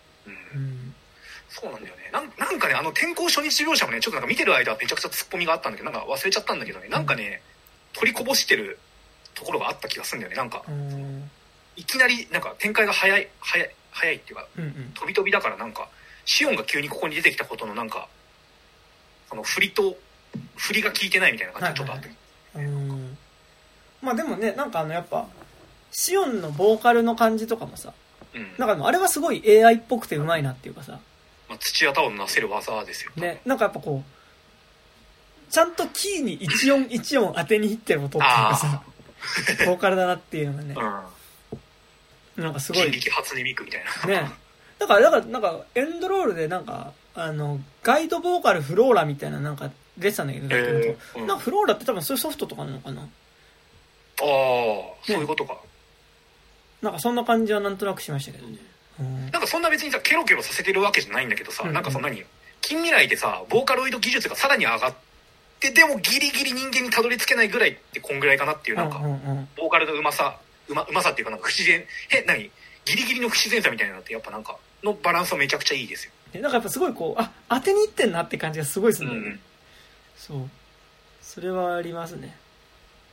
そうなんだよね。なんかね転校初日描写もねちょっとなんか見てる間はめちゃくちゃツッコミがあったんだけど、なんか忘れちゃったんだけどね、なんかね取りこぼしてるところがあった気がするんだよね。なんかいきなりなんか展開が早いっていうか、飛び飛びだからなんかシオンが急にここに出てきたことのなんか振りが効いてないみたいな感じがちょっとあって、 まあでもねなんかやっぱシオンのボーカルの感じとかもさ、なんかあれはすごい AI っぽくてうまいなっていうかさ、 土屋太鳳のなせる技ですよね。なんかやっぱこうちゃんとキーに一音一音当てにいってる音っていうかさボーカルだなっていうのがね、なんかすごい人力初音ミクみたいなね。だからなんかエンドロールでなんかガイドボーカルフローラみたいななんか出てたんだけど、なんかフローラって多分そういうソフトとかなのかな。 そういうことか。 なんかそんな感じはなんとなくしましたけどね。 なんかそんな別にさケロケロさせてるわけじゃないんだけどさ、なんか近未来でさボーカロイド技術がさらに上がってでもギリギリ人間にたどり着けないぐらいってこんぐらいかなっていうなんかボーカルのうまさっていうかなんか不自然ギリギリの不自然さみたいなのってやっぱなんかのバランスはめちゃくちゃいいですよ。 なんかやっぱすごいこう当てにいってんなって感じがすごいするんだよね。そうそれはありますね。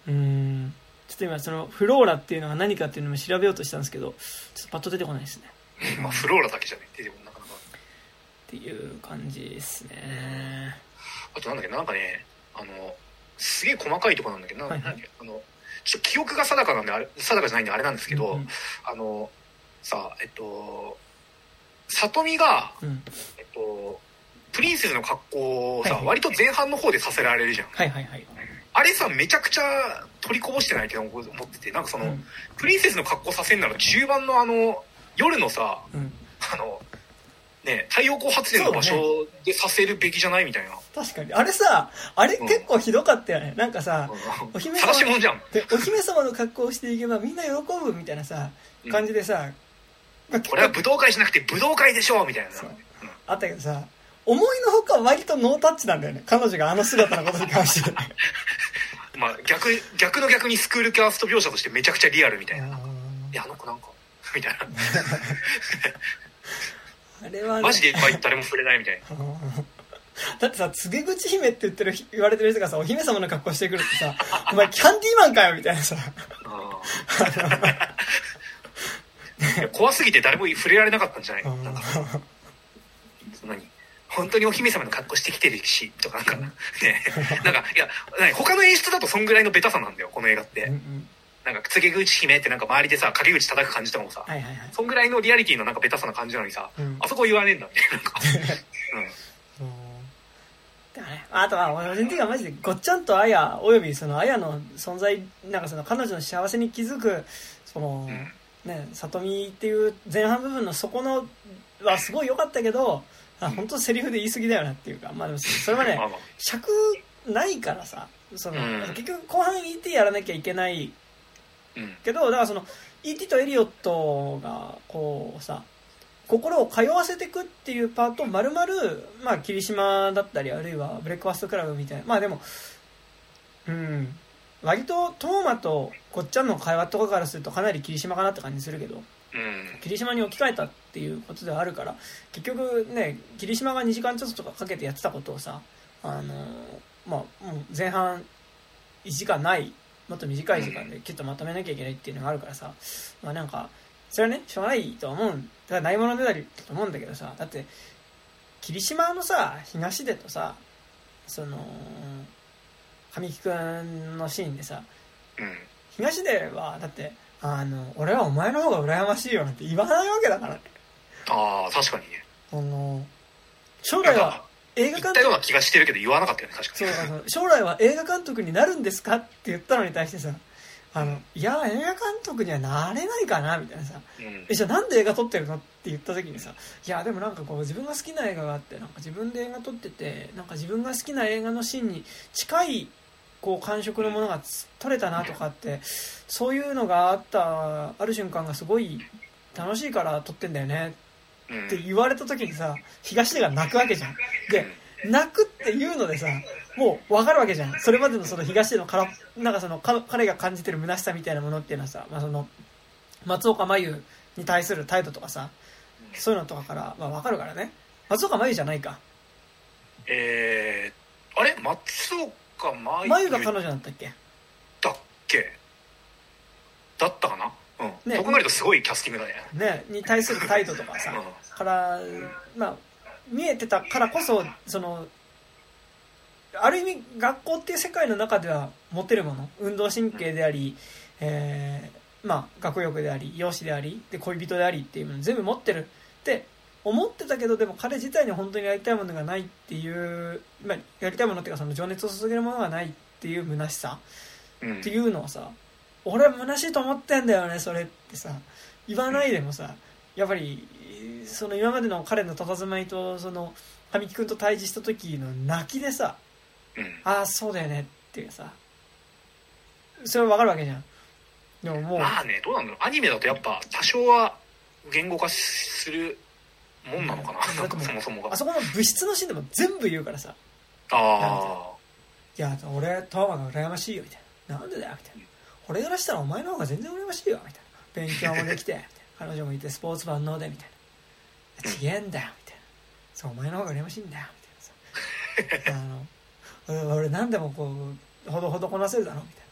ちょっと今そのフローラっていうのが何かっていうのも調べようとしたんですけど、ちょっとパッと出てこないですね。 まあフローラだけじゃね出てこなかなかっていう感じですね。 あとなんだっけ、なんかね、すげえ細かいところなんだけど、なんだっけ、ちょっと記憶が定かなんで、定かじゃないんであれなんですけど、さあ、里美が、プリンセスの格好をさ、割と前半の方でさせられるじゃん。あれさ、めちゃくちゃ取りこぼしてないって思ってて、なんかその、プリンセスの格好させんなら中盤の夜のさ、ね、太陽光発電の場所でさせるべきじゃないみたいな。 確かに。あれさ、あれ結構ひどかったよね。なんかさ、お姫様じゃん。 お姫様の格好をしていけばみんな喜ぶみたいなさ、感じでさ、 これは武道会じゃなくて武道会でしょみたいな。 あったけどさ、思いのほか割とノータッチなんだよね。彼女があの姿のことに関して。 まあ逆の逆にスクールキャスト描写としてめちゃくちゃリアルみたいな。いや、あの子なんかみたいな。 あれはね、 マジで誰も触れないみたいな。 だってさ、告げ口姫って言われてる人がさ、お姫様の格好してくるってさ、お前キャンディーマンかよみたいなさ。 怖すぎて誰も触れられなかったんじゃないの？なんか何本当にお姫様の格好してきてるしとかなんかね、なんかいや他の演出だとそんぐらいのベタさなんだよこの映画って。なんか告げ口姫ってなんか周りでさ陰口叩く感じとかもさ、そんぐらいのリアリティのなんかベタさな感じなのにさ、あそこ言わねえんだみたいな。なんかあとは個人的にはマジでごっちゃんとあやおよびそのあやの存在、なんかその彼女の幸せに気づくその、ね、里見っていう前半部分のそこのはすごい良かったけど、本当セリフで言い過ぎだよなっていうか、まあでもそれはね尺ないからさ、その結局後半 ET やらなきゃいけないけど、だからその ET とエリオットがこうさ心を通わせていくっていうパートを丸々、まあ霧島だったりあるいはブレックファストクラブみたいな、まあでも割とトーマとこっちゃんの会話とかからするとかなり霧島かなって感じするけど、霧島に置き換えたっていうことではあるから、結局ね霧島が2時間ちょっととかかけてやってたことをさ、まあもう前半1時間ないもっと短い時間できっとまとめなきゃいけないっていうのがあるからさ、まあなんかそれはねしょうがないとは思う、だからないものねだりだと思うんだけどさ、だって霧島のさ東出とさその神木くんのシーンでさ、東出はだって俺はお前の方が羨ましいよなんて言わないわけだからね。 ああ確かにね。 将来は映画監督言ったような気がしてるけど言わなかったよね確かに。 そう将来は映画監督になるんですかって言ったのに対してさ、いや映画監督にはなれないかなみたいなさ、じゃあなんで映画撮ってるのって言った時にさ、いやでもなんかこう自分が好きな映画があって、なんか自分で映画撮ってて、なんか自分が好きな映画のシーンに近いこう感触のものが撮れたなとかって、そういうのがある瞬間がすごい楽しいから撮ってんだよねって言われた時にさ、東出が泣くわけじゃん。で泣くっていうのでさ、もう分かるわけじゃん。それまでのその東出のなんかその彼が感じてる虚しさみたいなものっていうのはさ、まあ、その松岡真優に対する態度とかさ、そういうのとかから、まあ、分かるからね。松岡真優じゃないか。 あれ松岡真優が彼女だったっけ？ だっけ？だったかな？ね、そう考えるとすごいキャスティングだね。 に対する態度とかさ、からまあ見えてたからこそ、そのある意味学校っていう世界の中では持てるもの、運動神経であり、まあ学力であり、容姿でありで恋人でありっていうもの全部持ってるって思ってたけど、でも彼自体に本当にやりたいものがないっていう、まあ、やりたいものっていうかその情熱を注げるものがないっていう虚しさっていうのはさ、俺は虚しいと思ってんだよねそれってさ言わないでもさ、やっぱりその今までの彼の佇まいとその神木君と対峙した時の泣きでさ、ああそうだよねっていうさ、それは分かるわけじゃん。でももうまあね、どうなんだろう、アニメだとやっぱ多少は言語化するもんなのかな、なんかそもそもがあそこの物質のシーンでも全部言うからさ、いや俺トーマが羨ましいよみたいな、なんでだよみたいな、俺からしたらお前の方が全然羨ましいよみたいな、勉強もできてみたいな、彼女もいてスポーツ万能でみたいな、違えんだよみたいな、そうお前の方が羨ましいんだよみたいなさ俺何でもこうほどこなせるだろみたい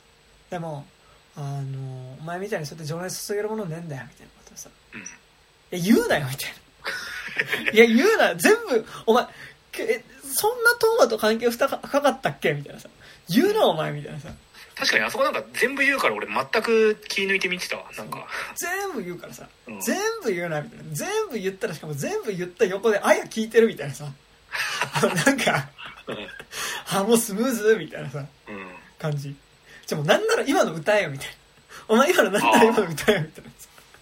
でもお前みたいにそうやって情熱注げるものねえんだよみたいなことをさ、言うなよみたいな。いや言うな、全部お前そんなトーマと関係深かったっけみたいなさ、言うなお前みたいなさ。 確かにあそこなんか全部言うから俺全く気抜いて見てたわ。なんか全部言うからさ、全部言うなみたいな。全部言ったら、しかも全部言った横であや聞いてるみたいなさなんかもうスムーズみたいなさ、感じ。じゃもうなんなら今の歌えよみたいな。お前今のなんなら今の歌えよみたいな。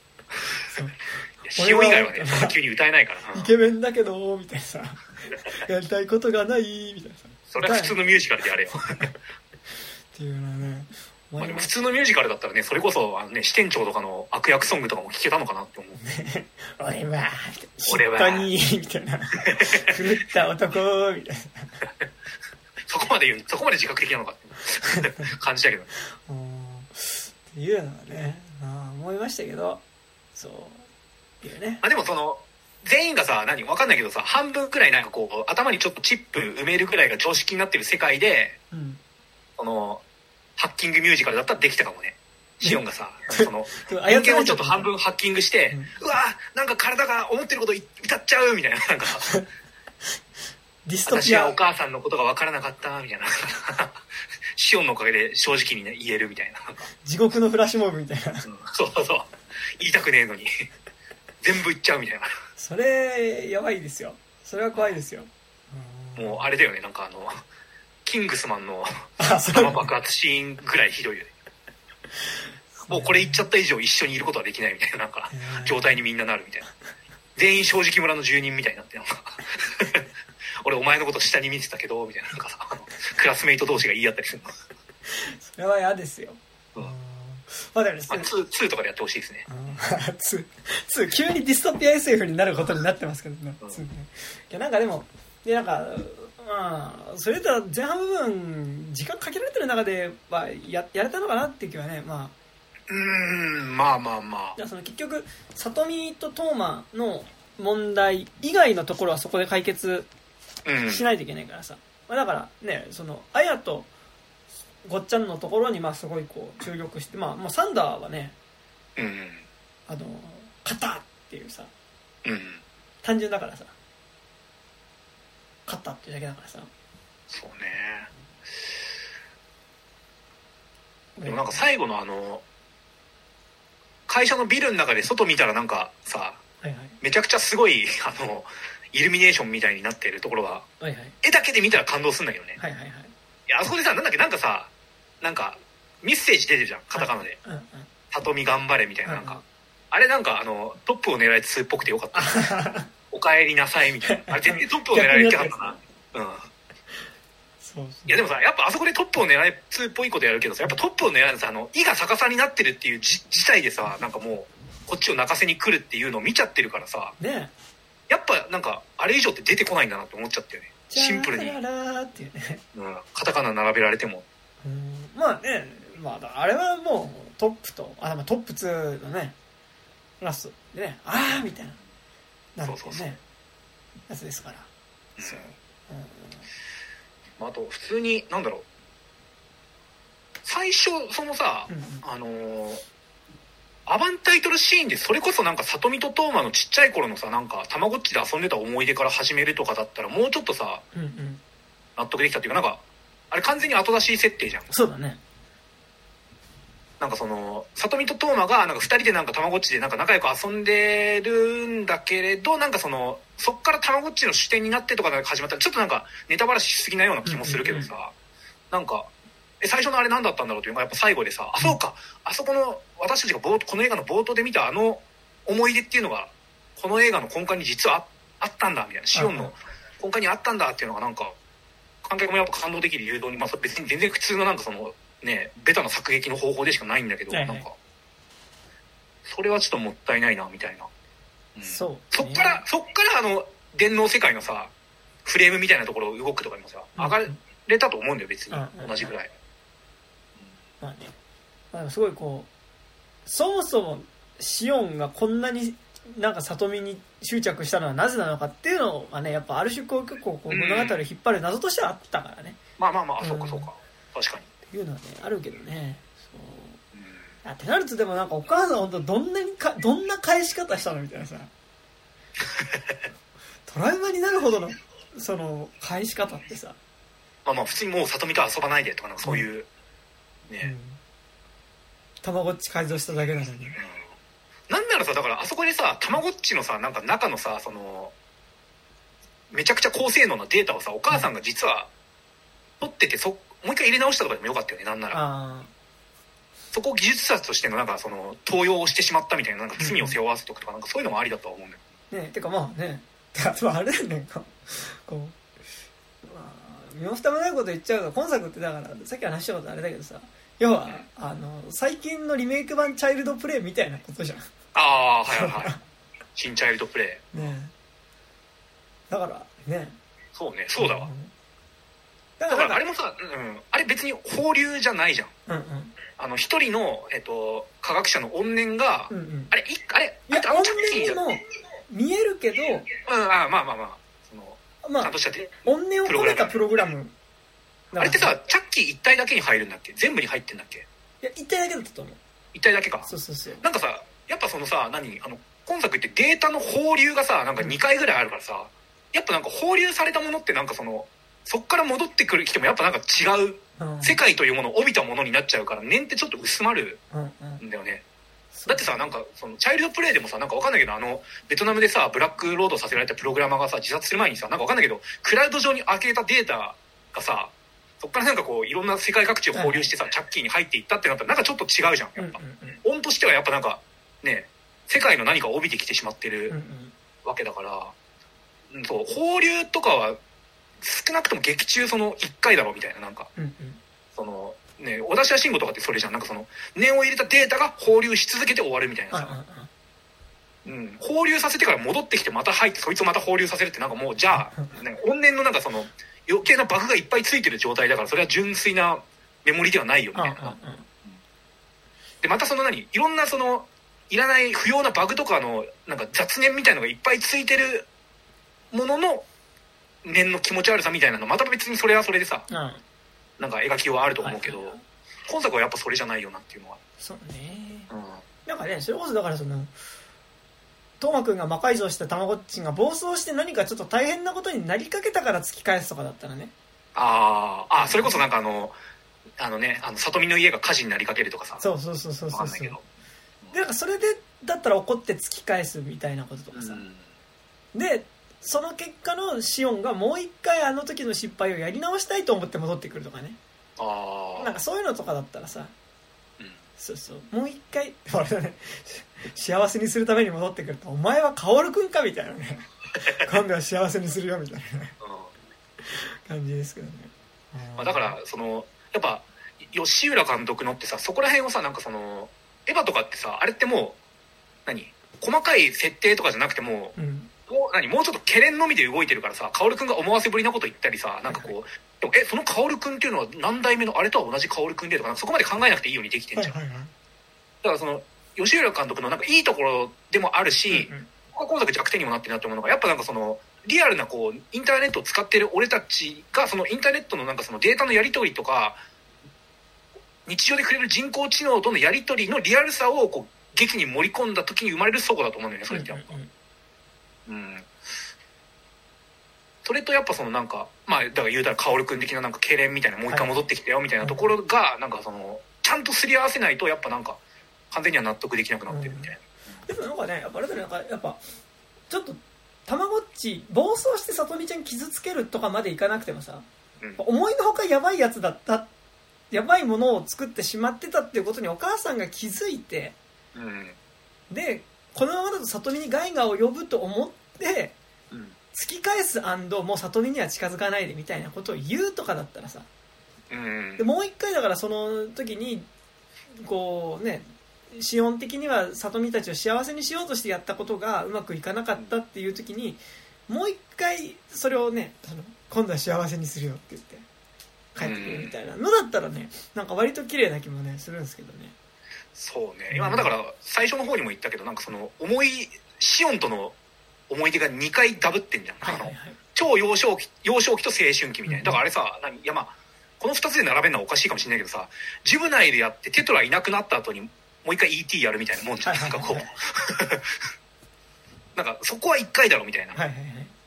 そう塩以外はね急に歌えないから、 イケメンだけどみたいなさやりたいことがないみたいなさ。 それは普通のミュージカルでやれよっていうのはね、 まあ、でも普通のミュージカルだったらね、それこそ支店長とかの悪役ソングとかも聴けたのかなって思う俺はにみたいな狂った男みたいなそこまで自覚的なのかって感じだけどっていうのはね、思いましたけど、そういうね。 でも全員がさ、わかんないけどさ、半分くらいなんかこう頭にちょっとチップ埋めるくらいが常識になってる世界で、ハッキングミュージカルだったらできたかもね。シオンがさ、音源をちょっと半分ハッキングして、うわなんか体が思ってること歌っちゃうみたいな、なんかディストピア。 私はお母さんのことが分からなかったみたいなシオンのおかげで正直に、ね、言えるみたいな、 地獄のフラッシュモブみたいな、 そう言いたくねえのに全部言っちゃうみたいな。 それやばいですよ。それは怖いですよ。 もうあれだよね、なんかキングスマンの弾爆発シーンぐらいひどいよね。もうこれ言っちゃった以上一緒にいることはできないみたいな、なんか状態にみんななるみたいな。全員正直村の住人みたいになって、なんか俺お前のこと下に見てたけどみたいな、なんかさ、クラスメイト同士が言い合ったりするの。 それは嫌ですよ。まあでもですね、 2とかでやってほしいですね。 2急にディストピア SF になることになってますけどね。いやなんかでもなんかそれだったら前半部分時間かけられてる中ではやれたのかなっていう気はね、まあ結局里見とトーマの問題以外のところはそこで解決しないといけないからさ、だからね、アヤとごっちゃんのところにすごいこう注力して、もうサンダーはね、勝ったっていうさ、単純だからさ、勝ったっていうだけだからさ。 そうね。でもなんか最後の会社のビルの中で外見たらなんかさ、めちゃくちゃすごいイルミネーションみたいになっているところが、絵だけで見たら感動するんだけどね。いや、あそこでさ、なんかさ、なんかメッセージ出てるじゃん、カタカナで。里見頑張れみたいな、なんかあれなんかトップを狙いつつっぽくてよかったお帰りなさいみたいな。あれ全然トップを狙いってなかったな。いやでもさ、やっぱあそこでトップを狙いつっぽいことやるけどさ、やっぱトップを狙いさ、意が逆さになってるっていう自体でさ、なんかもうこっちを泣かせに来るっていうのを見ちゃってるからさ、 ね、 やっぱなんかあれ以上って出てこないんだなって思っちゃったよね。シンプルにカタカナ並べられても、 まあね、あれはもうトップとトップ2のねラストでね、みたいななんかね、やつですから。 あと普通になんだろう、最初さ、アバンタイトルシーンでそれこそなんか里見とトーマのちっちゃい頃のさ、なんかたまごっちで遊んでた思い出から始めるとかだったらもうちょっとさ、納得できたっていうか、なんかあれ完全に後出し設定じゃん。 そうだね。 なんか里見とトーマがなんか2人でなんかたまごっちでなんか仲良く遊んでるんだけれど、なんかそっからたまごっちの主典になってとか始まったらちょっとなんかネタバラシしすぎなような気もするけどさ、なんか最初のあれ何だったんだろうというのがやっぱ最後でさ、そうか、あそこの私たちがこの映画の冒頭で見た思い出っていうのがこの映画の根幹に実はあったんだみたいな、シオンの根幹にあったんだっていうのがなんか観客もやっぱ感動できる誘導に、別に全然普通のなんかね、ベタな作劇の方法でしかないんだけど、なんかそれはちょっともったいないなみたいな、そっから電脳世界のさフレームみたいなところを動くとかにもさ、上がれたと思うんだよ別に、同じぐらい。 すごいこう、そもそもシオンがこんなになんか里見に執着したのはなぜなのかっていうのがね、やっぱある種こう結構物語を引っ張る謎としてはあったからね。 そうか確かにっていうのはねあるけどね。 ってなるとでもなんかお母さん本当どんな返し方したのみたいなさトラウマになるほどのその返し方ってさ、 まあ普通にもう里見と遊ばないでとかなんかそういう、ね、 たまごっち改造しただけなのに、 なんならさだからあそこでさたまごっちのさなんか中のさそのめちゃくちゃ高性能なデータをさお母さんが実は取っててもう一回入れ直したとかでもよかったよね。なんならそこを技術者としてのなんかその盗用をしてしまったみたいななんか罪を背負わせておくとかなんかそういうのもありだとは思うんだよね。てかまあねあれだよねこう、まあ、身も蓋もないこと言っちゃうと今作ってだからさっき話したことあれだけどさ要は、最近のリメイク版チャイルドプレイみたいなことじゃん。 はい新チャイルドプレイね。だからねそうねそうだわ、だからあれもさ、あれ別に放流じゃないじゃん、一人の、科学者の怨念が、あれいや怨念も見えるけど、 そのちゃんとした怨念を込めたプログラムあれってさチャッキー1体だけに入るんだっけ全部に入ってんだっけ。 いや1体だけだったと思う。 1体だけか。 そうなんかさやっぱそのさ今作ってデータの放流がさなんか2回ぐらいあるからさ、やっぱなんか放流されたものってなんかそっから戻ってくる人もやっぱなんか違う、世界というものを帯びたものになっちゃうから念ってちょっと薄まるんだよね、だってさなんかそのチャイルドプレイでもさなんかわかんないけどベトナムでさブラックロードさせられたプログラマーがさ自殺する前にさなんかわかんないけどクラウド上に開けたデータがさそっからなんかこういろんな世界各地を放流してさ、チャッキーに入っていったってなったらなんかちょっと違うじゃんやっぱ、音としてはやっぱなんかね世界の何かを帯びてきてしまってるわけだから、そう放流とかは少なくとも劇中その1回だろうみたいななんか、そのね小田島慎吾とかってそれじゃんなんかその念を入れたデータが放流し続けて終わるみたいなさ、放流させてから戻ってきてまた入ってそいつをまた放流させるってなんかもうじゃあ、ね、怨念のなんかその余計なバグがいっぱいついてる状態だからそれは純粋なメモリではないよみたいな、でまたそのいろんなそのいらない不要なバグとかのなんか雑念みたいのがいっぱいついてるものの念の気持ち悪さみたいなのまた別にそれはそれでさ、なんか描きはあると思うけど、今作はやっぱそれじゃないよなっていうのはそうね、なんかねそれこそだからそのトーマくんが魔改造したたまごっちが暴走して何かちょっと大変なことになりかけたから突き返すとかだったらねそれこそなんか里見の家が火事になりかけるとかさそう分かんないけどでなんかそれでだったら怒って突き返すみたいなこととかさ、でその結果のシオンがもう一回あの時の失敗をやり直したいと思って戻ってくるとかねなんかそういうのとかだったらさ、もう一回あれだね幸せにするために戻ってくるとお前は薫くんかみたいなね今度は幸せにするよみたいな、感じですけどね、 だからそのやっぱ吉浦監督のってさそこら辺をさなんかそのエヴァとかってさあれってもう細かい設定とかじゃなくてももうちょっとケレンのみで動いてるからさ薫くんが思わせぶりなこと言ったりさなんかこう、でもその薫くんっていうのは何代目のあれとは同じ薫くんでとかなんかそこまで考えなくていいようにできてんじゃん、だからその吉浦監督のなんかいいところでもあるし、ここが今作弱点にもなってるなって思うのがやっぱなんかそのリアルなこうインターネットを使ってる俺たちがそのインターネットのなんかそのデータのやり取りとか日常でくれる人工知能とのやり取りのリアルさをこう劇に盛り込んだ時に生まれる齟齬だと思うんだよねそれってやっぱ、それとやっぱそのなんかだから言うたら薫くん的ななんか痙攣みたいなもう一回戻ってきたよみたいなところがなんかそのちゃんとすり合わせないとやっぱなんか完全には納得できなくなってるみたいな、でもなんかねやっぱあれだねなんかやっぱちょっとたまごっち暴走してさとみちゃん傷つけるとかまでいかなくてもさ、思いのほかやばいやつだったやばいものを作ってしまってたっていうことにお母さんが気づいて、でこのままだとさとみに害が及ぶと思って突き返す&もう里見には近づかないでみたいなことを言うとかだったらさ、でもう一回だからその時にこうねシオン的には里見たちを幸せにしようとしてやったことがうまくいかなかったっていう時にもう一回それをね今度は幸せにするよって言って帰ってくるみたいなのだったらねなんか割と綺麗な気もねするんですけどね。 そうね今だから最初の方にも言ったけどなんかそのシオンとの思い出が2回ダブってんじゃん、超幼少期と青春期みたいな、だからあれさこの2つで並べるのはおかしいかもしれないけどさジュブナイルやってテトラいなくなった後にもう一回 ET やるみたいなもんじゃん、なんかこうなんかそこは一回だろみたいな、 はいはいはい、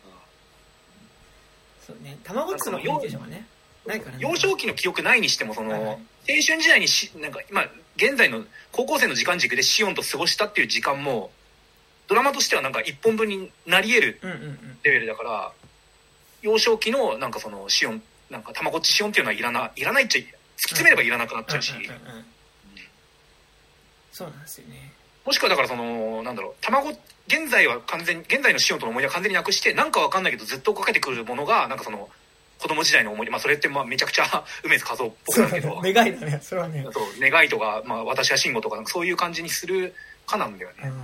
そうね、たまごっちのコミュニケーションはねないからね。 幼少期の記憶ないにしてもその、 はいはい、 青春時代になんか今現在の高校生の時間軸でシオンと過ごしたっていう時間もドラマとしてはなんか一本分になり得るレベルだから、幼少期のなんかそのシオンなんかたまごっちシオンっていうのはいらないっちゃ突き詰めればいらなくなっちゃうし、 そうなんですよね。 もしくはだからそのなんだろう、現在のシオンとの思い出は完全になくして、なんかわかんないけどずっと追っかけてくるものがなんかその子供時代の思い出、まあそれってまあめちゃくちゃ梅津和夫っぽくなるけど、 願いだねそれはね。 そう願いとか、まあ私は慎吾とかなんかそういう感じにするかなんだよね。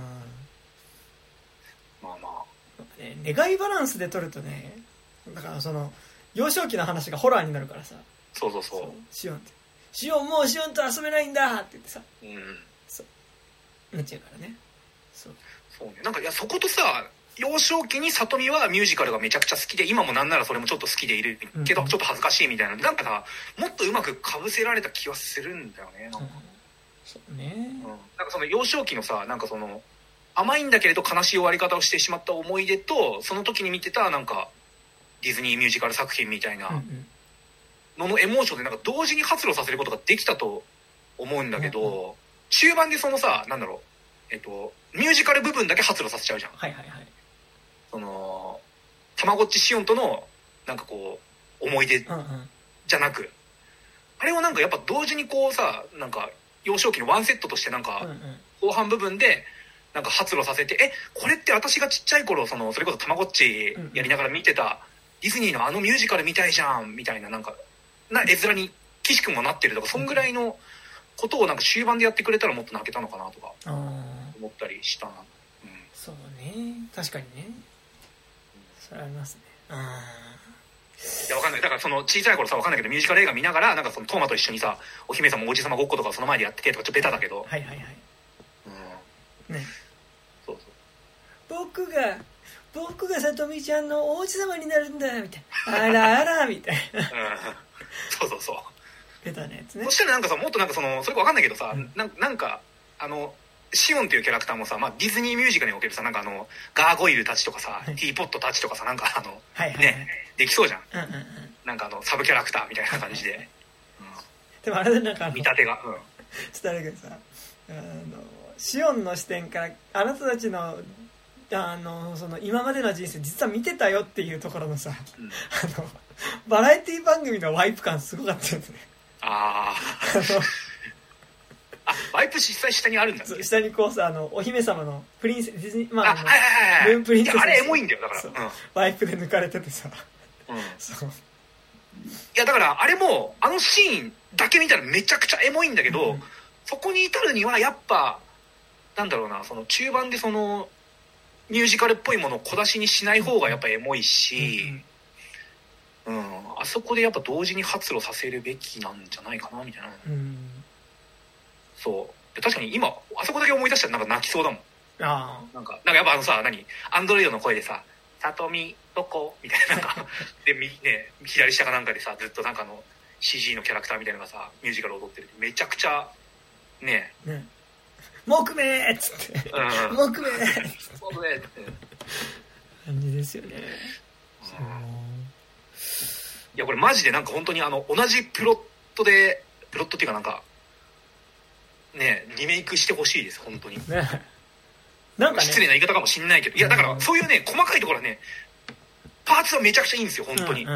まあまあ、 願いバランスで取るとね、だからその幼少期の話がホラーになるからさ。 そうそうそう。 シオンってシオンもうシオンと遊べないんだって言ってさ、 うん、 そうなっちゃうからね。 そうね、なんかいやそことさ、幼少期に里見はミュージカルがめちゃくちゃ好きで、今もなんならそれもちょっと好きでいるけど、ちょっと恥ずかしいみたいな、なんかさもっとうまくかぶせられた気はするんだよね。なんか、 そうね、 なんかその幼少期のさ、なんかその甘いんだけれど悲しい終わり方をしてしまった思い出と、その時に見てたなんかディズニーミュージカル作品みたいなののエモーションでなんか同時に発露させることができたと思うんだけど、中盤でそのさ、なんだろう、ミュージカル部分だけ発露させちゃうじゃん。 はいはいはい。 そのたまごっちシオンとのなんかこう思い出じゃなく、あれをなんかやっぱ同時にこうさ、なんか幼少期のワンセットとしてなんか後半部分でなんか発露させて、これって私がちっちゃい頃それこそたまごっちやりながら見てたディズニーのあのミュージカルみたいじゃんみたいな、なんか絵面に岸君もなってるとか、そんぐらいのことをなんか終盤でやってくれたらもっと泣けたのかなとか思ったりしたな。 そうね、確かにね、それありますね。 いやわかんない、だからその小さい頃さわかんないけどミュージカル映画見ながらなんかそのトーマと一緒にさお姫様おじ様ごっことかその前でやっててとかちょっとベタだけど、 はいはいはい、ね、 そう僕がさとみちゃんの王子様になるんだみたいな、あらあらみたいなそうそうそう、 ベタなやつね。 そしたらなんかさ、もっとなんかそれかわかんないけどさ、なんかシオンっていうキャラクターもさ、まあ、ディズニーミュージカルにおけるさ、なんかガーゴイルたちとかさ、ティーポットたちとかさ、なんかはいはいはい、 ね、できそうじゃん。なんかサブキャラクターみたいな感じで。 でもあれでなんか見立てが。 ちょっとあれだけどさ、シオンの視点からあなたたちのその今までの人生実は見てたよっていうところのさ、バラエティ番組のワイプ感すごかったよね。 ワイプ実際下にあるんだっけ。 下にこうさお姫様のプリンセスディズニー、まあルームプリンセス、あれエモいんだよだから、 ワイプで抜かれててさ、そういやだからあれもシーンだけ見たらめちゃくちゃエモいんだけど、そこに至るにはやっぱなんだろうな、その中盤でそのミュージカルっぽいものを小出しにしない方がやっぱエモいし、あそこでやっぱ同時に発露させるべきなんじゃないかなみたいな。そう確かに今あそこだけ思い出したらなんか泣きそうだもん。なんかやっぱさ、アンドロイドの声でさ「さとみどこ?」みたいな、なんかでね、左下かなんかでさずっとなんかCG のキャラクターみたいなのがさミュージカル踊ってる、めちゃくちゃね木目っつって木目って感じですよね。 いやこれマジでなんか本当に同じプロットっていうかなんかねリメイクしてほしいです本当に。なんかね、失礼な言い方かもしんないけど、いやだからそういうね細かいところはねパーツはめちゃくちゃいいんですよ本当に。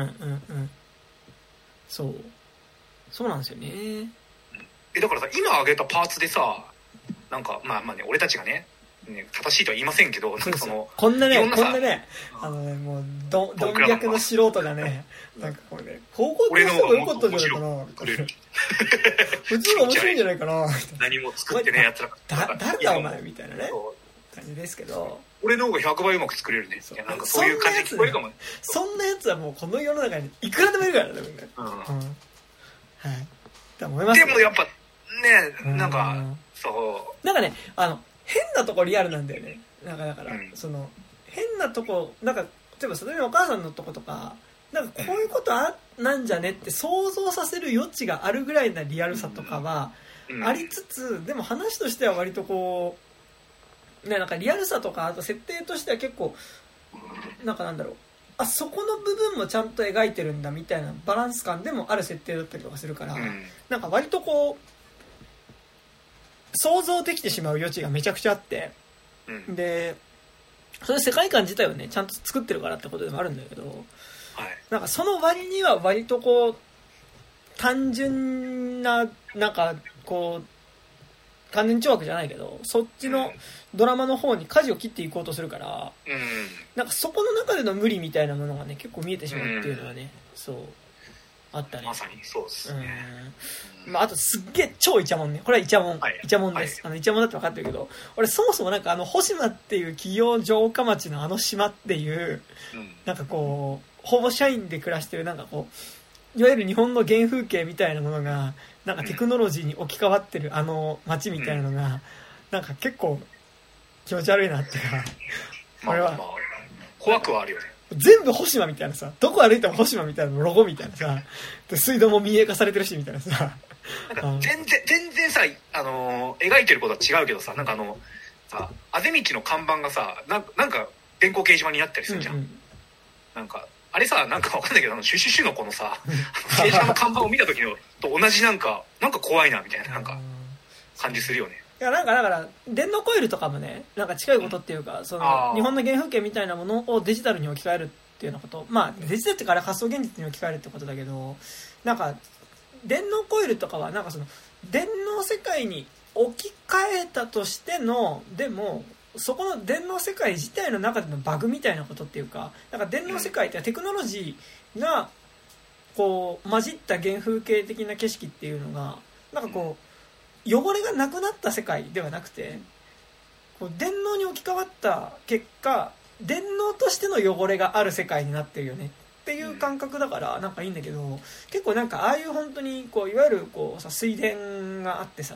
そうなんですよね。 だからさ今挙げたパーツでさ、なんかまあね俺たちがね正しいとは言いませんけど、なんかこんなねもうどん逆の素人がね、なんかこれね高校でした方が良かったんじゃないかな普通が面白いんじゃないかな何も作ってねやつら誰だお前みたいなね感じですけど、 俺の方が100倍うまく作れるね。なんかそういう感じで聞こえるかもね。 そんなやつはもうこの世の中にいくらでもいるからね。はいと思います。 でもやっぱね、なんかそうなんかね変なとこリアルなんだよね。だからその変なとこ、なんか例えばそれのお母さんのとことか、なんかこういうことなんじゃねって想像させる余地があるぐらいなリアルさとかは、 ありつつ、でも話としては割とこうね、なんかリアルさとか、あと設定としては結構なんかなんだろう、あそこの部分もちゃんと描いてるんだみたいなバランス感でもある設定だったりとかするから、なんか割とこう想像できてしまう余地がめちゃくちゃあって、でそれ世界観自体をねちゃんと作ってるからってことでもあるんだけど、なんかその割には割とこう単純ななんかこう完全懲悪じゃないけど、そっちのドラマの方に舵を切っていこうとするから、なんかそこの中での無理みたいなものがね結構見えてしまうっていうのはね、そうあったね。 まさにそうですね。 まあ、あとすっげえ超イチャモンね。これはイチャモン、イチャモンです。イチャモンだって分かってるけど、俺そもそもなんか星間っていう企業城下町の島っていう、なんかこうほぼ社員で暮らしてるなんかこういわゆる日本の原風景みたいなものがなんかテクノロジーに置き換わってる街みたいなのが、なんか結構気持ち悪いなっていうか、これは怖くはあるよね。 全部星間みたいなさ、どこ歩いても星間みたいなロゴみたいなさ、で水道も民営化されてるしみたいなさ、 なんか全然さ、描いてることは違うけどさ、なんかさ、あぜ道の看板がさ、なんか電光掲示板になったりするじゃん。なんかあれさ、なんかわかんないけど、シュシュシュのこのさ、掲示板の看板を見た時のと同じなんか怖いなみたいななんか感じするよね。 いやなんかだから電脳コイルとかもね、なんか近いことっていうか、その日本の原風景みたいなものをデジタルに置き換えるっていうようなこと、まあデジタルってから発想現実に置き換えるってことだけど、なんか電脳コイルとかはなんかその電脳世界に置き換えたとしての、でもそこの電脳世界自体の中でのバグみたいなことっていうか、なんか電脳世界ってテクノロジーがこう混じった原風景的な景色っていうのがなんかこう汚れがなくなった世界ではなくて、こう電脳に置き換わった結果電脳としての汚れがある世界になってるよねっていう感覚だからなんかいいんだけど、結構なんかああいう本当にこういわゆるこうさ水田があってさ、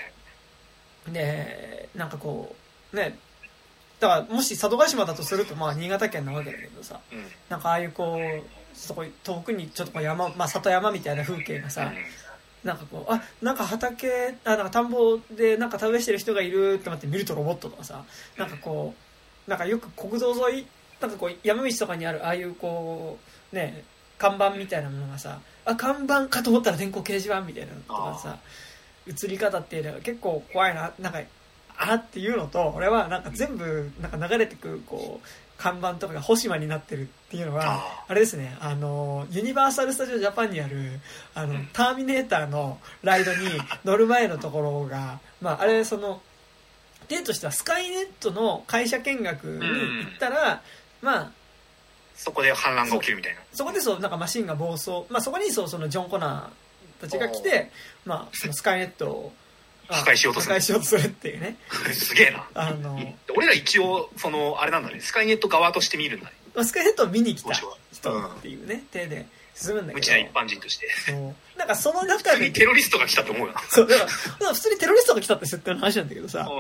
でなんかこうね、だからもし佐渡島だとするとまあ新潟県なわけだけどさ、なんかああいうこうそこ遠くにちょっとこう山、まあ、里山みたいな風景がさ、なんかこうなんか畑なんか田んぼでなんか田植えしてる人がいるって思って見るとロボットとかさ、なんかこうなんかよく国道沿いなんかこう山道とかにあるああいうこうね看板みたいなものがさ、看板かと思ったら電光掲示板みたいなのとかさ、映り方っていうのが結構怖いな、なんかっていうのと、俺はなんか全部なんか流れてくこう看板とかが星間になってるっていうのはあれですね、ユニバーサル・スタジオ・ジャパンにあるターミネーターのライドに乗る前のところがまああれその例としてはスカイネットの会社見学に行ったら、まあそこで反乱が起きるみたいな、 そこでそうなんかマシンが暴走、まあそこにそのジョン・コナーたちが来て、まあそのスカイネットを破壊しようとするっていうねすげえな。俺ら一応そのあれなんだね、スカイネット側として見るんだね。 スカイネットを見に来た人っていうね、手で進むんだけど、 無知な一般人として、 なんかその中でテロリストが来たと思うよな。 そうだから普通にテロリストが来たって設定の話なんだけどさ、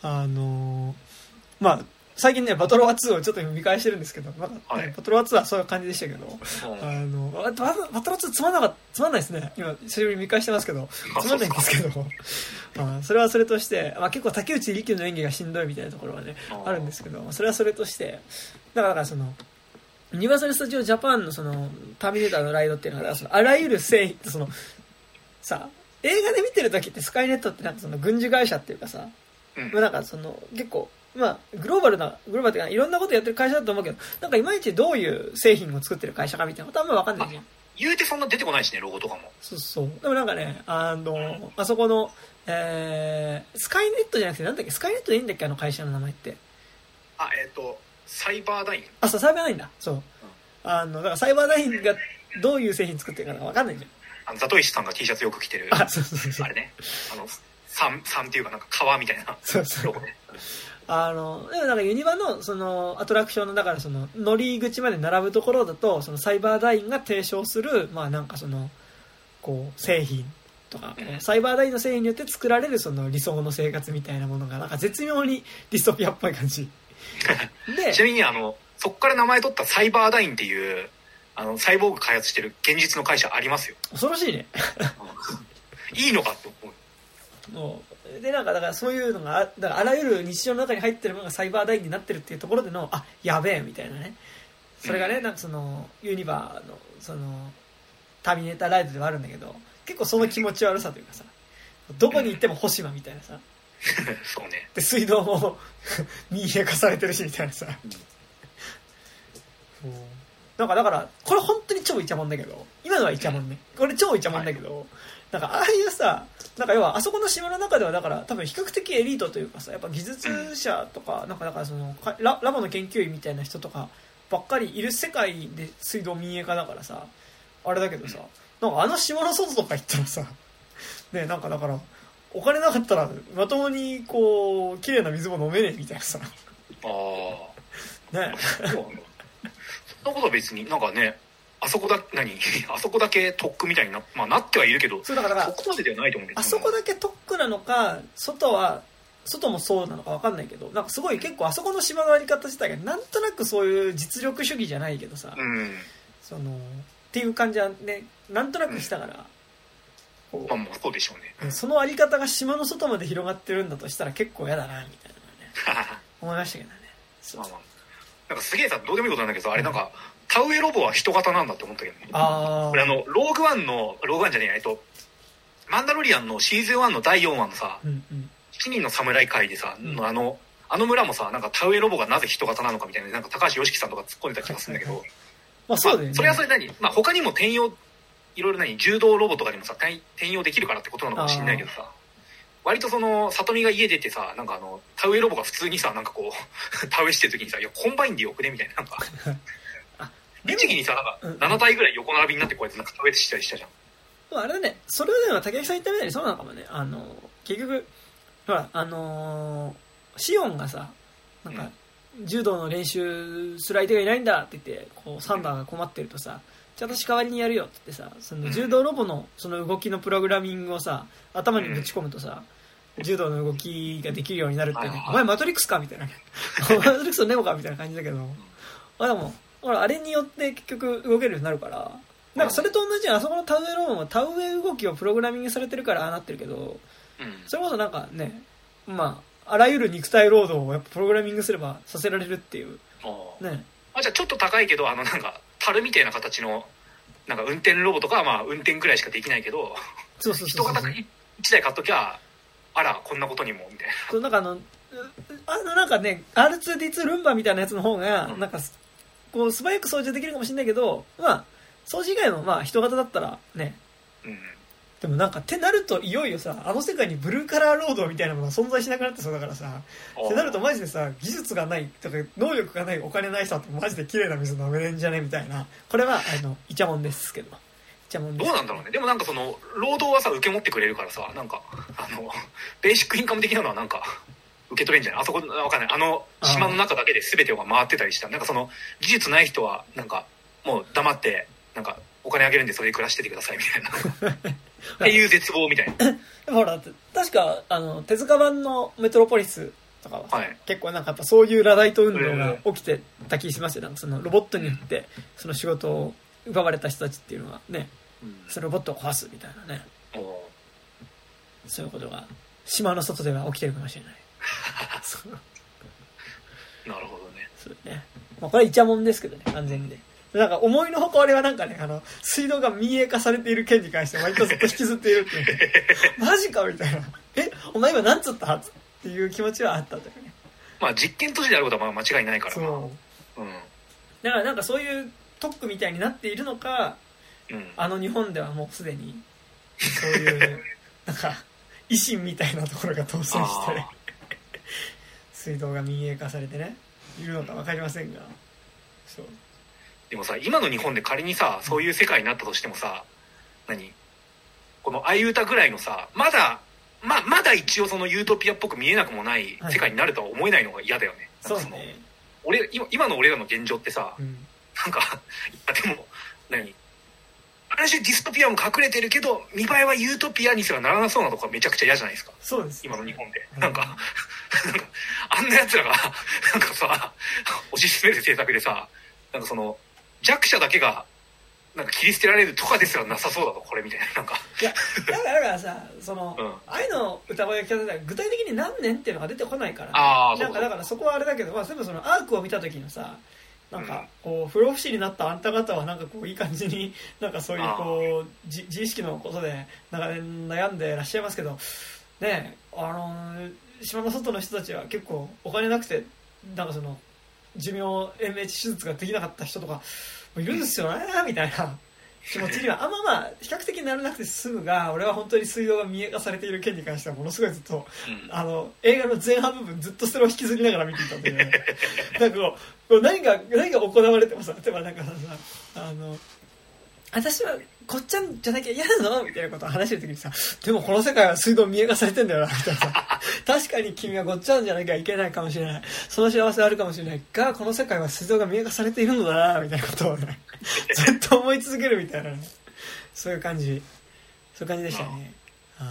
まあ最近ねバトロワ2をちょっと今見返してるんですけど、まあバトロワ2はそういう感じでしたけど、バトロワ2つまんないですね。今久しぶりに見返してますけどつまんないんですけどそれはそれとして、まあ、結構竹内力の演技がしんどいみたいなところはねあるんですけど、それはそれとしてだからそのユニバーサル・スタジオ・ジャパンのそのターミネーターのライドっていうのがそのあらゆる製品そのさ映画で見てる時ってスカイネットってなんかその軍事会社っていうかさ、まあ、なんかその結構まあグローバルっていうかいろんなことやってる会社だと思うけど、なんかいまいちどういう製品を作ってる会社かみたいなことはあんま分かんないじゃん。 言うてそんな出てこないしね、ロゴとかも。 そうでもなんかねあそこの、スカイネットじゃなくてなんだっけ、スカイネットでいいんだっけ、会社の名前って。 サイバーダイン。 そうサイバーダインだ。そう、だからサイバーダインがどういう製品作ってるか分かんないじゃん。 ザトイシさんが T シャツよく着てるそうあれね、3っていうかなんか革みたいなロゴね。 でもなんかユニバのそのアトラクションのだからその乗り口まで並ぶところだとそのサイバーダインが提唱するまあなんかそのこう製品とか、サイバーダインの製品によって作られるその理想の生活みたいなものがなんか絶妙にディストピアっぽい感じで、ちなみにそこから名前取ったサイバーダインっていうサイボーグ開発してる現実の会社ありますよ。 恐ろしいねいいのかって思う。 もうでなんかだからそういうのがだからあらゆる日常の中に入ってるものがサイバーダインになってるっていうところでのやべえみたいなね、それがねなんかそのユニバーのそのターミネーターライドではあるんだけど、結構その気持ち悪さというかさ、どこに行っても星間みたいなさそうね。 で水道も民営化されてるしみたいなさ、なんかだからこれ本当に超イチャモンだけど、今のはイチャモンね、これ超イチャモンだけど、なんかああいうさ、なんか要はあそこの島の中ではだから多分比較的エリートというかさ、やっぱ技術者とかなんかだからそのラボの研究員みたいな人とかばっかりいる世界で水道民営化だからさ、あれだけどさ、なんかあの島の外とか行ったらさね、なんかだからお金なかったらまともにこう綺麗な水も飲めねえみたいなさねそんなことは別になんかね、あそこだけ特区みたいになってはいるけど、 そうだからそこまでではないと思うんだあそこだけ特区なのか外もそうなのか分かんないけど、なんかすごい結構あそこの島のあり方自体がなんとなくそういう実力主義じゃないけどさ、そのっていう感じはねなんとなくしたから、 もうそうでしょうね。 そのあり方が島の外まで広がってるんだとしたら結構嫌だなみたいなね思いましたけどね。そうなんかすげえさ、どうでもいいことなんだけど、あれなんか田植えロボは人型なんだって思ったけどね。これローグワンじゃねえマンダロリアンのシーズン1の第4話のさ、7人の侍会でさ、あの村もさ、なんか田植えロボがなぜ人型なのかみたいな、なんか高橋良樹さんとか突っ込んでた気がするんだけど、そうだよね。それはそれ他にも転用いろいろ柔道ロボとかにもさ転用できるからってことなのかもしれないけどさ、割とその里見が家出てさ、なんか田植えロボが普通にさ、なんかこう田植えしてる時にさ、いやコンバインでよくねみたいな、なんか律儀にさ、なんか7体ぐらい横並びになってこうやってなんか田植えしたりしたじゃん。 あれだね、それはね竹内さん言ったみたいにそうなのかもね。結局ほらシオンがさ、なんか、柔道の練習する相手がいないんだって言ってこうサンダーが困ってるとさ、じゃあ私代わりにやるよって言ってさ、その柔道ロボのその動きのプログラミングをさ頭にぶち込むとさ、柔道の動きができるようになるっていうね、お前マトリックスかみたいなマトリックスのネゴかみたいな感じだけど、でもほらあれによって結局動けるようになるから、なんかそれと同じようにあそこの田植えロボも田植え動きをプログラミングされてるからああなってるけど、それこそなんかね、あらゆる肉体労働をやっぱプログラミングすればさせられるっていうね。 じゃあちょっと高いけどなんか樽みたいな形のなんか運転ロボとかは運転くらいしかできないけど、人型1台買っときゃあらこんなことにもみたいな。 そうなんかなんかね R2D2 ルンバみたいなやつの方がなんかこう素早く操縦できるかもしれないけど、掃除以外の人型だったらね、でもなんかってなるといよいよさ、あの世界にブルーカラーロードみたいなものが存在しなくなってそうだからさ、ってなるとマジでさ、技術がないとか能力がないお金ない人ってマジで綺麗な水飲めれんじゃねみたいな、これはイチャモンですけど、イチャモンです。 どうなんだろうね。でもなんかその労働はさ受け持ってくれるからさ、なんかベーシックインカム的なのはなんか受け取れんじゃない。あそこわかんない、島の中だけで全てが回ってたりした、なんかその技術ない人はなんかもう黙ってなんかお金あげるんでそれで暮らしててくださいみたいなっていう絶望みたいな。 でもほら確か手塚版のメトロポリスとかは、結構なんかやっぱそういうラダイト運動が起きてた気しますよ。なんかそのロボットによってその仕事を奪われた人たちっていうのはね、そのロボットを壊すみたいなね、そういうことが島の外では起きてるかもしれないなるほどね。 そうね、これイチャモンですけどね、完全にね。なんか思いのほか俺はなんかね、水道が民営化されている件に関して割とずっと引きずっているっていうマジかみたいな、お前今何つったっていう気持ちはあったんだよね。 実験都市であることは間違いないからな。 だからなんかそういう特区みたいになっているのか、日本ではもうすでにそういうなんか維新みたいなところが当選して水道が民営化されてねいるのか分かりませんが、そうでもさ、今の日本で仮にさそういう世界になったとしてもさ、この相歌ぐらいのさ、まだ一応そのユートピアっぽく見えなくもない世界になるとは思えないのが嫌だよね。 そうね。 今の俺らの現状ってさ、なんかでもある種ディストピアも隠れてるけど見栄えはユートピアにすらならなそうなとこはめちゃくちゃ嫌じゃないですか。 そうです、 今の日本でなんかあんなやつらがなんかさ推し進める政策でさ、なんかその弱者だけがなんか切り捨てられるとかですらなさそうだとこれみたいななんかいやだからさその、愛の歌声が聞かせたら具体的に何年っていうのが出てこないから、なんかだからそこはあれだけど、まあ、全部そのアークを見た時のさなんかこう不老不死になったあんた方はなんかこういい感じになんかそういうこう自意識のことでなんか悩んでらっしゃいますけどね、島の外の人たちは結構お金なくてなんかその寿命延命手術ができなかった人とかいるんですよねみたいな気持ちにはまあ比較的ならなくて済むが、俺は本当に水道が見え化されている件に関してはものすごいずっと、映画の前半部分ずっとそれを引きずりながら見ていたんで、ね、なんかこう何が行われてもさ、例えばなんかさ私はこっちゃんじゃなきゃ嫌なのみたいなことを話してる時にさ、でもこの世界は水道見え化されてんだよなみたいなさ確かに君はこっちゃんじゃなきゃいけないかもしれない、その幸せはあるかもしれないが、この世界は水道が見え化されているのだなみたいなことをねずっと思い続けるみたいな、ね、そういう感じでしたね。はい、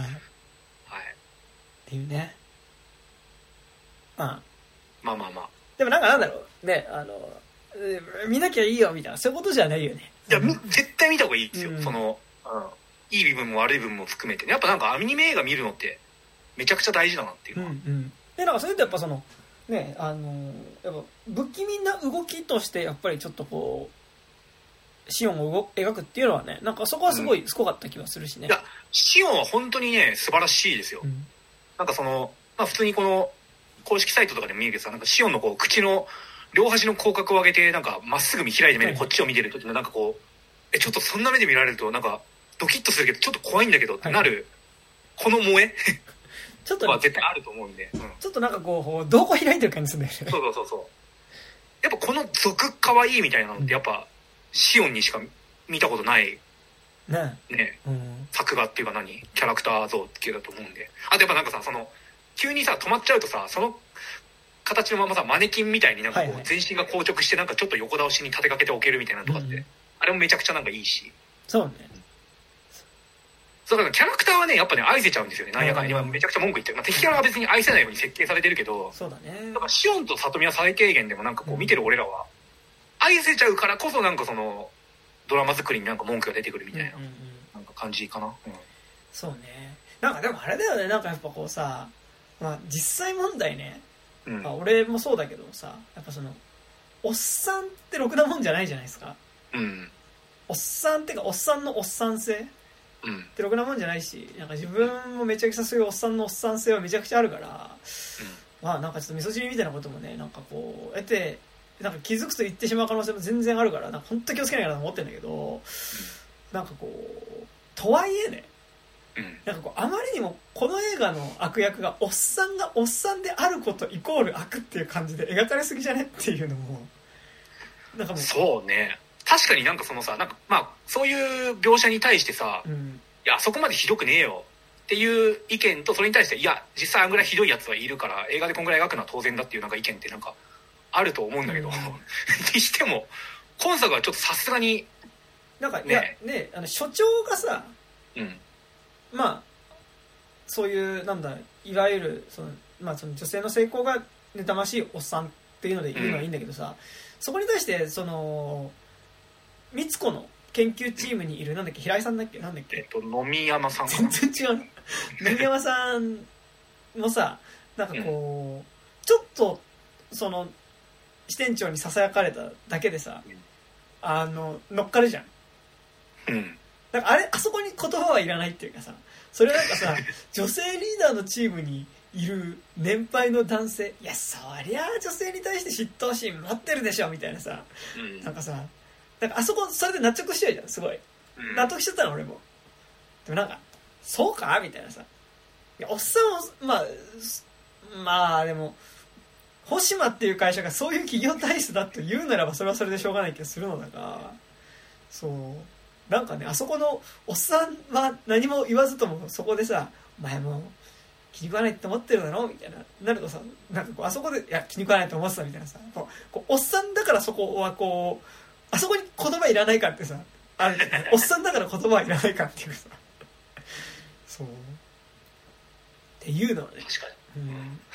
っていうね。まあでもなんだろうね、見なきゃいいよみたいなそういうことじゃないよね。 いや絶対見た方がいいですよ、そのいい部分も悪い部分も含めて、ね、やっぱなんかアニメ映画見るのってめちゃくちゃ大事だなっていうのは、 でなんかそれってやっぱそのねやっぱ不気味な動きとしてやっぱりちょっとこうシオンを描くっていうのはね、なんかそこはすごいすごかった気がするしね。 いやシオンは本当にね素晴らしいですよ、なんかその、まあ、普通にこの公式サイトとかでも見るけどさ、なんかシオンのこう口の両端の口角を上げてなんかまっすぐ見開いて目でこっちを見てる時のなんかこうちょっとそんな目で見られるとなんかドキッとするけどちょっと怖いんだけどってなる、この萌えちょっと、 は絶対あると思うんで、 ちょっとなんかこう瞳孔開いてる感じするんだよね。 そうやっぱこの俗可愛いみたいなのってやっぱシオンにしか見たことないね、作画っていうかキャラクター像系だと思うんで、あとやっぱなんかさその急にさ止まっちゃうとさその形のままさマネキンみたいになんかこう全身が硬直してなんかちょっと横倒しに立てかけておけるみたいなとかって、あれもめちゃくちゃなんかいいし、 そうね。 そうだからキャラクターはねやっぱね愛せちゃうんですよね、なんやかんや今めちゃくちゃ文句言ってる、まあ、敵キャラは別に愛せないように設計されてるけど、 そうだね。 だからシオンと里見は最低限でもなんかこう見てる俺らは愛せちゃうからこそなんかそのドラマ作りになんか文句が出てくるみたいな、なんか感じかな、 そうね。なんかでもあれだよね、なんかやっぱこうさ、まあ実際問題ね、まあ、俺もそうだけどさ、やっぱそのおっさんってろくなもんじゃないじゃないですか。おっさんってかおっさんのおっさん性ってろくなもんじゃないし、なんか自分もめちゃくちゃそういうおっさんのおっさん性はめちゃくちゃあるから、まあなんかちょっと味噌汁みたいなこともね、なんかこうなんか気づくと言ってしまう可能性も全然あるから、なんか本当に気をつけないかなと思ってるんだけど、なんかこうとはいえね、なんかこうあまりにもこの映画の悪役がおっさんがおっさんであることイコール悪っていう感じで描かれすぎじゃねっていうのもなんかもうそうね、確かになんかそのさなんかまあそういう描写に対してさ、いやそこまでひどくねえよっていう意見と、それに対していや実際あんぐらいひどいやつはいるから映画でこんぐらい描くのは当然だっていうなんか意見ってなんかあると思うんだけど、にしても今作はちょっとさすがになんかね所長がさ、まあそういうなんだいわゆるその、まあ、その女性の成功が妬ましいおっさんっていうので言うのはいいんだけどさ、そこに対してその光子の研究チームにいるなんだっけ、平井さんだっけ、なんだっけ、 野見山さんかな、全然違う野見山さんもさなんかこう、ちょっとその支店長にささやかれただけでさ、乗っかるじゃん。なんかあそこに言葉はいらないっていうかさ、それなんかさ女性リーダーのチームにいる年配の男性、いやそりゃ女性に対して嫉妬心待ってるでしょみたいなさ、なんかさ、なんかあそこそれで納得しちゃうじゃん、すごい納得しちゃったの俺も。でもなんかそうかみたいなさ、いやおっさんをまあでも星間っていう会社がそういう企業体質だと言うならばそれはそれでしょうがない気がするのだが、そうなんかね、あそこのおっさんは何も言わずともそこでさ、お前もう気に食わないって思ってるだろみたいなるとさ、なんかこうあそこでいや気に食わないと思ってたみたいなさ、こうおっさんだからそこはこうあそこに言葉いらないかってさある、おっさんだから言葉はいらないかっていうさそうっていうのはね、 確かに、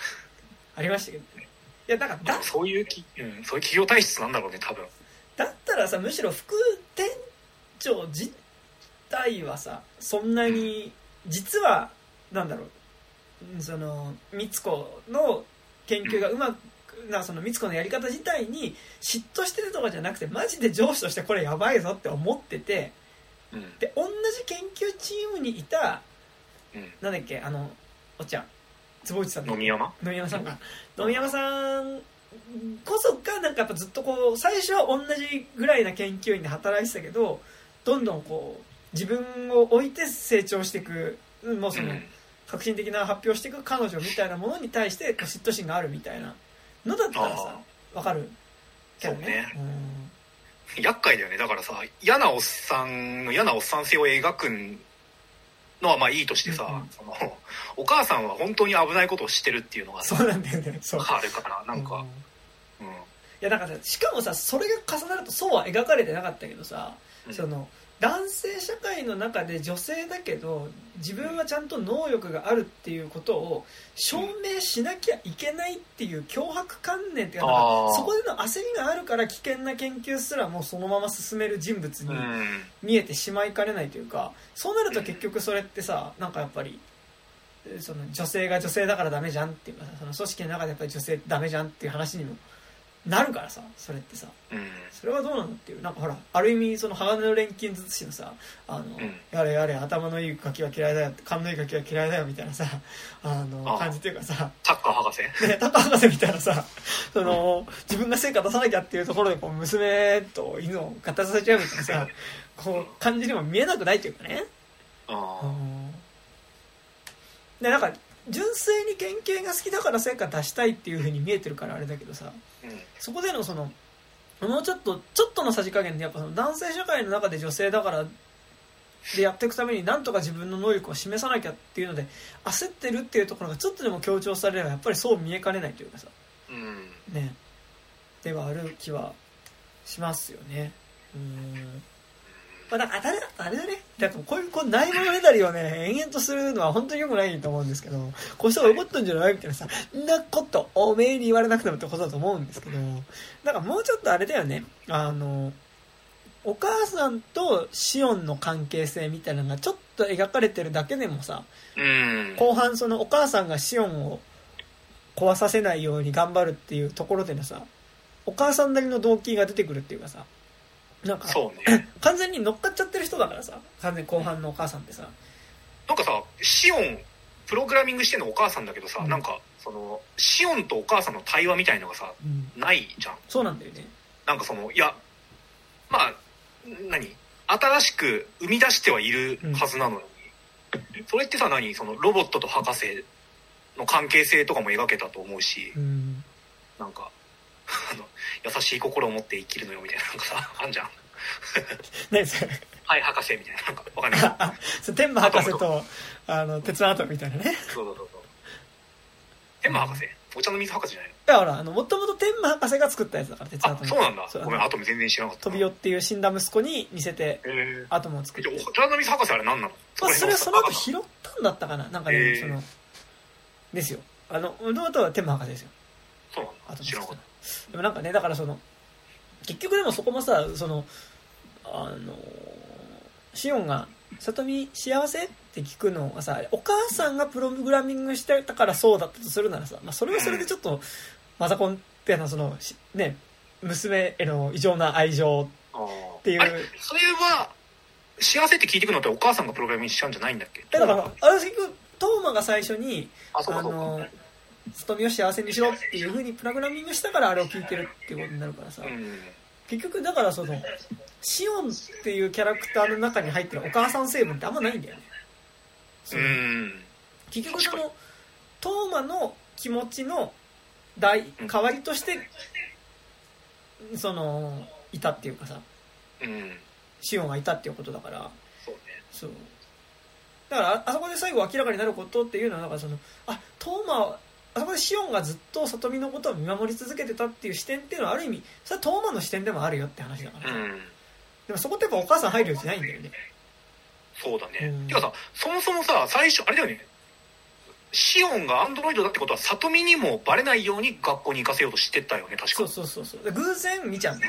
ありましたけどね。いやだからそういう企業体質なんだろうね多分。 だったらさむしろ副店長自体はさそんなに実はなんだろうその美津子の研究がうまくその美津子のやり方自体に嫉妬してるとかじゃなくてマジで上司としてこれやばいぞって思ってて、で同じ研究チームにいた、なんだっけおっちゃん坪内さん飲み山さんが飲み山さんこそがなんかやっぱずっとこう最初は同じぐらいな研究員で働いてたけどどんどんこう自分を置いて成長していくもうその革新的な発表していく彼女みたいなものに対して嫉妬心があるみたいなのだったらさわかるけどね。 厄介だよね。だからさ嫌なおっさんの嫌なおっさん性を描くのはまあいいとしてさ、そのお母さんは本当に危ないことをしてるっていうのがそうなんだよね。そうあるからなんか、 いやなんかさしかもさそれが重なるとそうは描かれてなかったけどさ、その男性社会の中で女性だけど自分はちゃんと能力があるっていうことを証明しなきゃいけないっていう強迫観念っていうか、そこでの焦りがあるから危険な研究すらもうそのまま進める人物に見えてしまいかねないというか、そうなると結局それってさなんかやっぱりその女性が女性だからダメじゃんっていうかさ、その組織の中でやっぱり女性ダメじゃんっていう話にもなるからさ、それってさ、それはどうなのっていう、なんかほらある意味その鋼の錬金術師のさやれやれ頭のいいガキは嫌いだよ勘のいいガキは嫌いだよみたいなさ感じっていうかさタッカー博士タッカー博士みたいなさその自分が成果出さなきゃっていうところでこう娘と犬を合体させちゃうみたいなさこう感じにも見えなくないっていうかね。でなんか純粋に研究が好きだから成果出したいっていう風に見えてるからあれだけどさ、そこでのそのもうちょっとのさじ加減でやっぱその男性社会の中で女性だからでやっていくためになんとか自分の能力を示さなきゃっていうので焦ってるっていうところがちょっとでも強調されればやっぱりそう見えかねないというかさ、ねではある気はしますよね。まあ、だからあれだね。だからこういうないものねだりをね、延々とするのは本当に良くないと思うんですけど、こういう人が怒ったんじゃないみたいなさ、んなことおめえに言われなくてもってことだと思うんですけど、だからもうちょっとあれだよね。お母さんとシオンの関係性みたいなのがちょっと描かれてるだけでもさ、後半そのお母さんがシオンを壊させないように頑張るっていうところでのさ、お母さんなりの動機が出てくるっていうかさ、なんかそうね完全に乗っかっちゃってる人だからさ、完全に後半のお母さんってさ、 なんかさシオンプログラミングしてんのお母さんだけどさ、なんかそのシオンとお母さんの対話みたいのがさ、ないじゃん。 そうなんだよね。 なんかそのいやまあ新しく生み出してはいるはずなのに、それってさそのロボットと博士の関係性とかも描けたと思うし、なんか優しい心を持って生きるのよみたいななんかさあんじゃん何それはい博士みたいななんかわかんないそ天馬博士と鉄のアトムみたいなね。 そう天馬博士お茶の水博士じゃないの。 いやほらもともと天馬博士が作ったやつだから鉄のアトム。 そうなんだ。ごめんアトム全然知らなかった。 トビオっていう死んだ息子に似せてアトムを作って。 お茶の水博士あれ何なの。 それその後拾ったんだったかななんかね、そのですよもともとは天馬博士ですよ。 そうなんだ。知らなかった。 でもなんかねだからその結局でもそこもさそのシオンが里見幸せって聞くのがさお母さんがプログラミングしてたからそうだったとするならさ、それはそれでちょっとマザコンっていうのはそのね娘への異常な愛情っていうそれは幸せって聞いてくのってお母さんがプログラミングしちゃうんじゃないんだっけ。 だからあれ結局トーマが最初に里見を幸せにしろっていう風にプログラミングしたからあれを聞いてるっていうことになるからさ、結局だからそのシオンっていうキャラクターの中に入ってるお母さん成分ってあんまないんだよね。結局そのトーマの気持ちの代わりとしてそのいたっていうかさ、シオンがいたっていうことだから、そうだからあそこで最後明らかになることっていうのはなんかそのトーマはあそこでシオンがずっと里見のことを見守り続けてたっていう視点っていうのはある意味それはトーマの視点でもあるよって話だからさ、でもそこってやっぱお母さん入るようじゃないんだよね。 そうだね。てかさそもそもさ最初あれだよね、シオンがアンドロイドだってことは里見にもバレないように学校に行かせようとしてたよね確か。 そう偶然見ちゃうんだよ。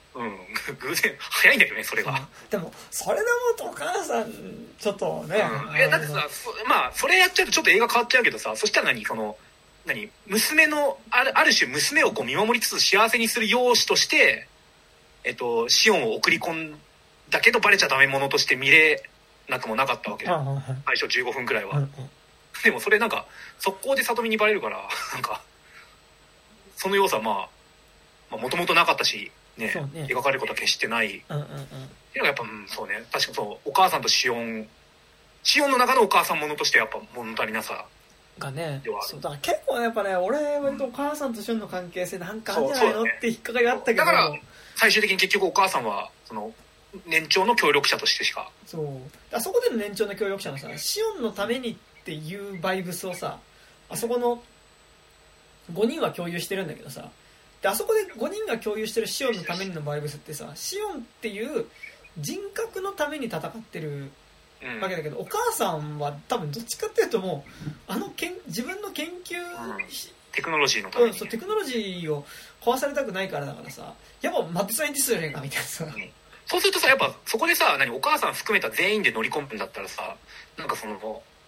偶然早いんだけどねそれが。 でもそれでもお母さんちょっとね、 だってさまあそれやっちゃうとちょっと映画変わっちゃうけどさ、そしたら娘のある種娘をこう見守りつつ幸せにする養子としてシオンを送り込んだけどバレちゃダメ者として見れなくもなかったわけで、最初15分くらいは、でもそれなんか速攻で里見にバレるからなんかその要素はまあもともとなかったしね、描かれることは決してない、っていうのがやっぱ、そうね、確かそうお母さんとシオンの中のお母さんものとしてやっぱ物足りなさがね、そうだから結構ねやっぱね俺割とお母さんとシオンの関係性なんかあるんじゃないのって引っかかりがあったけど、 だから最終的に結局お母さんはその年長の協力者としてしか、 そうあそこでの年長の協力者のさシオンのためにっていうバイブスをさあそこの5人は共有してるんだけどさ、であそこで5人が共有してるシオンのためにのバイブスってさシオンっていう人格のために戦ってるわけだけど、お母さんは多分どっちかっていうともう自分の研究、 テクノロジーのために、 そうテクノロジーを壊されたくないからだからさやっぱマッドサイエンティストじゃねえかみたいなさ、 そうするとさやっぱそこでさお母さん含めた全員で乗り込むんだったらさなんかその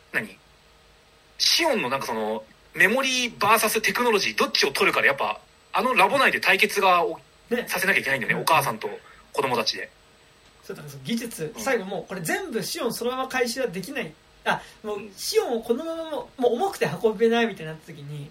シオンのなんかそのメモリー VS テクノロジーどっちを取るかでやっぱラボ内で対決がさせなきゃいけないんだよね、お母さんと子供たちで。 そうだから技術最後もうこれ全部シオンそのまま回収はできない、もうシオンをこのままもう重くて運べないみたいになった時に、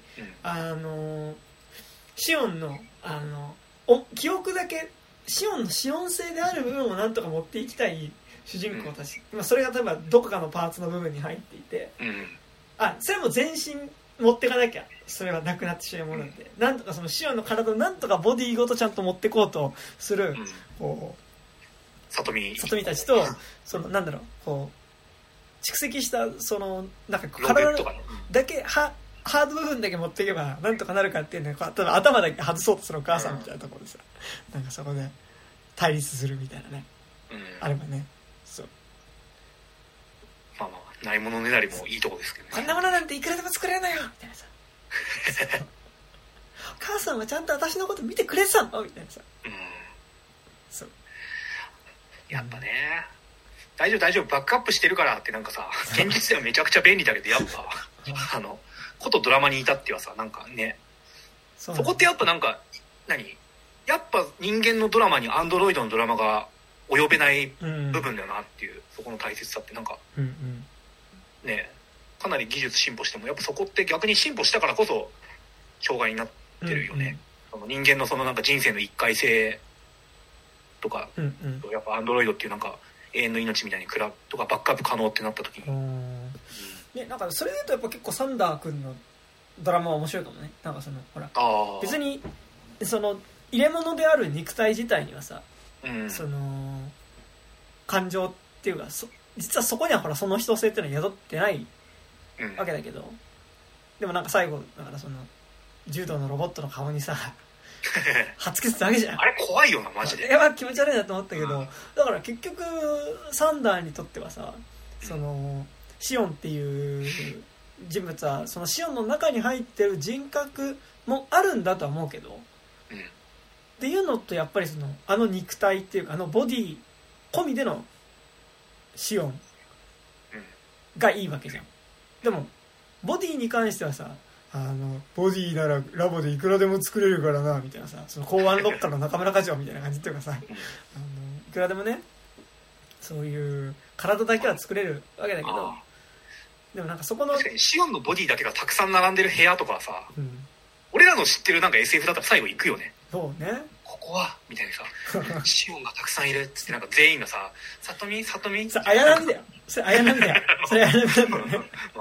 シオンの記憶だけシオンのシオン性である部分をなんとか持っていきたい主人公たち、それが例えばどこかのパーツの部分に入っていて、それも全身持ってかなきゃそれはなくなってしまうものなんで、なんとかそのシオンの体をなんとかボディごとちゃんと持ってこうとする、こう里見たちとそのなんだろうこう蓄積したそのなんか体だけハード部分だけ持っていけばなんとかなるかっていうのは頭だけ外そうとするお母さんみたいなところでさ、なんかそこで対立するみたいなね、あればね、そうまあないものねだりもいいとこですけどね。 こんなものなんていくらでも作れるのよみたいなさお母さんはちゃんと私のこと見てくれてたのみたいなさ、そうやっぱね、大丈夫バックアップしてるからってなんかさ現実ではめちゃくちゃ便利だけどやっぱことドラマにいたってはさなんかね、そこってやっぱなんかやっぱ人間のドラマにアンドロイドのドラマが及べない部分だよなっていう、そこの大切さってなんか、ねかなり技術進歩してもやっぱそこって逆に進歩したからこそ障害になってるよね、その人間のそのなんか人生の一回性とか、やっぱアンドロイドっていうなんか永遠の命みたいにとかバックアップ可能ってなった時に、 なんかそれで言うとやっぱ結構サンダー君のドラマは面白いかもね。なんかそのほら別にその入れ物である肉体自体にはさ、その感情っていうか実はそこにはほらその人性っていうのは宿ってないわけだけど、でもなんか最後だからその柔道のロボットの顔にさはつけてたわけじゃん。 あれ怖いよなマジで。 気持ち悪いなと思ったけど、だから結局サンダーにとってはさ、そのシオンっていう人物はそのシオンの中に入ってる人格もあるんだとは思うけど、っていうのとやっぱりその肉体っていうかボディ込みでのシオンがいいわけじゃん。でもボディに関してはさボディならラボでいくらでも作れるからなみたいなさ、その公安ロッカーの中村課長みたいな感じっていうかさいくらでもねそういう体だけは作れるわけだけど、でもなんかそこの確かにシオンのボディだけがたくさん並んでる部屋とかはさ、俺らの知ってるなんか SF だったら最後行くよね。 そうね、 ここはみたいなさシオンがたくさんいるっつってなんか全員がさ里見綾波だよ、それ綾波だよ、それ綾波なんだよね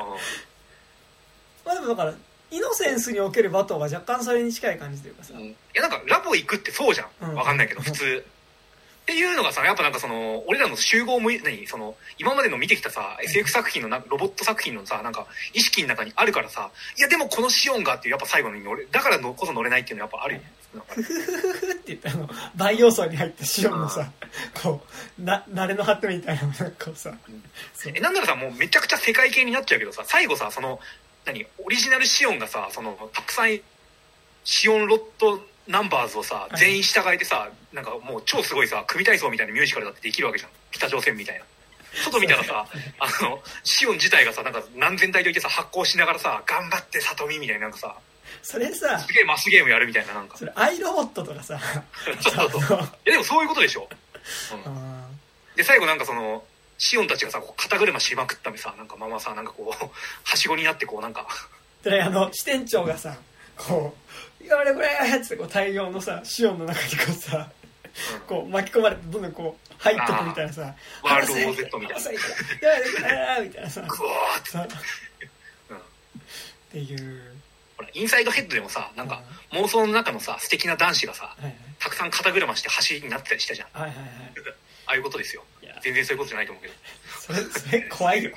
まあでもだからイノセンスにおけるバトーは若干それに近い感じというかさ、 いやなんかラボ行くってそうじゃん、わかんないけど普通っていうのがさやっぱなんかその俺らの集合もその今までの見てきたさ SF 作品のロボット作品のさなんか意識の中にあるからさ、いやでもこのシオンがっていうやっぱ最後にだからこそ乗れないっていうのはやっぱあるよね。 フフフフって言った培養層に入ったシオンのさこう慣れの果てみたいなのがこうさ、 なんならさもうめちゃくちゃ世界系になっちゃうけどさ最後さそのオリジナルシオンがさそのたくさんシオンロットナンバーズをさ全員従えてさ、なんかもう超すごいさ組体操みたいなミュージカルだってできるわけじゃん、北朝鮮みたいな。外見たらさシオン自体がさなんか何千体といてさ発光しながらさ頑張って里見みたいな、なんかさそれさすげえマスゲームやるみたいな、なんかそれアイロボットとかさそうそういやでもそういうことでしょ、で最後なんかそのシオンたちがさこう肩車しまくっためさ、なんかままさなんかこうはしごになってこうなんかで支店長がさこう「やれこれ!」ってこう大量のさシオンの中にこうさ、こう巻き込まれてどんどんこう入ってくみたいなさ、 ワールドウォー Z みたいな 「やれこれ!」みたいなさグワーって、 っていうほらインサイドヘッドでもさなんか妄想の中のさ素敵な男子がさ、たくさん肩車して橋になってたりしたじゃん、ああいうことですよ。全然そういうことじゃないと思うけどそれ怖いよ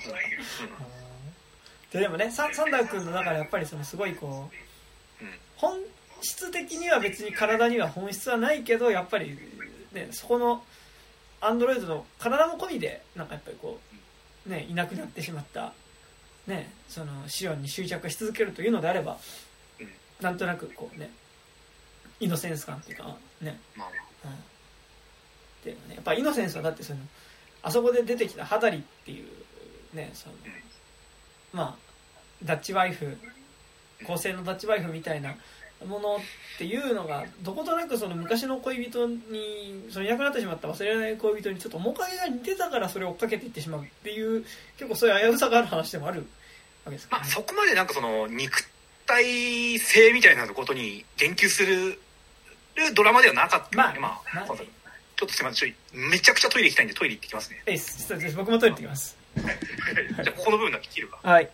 でもねサンダー君の中でやっぱりそのすごいこう、本質的には別に体には本質はないけどやっぱりねそこのアンドロイドの体も込みでなんかやっぱりこうねいなくなってしまったねそのシオンに執着し続けるというのであれば、なんとなくこうねイノセンス感っていうかね、でねやっぱイノセンスはだってそのあそこで出てきたハダリっていうねそのまあダッチワイフ公正のダッチワイフみたいなものっていうのがどことなくその昔の恋人にそのいなくなってしまった忘れられない恋人にちょっと面影が似てたからそれを追っかけていってしまうっていう結構そういう危うさがある話でもあるわけですか、ね、 そこまでなんかその肉体性みたいなことに言及するドラマではなかった、ちょっとすみませんめちゃくちゃトイレ行きたいんでトイレ行ってきますね。 僕もトイレ行ってきます。 じゃあここの部分だけ切るか。 はい。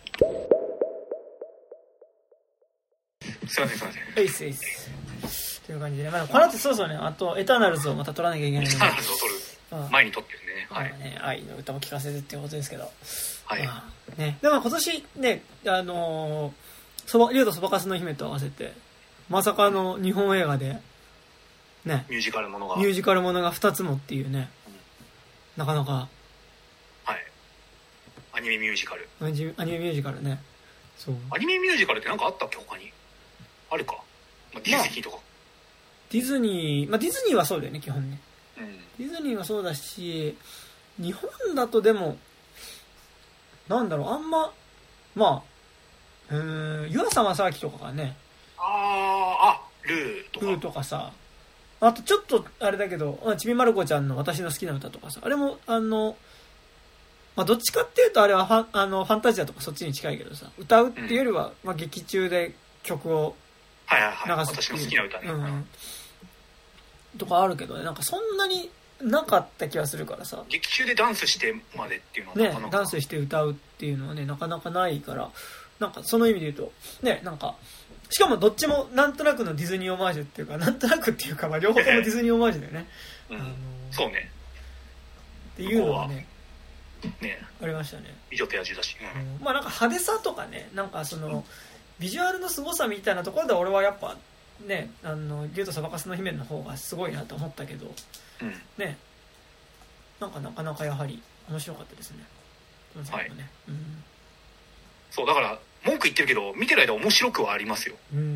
すいません。 という感じでね、この後そうそうね、あとエターナルズをまた撮らなきゃいけないので。 エターナルズを撮る前に撮ってるんでね。 はい。愛の歌も聴かせてっていうことですけど。 はい。 ね、でも今年ね、竜とそばかすの姫と合わせてまさかの日本映画で。ね、 ミュージカルものが 2つもっていうね、なかなかアニメミュージカルね。そうアニメミュージカルって何かあったっけ他にあるか、ディズニーとか、 ディズニーはそうだよね基本ね、ディズニーはそうだし日本だとでもなんだろうあんま湯浅政明とかがねルーとかさあとちょっとあれだけどちびまる子ちゃんの私の好きな歌とかさあれもどっちかっていうとあれはファンタジアとかそっちに近いけどさ歌うっていうよりは、劇中で曲を流すっていう、 私の好きな歌ね、 とかあるけどねなんかそんなになかった気がするからさ劇中でダンスしてまでっていうのはなかなかダンスして歌うっていうのはねなかなかないからなんかその意味で言うとねなんかしかもどっちもなんとなくのディズニーオマージュっていうかなんとなくっていうか、両方ともディズニーオマージュだよね、 そうねっていうのはねありましたね。 美女と野獣だし、 なんか派手さとかねなんかそのビジュアルの凄さみたいなところで俺はやっぱね竜とそばかすの姫の方がすごいなと思ったけど、ねなんかなかなかやはり面白かったですね。 そうだから文句言ってるけど見てる間面白くはありますよ。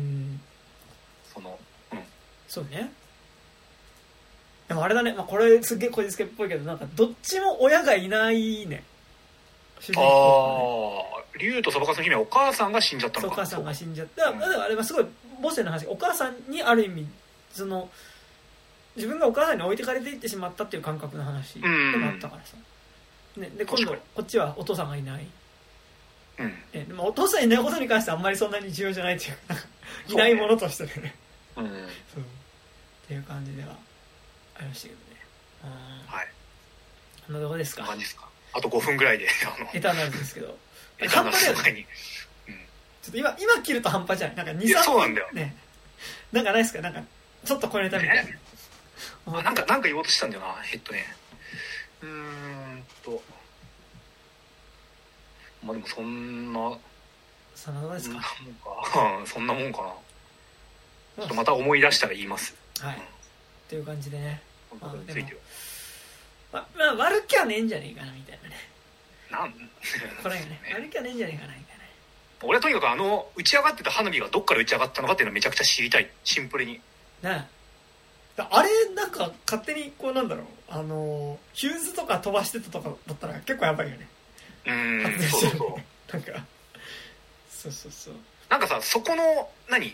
そうね。でもあれだね、これすっげえこじつけっぽいけどなんかどっちも親がいないね。 竜とそばかすの姫はお母さんが死んじゃったのか。 お母さんが死んじゃった。だからあれはすごい母性の話。お母さんにある意味その自分がお母さんに置いてかれていってしまったっていう感覚の話でもあったからさ。で今度こっちはお父さんがいない。でもお父さんいないことに関してはあんまりそんなに重要じゃないっていうかいないものとしてね。そうっていう感じではありましたけどね。どこですか。 あと5分ぐらいでエターナルズですけど。 半端だよね。ちょっと今切ると半端じゃない。なんか2、3 そうなんだよね。なんかないですか。なんかちょっとこれたみたいな。 なんか言おうとしたんだよな。でもそんなですか。 そんなもんかな。ちょっとまた思い出したら言います。 っていう感じでね。 ついて悪気はねえんじゃねえかなみたいなね。これがね悪気はねえんじゃねえかなみたいな。 俺はとにかく打ち上がってた花火がどっから打ち上がったのかっていうのはめちゃくちゃ知りたい。シンプルに。 ね。あれなんか勝手にこうなんだろう、ヒューズとか飛ばしてたとかだったら結構やばいよね。 そうそうなんかそうなんかさ、そこの上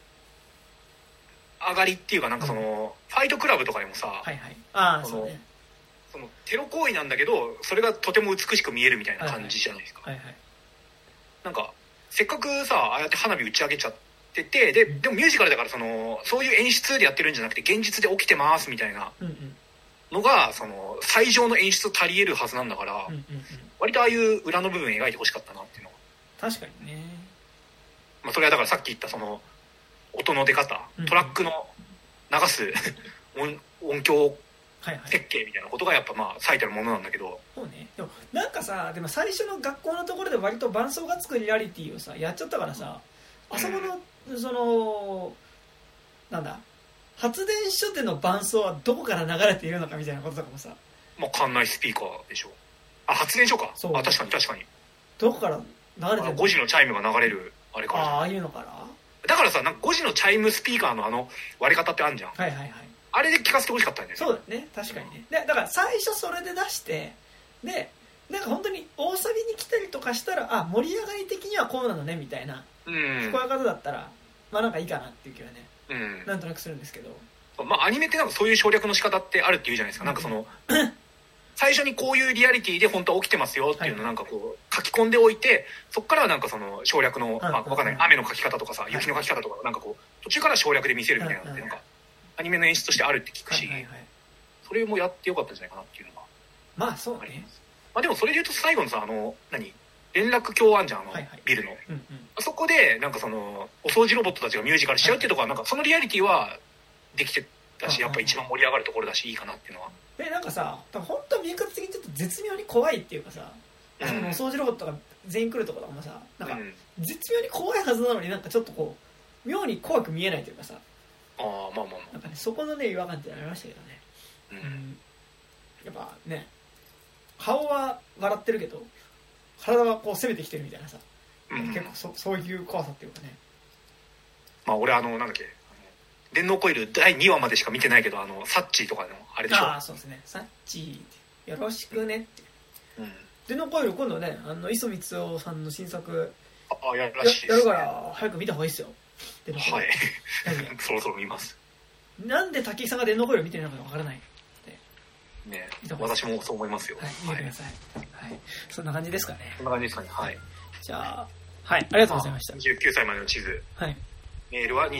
がりっていうか、なんかその、ファイトクラブとかでもさ、 はいはい、ああそうね、 そのテロ行為なんだけどそれがとても美しく見えるみたいな感じじゃないですか。 はいはい、 なんかせっかくさああやって花火打ち上げちゃってて、でもミュージカルだからそういう演出でやってるんじゃなくて現実で起きてますみたいなのがその最上の演出と足り得るはずなんだから、割とああいう裏の部分描いてほしかったなっていうのが。 確かにね。 まあ、それはだからさっき言ったその音の出方、トラックの流す音響設計みたいなことがやっぱまあ最たるものなんだけど。 そうね。でもなんかさ、でも最初の学校のところで割と伴奏がつくリアリティをさやっちゃったからさ、あそこのそのなんだ発電所での伴奏はどこから流れているのかみたいなこととかもさ、 まあ館内スピーカーでしょ。あ、発電所か。あ、確かにどこから流れてるの。 5時のチャイムが流れるあれから。 ああいうのから。 だからさ、なんか5時のチャイムスピーカーの割り方ってあるじゃん。 はいはいはい。 あれで聞かせてほしかったんだよね。 そうだね、確かにね。でだから最初それで出してでなんか本当に大サビに来たりとかしたら、あ、盛り上がり的にはこうなのねみたいな聞こえ方だったら、まあなんかいいかなっていう気はね、なんとなくするんですけど、 まあアニメってなんかそういう省略の仕方ってあるっていうじゃないですか。なんかその最初にこういうリアリティで本当は起きてますよっていうのをなんかこう書き込んでおいて、そこからはなんかその省略の、まあわかんない、雨の書き方とかさ、雪の書き方とかなんかこう途中から省略で見せるみたいなのってなんかアニメの演出としてあるって聞くし、それもやってよかったんじゃないかなっていうのが。 まあそうね。 まあでもそれで言うと最後のさ、連絡橋あんじゃん、ビルの、あそこでなんかそのお掃除ロボットたちがミュージカルしちゃうっていうところはなんかそのリアリティはできてたし、やっぱ一番盛り上がるところだしいいかなっていうのは。 なんかさ、本当は見え方的にちょっと絶妙に怖いっていうかさ、そのお掃除ロボットが全員来るところとかもさ、なんか絶妙に怖いはずなのになんかちょっとこう妙に怖く見えないというかさ、なんかね、そこのね違和感ってありましたけどね。やっぱね、顔は笑ってるけど体はこう攻めてきてるみたいなさ、結構そういう怖さっていうかね。 まあ俺なんだっけ、電脳コイル第2話までしか見てないけど、サッチーとかのあれでしょ。 ああそうですね、サッチーよろしくねって、電脳コイル今度ね、磯光雄さんの新作やるらしいです、ね、 やるから早く見た方がいいですよ。 はい。そろそろ見ます。 なんで武井さんが電脳コイル見てるのかわからない。 ね、私もそう思いますよ。 はい、見てください。はい、そんな感じですかね。 そんな感じですかね。はい。 じゃあ、はい、ありがとうございました。 29歳までの地図。 はい。 メールは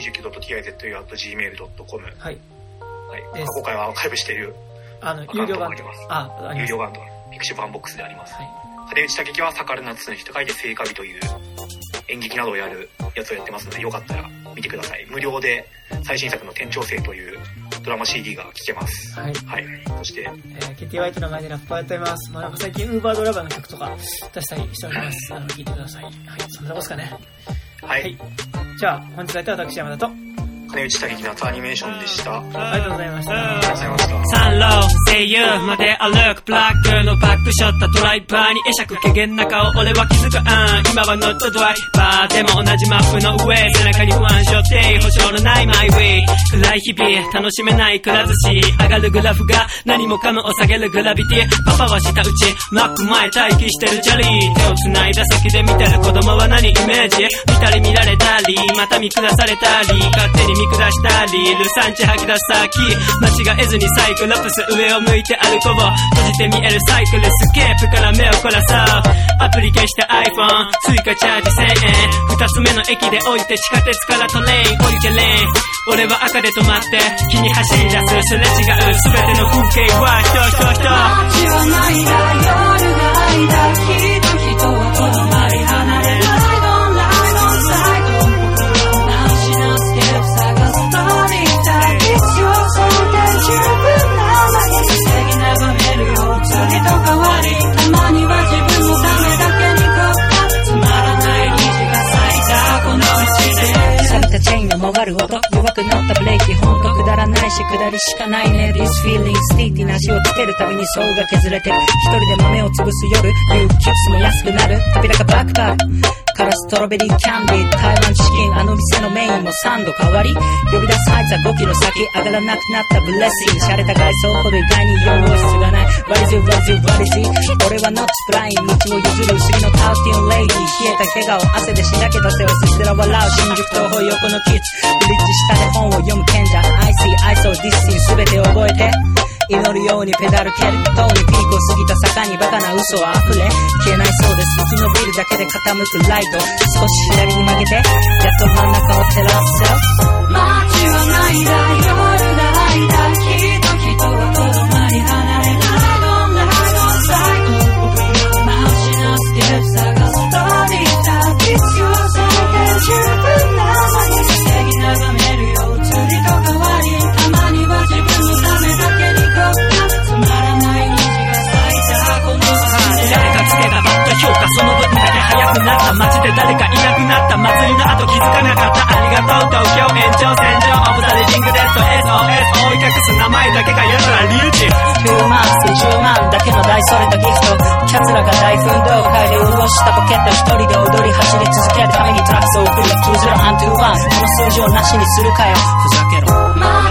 29.tizu@gmail.com。 はい。 はい。今回はアーカイブしている。 有料版。 有料版とピクシブファンボックスであります。はい。金内武樹は盛る夏の日と書いて聖火日という演劇などをやるやつをやってますので、よかったら見てください。無料で最新作の天長生というドラマ CD が聴けます。はい。はい。そして、 KTY の前でラップをやっております。まあ、なんか最近ウーバードラバーの曲とか出したりしております。聴いてください。はい。そんなことですかね。 はい。 じゃあ、本日は私山田と、 金内武樹夏アニメーションでした。 ありがとうございました。 ありがとうございました。 三郎声優まで歩くブラックのバックショットドライバーに会釈軽減中を俺は気づく。今はノットドライバーでも同じマップの上、背中に不安症って保証のないマイウェイ。暗い日々楽しめないくら寿司、上がるグラフが何もかもを下げるグラビティ。パパは下打ちマップ前待機してるチャリー、手を繋いだ先で見てる子供は何イメージ、見たり見られたりまた見下されたり勝手に見下したり、ルサンチ吐き出す先間違えずにサイクロプス上を向いて歩こう、閉じて見えるサイクルスケープから目を凝らそうアプリ消して iPhone 追加チャージ1000円、2つ目の駅で降りて地下鉄からトレイン降りてレーン、俺は赤で止まって木に走り出す、すれ違う全ての風景は人街はない夜が間人はとどまり離れるチェーンが回る音、弱くなったブレーキ、ほんとくだらないし下りしかないね。 This feeling スティーティーな足をつけるたびに層が削れてる、一人で豆を潰す夜、ユーキップスも安くなる、扉がバックパックからストロベリーキャンディー、台湾チキン、あの店のメインも3度変わり、呼び出すハイツは5キロ先、上がらなくなったブレッシング、洒落た外装ほど意外に用語室がない。What is it, what is it, what is it? 俺はノッチフライン、道を譲る不思議のタウティンレイディー、冷えた怪我を汗でしなけた背をすすら笑う新宿東宝横のキッズ、ブリッジ下で本を読む賢者、I see, I saw, this scene すべて覚えて祈るようにペダル蹴るとにピークを過ぎた坂にバカな嘘は溢れ消えないそうです。生き延びるだけで傾くライト、少し左に曲げてやっと真ん中を照らせ。街は涙、夜が空いた、人はとどまり離れた。どんな最後僕の真後のスケープ探すと見た必要されて十分なまに素敵眺めるよ移りと変わり、たまには自分のためだけにつまらない虹が咲いたこの誰かつけたバッド評価、その分だけ速くなった。街で誰かいなくなった。祭りの後気づかなかった。ありがとう東京延長線上オブザリビングデッド SOS 追い隠す名前だけがやたらリューチ9万10万だけの大それたギフト、キャツラが大奮闘会で潤したポケット、一人で踊り走り続けるためにトラックスを送る20&1、この数字をなしにするかよふざけろ。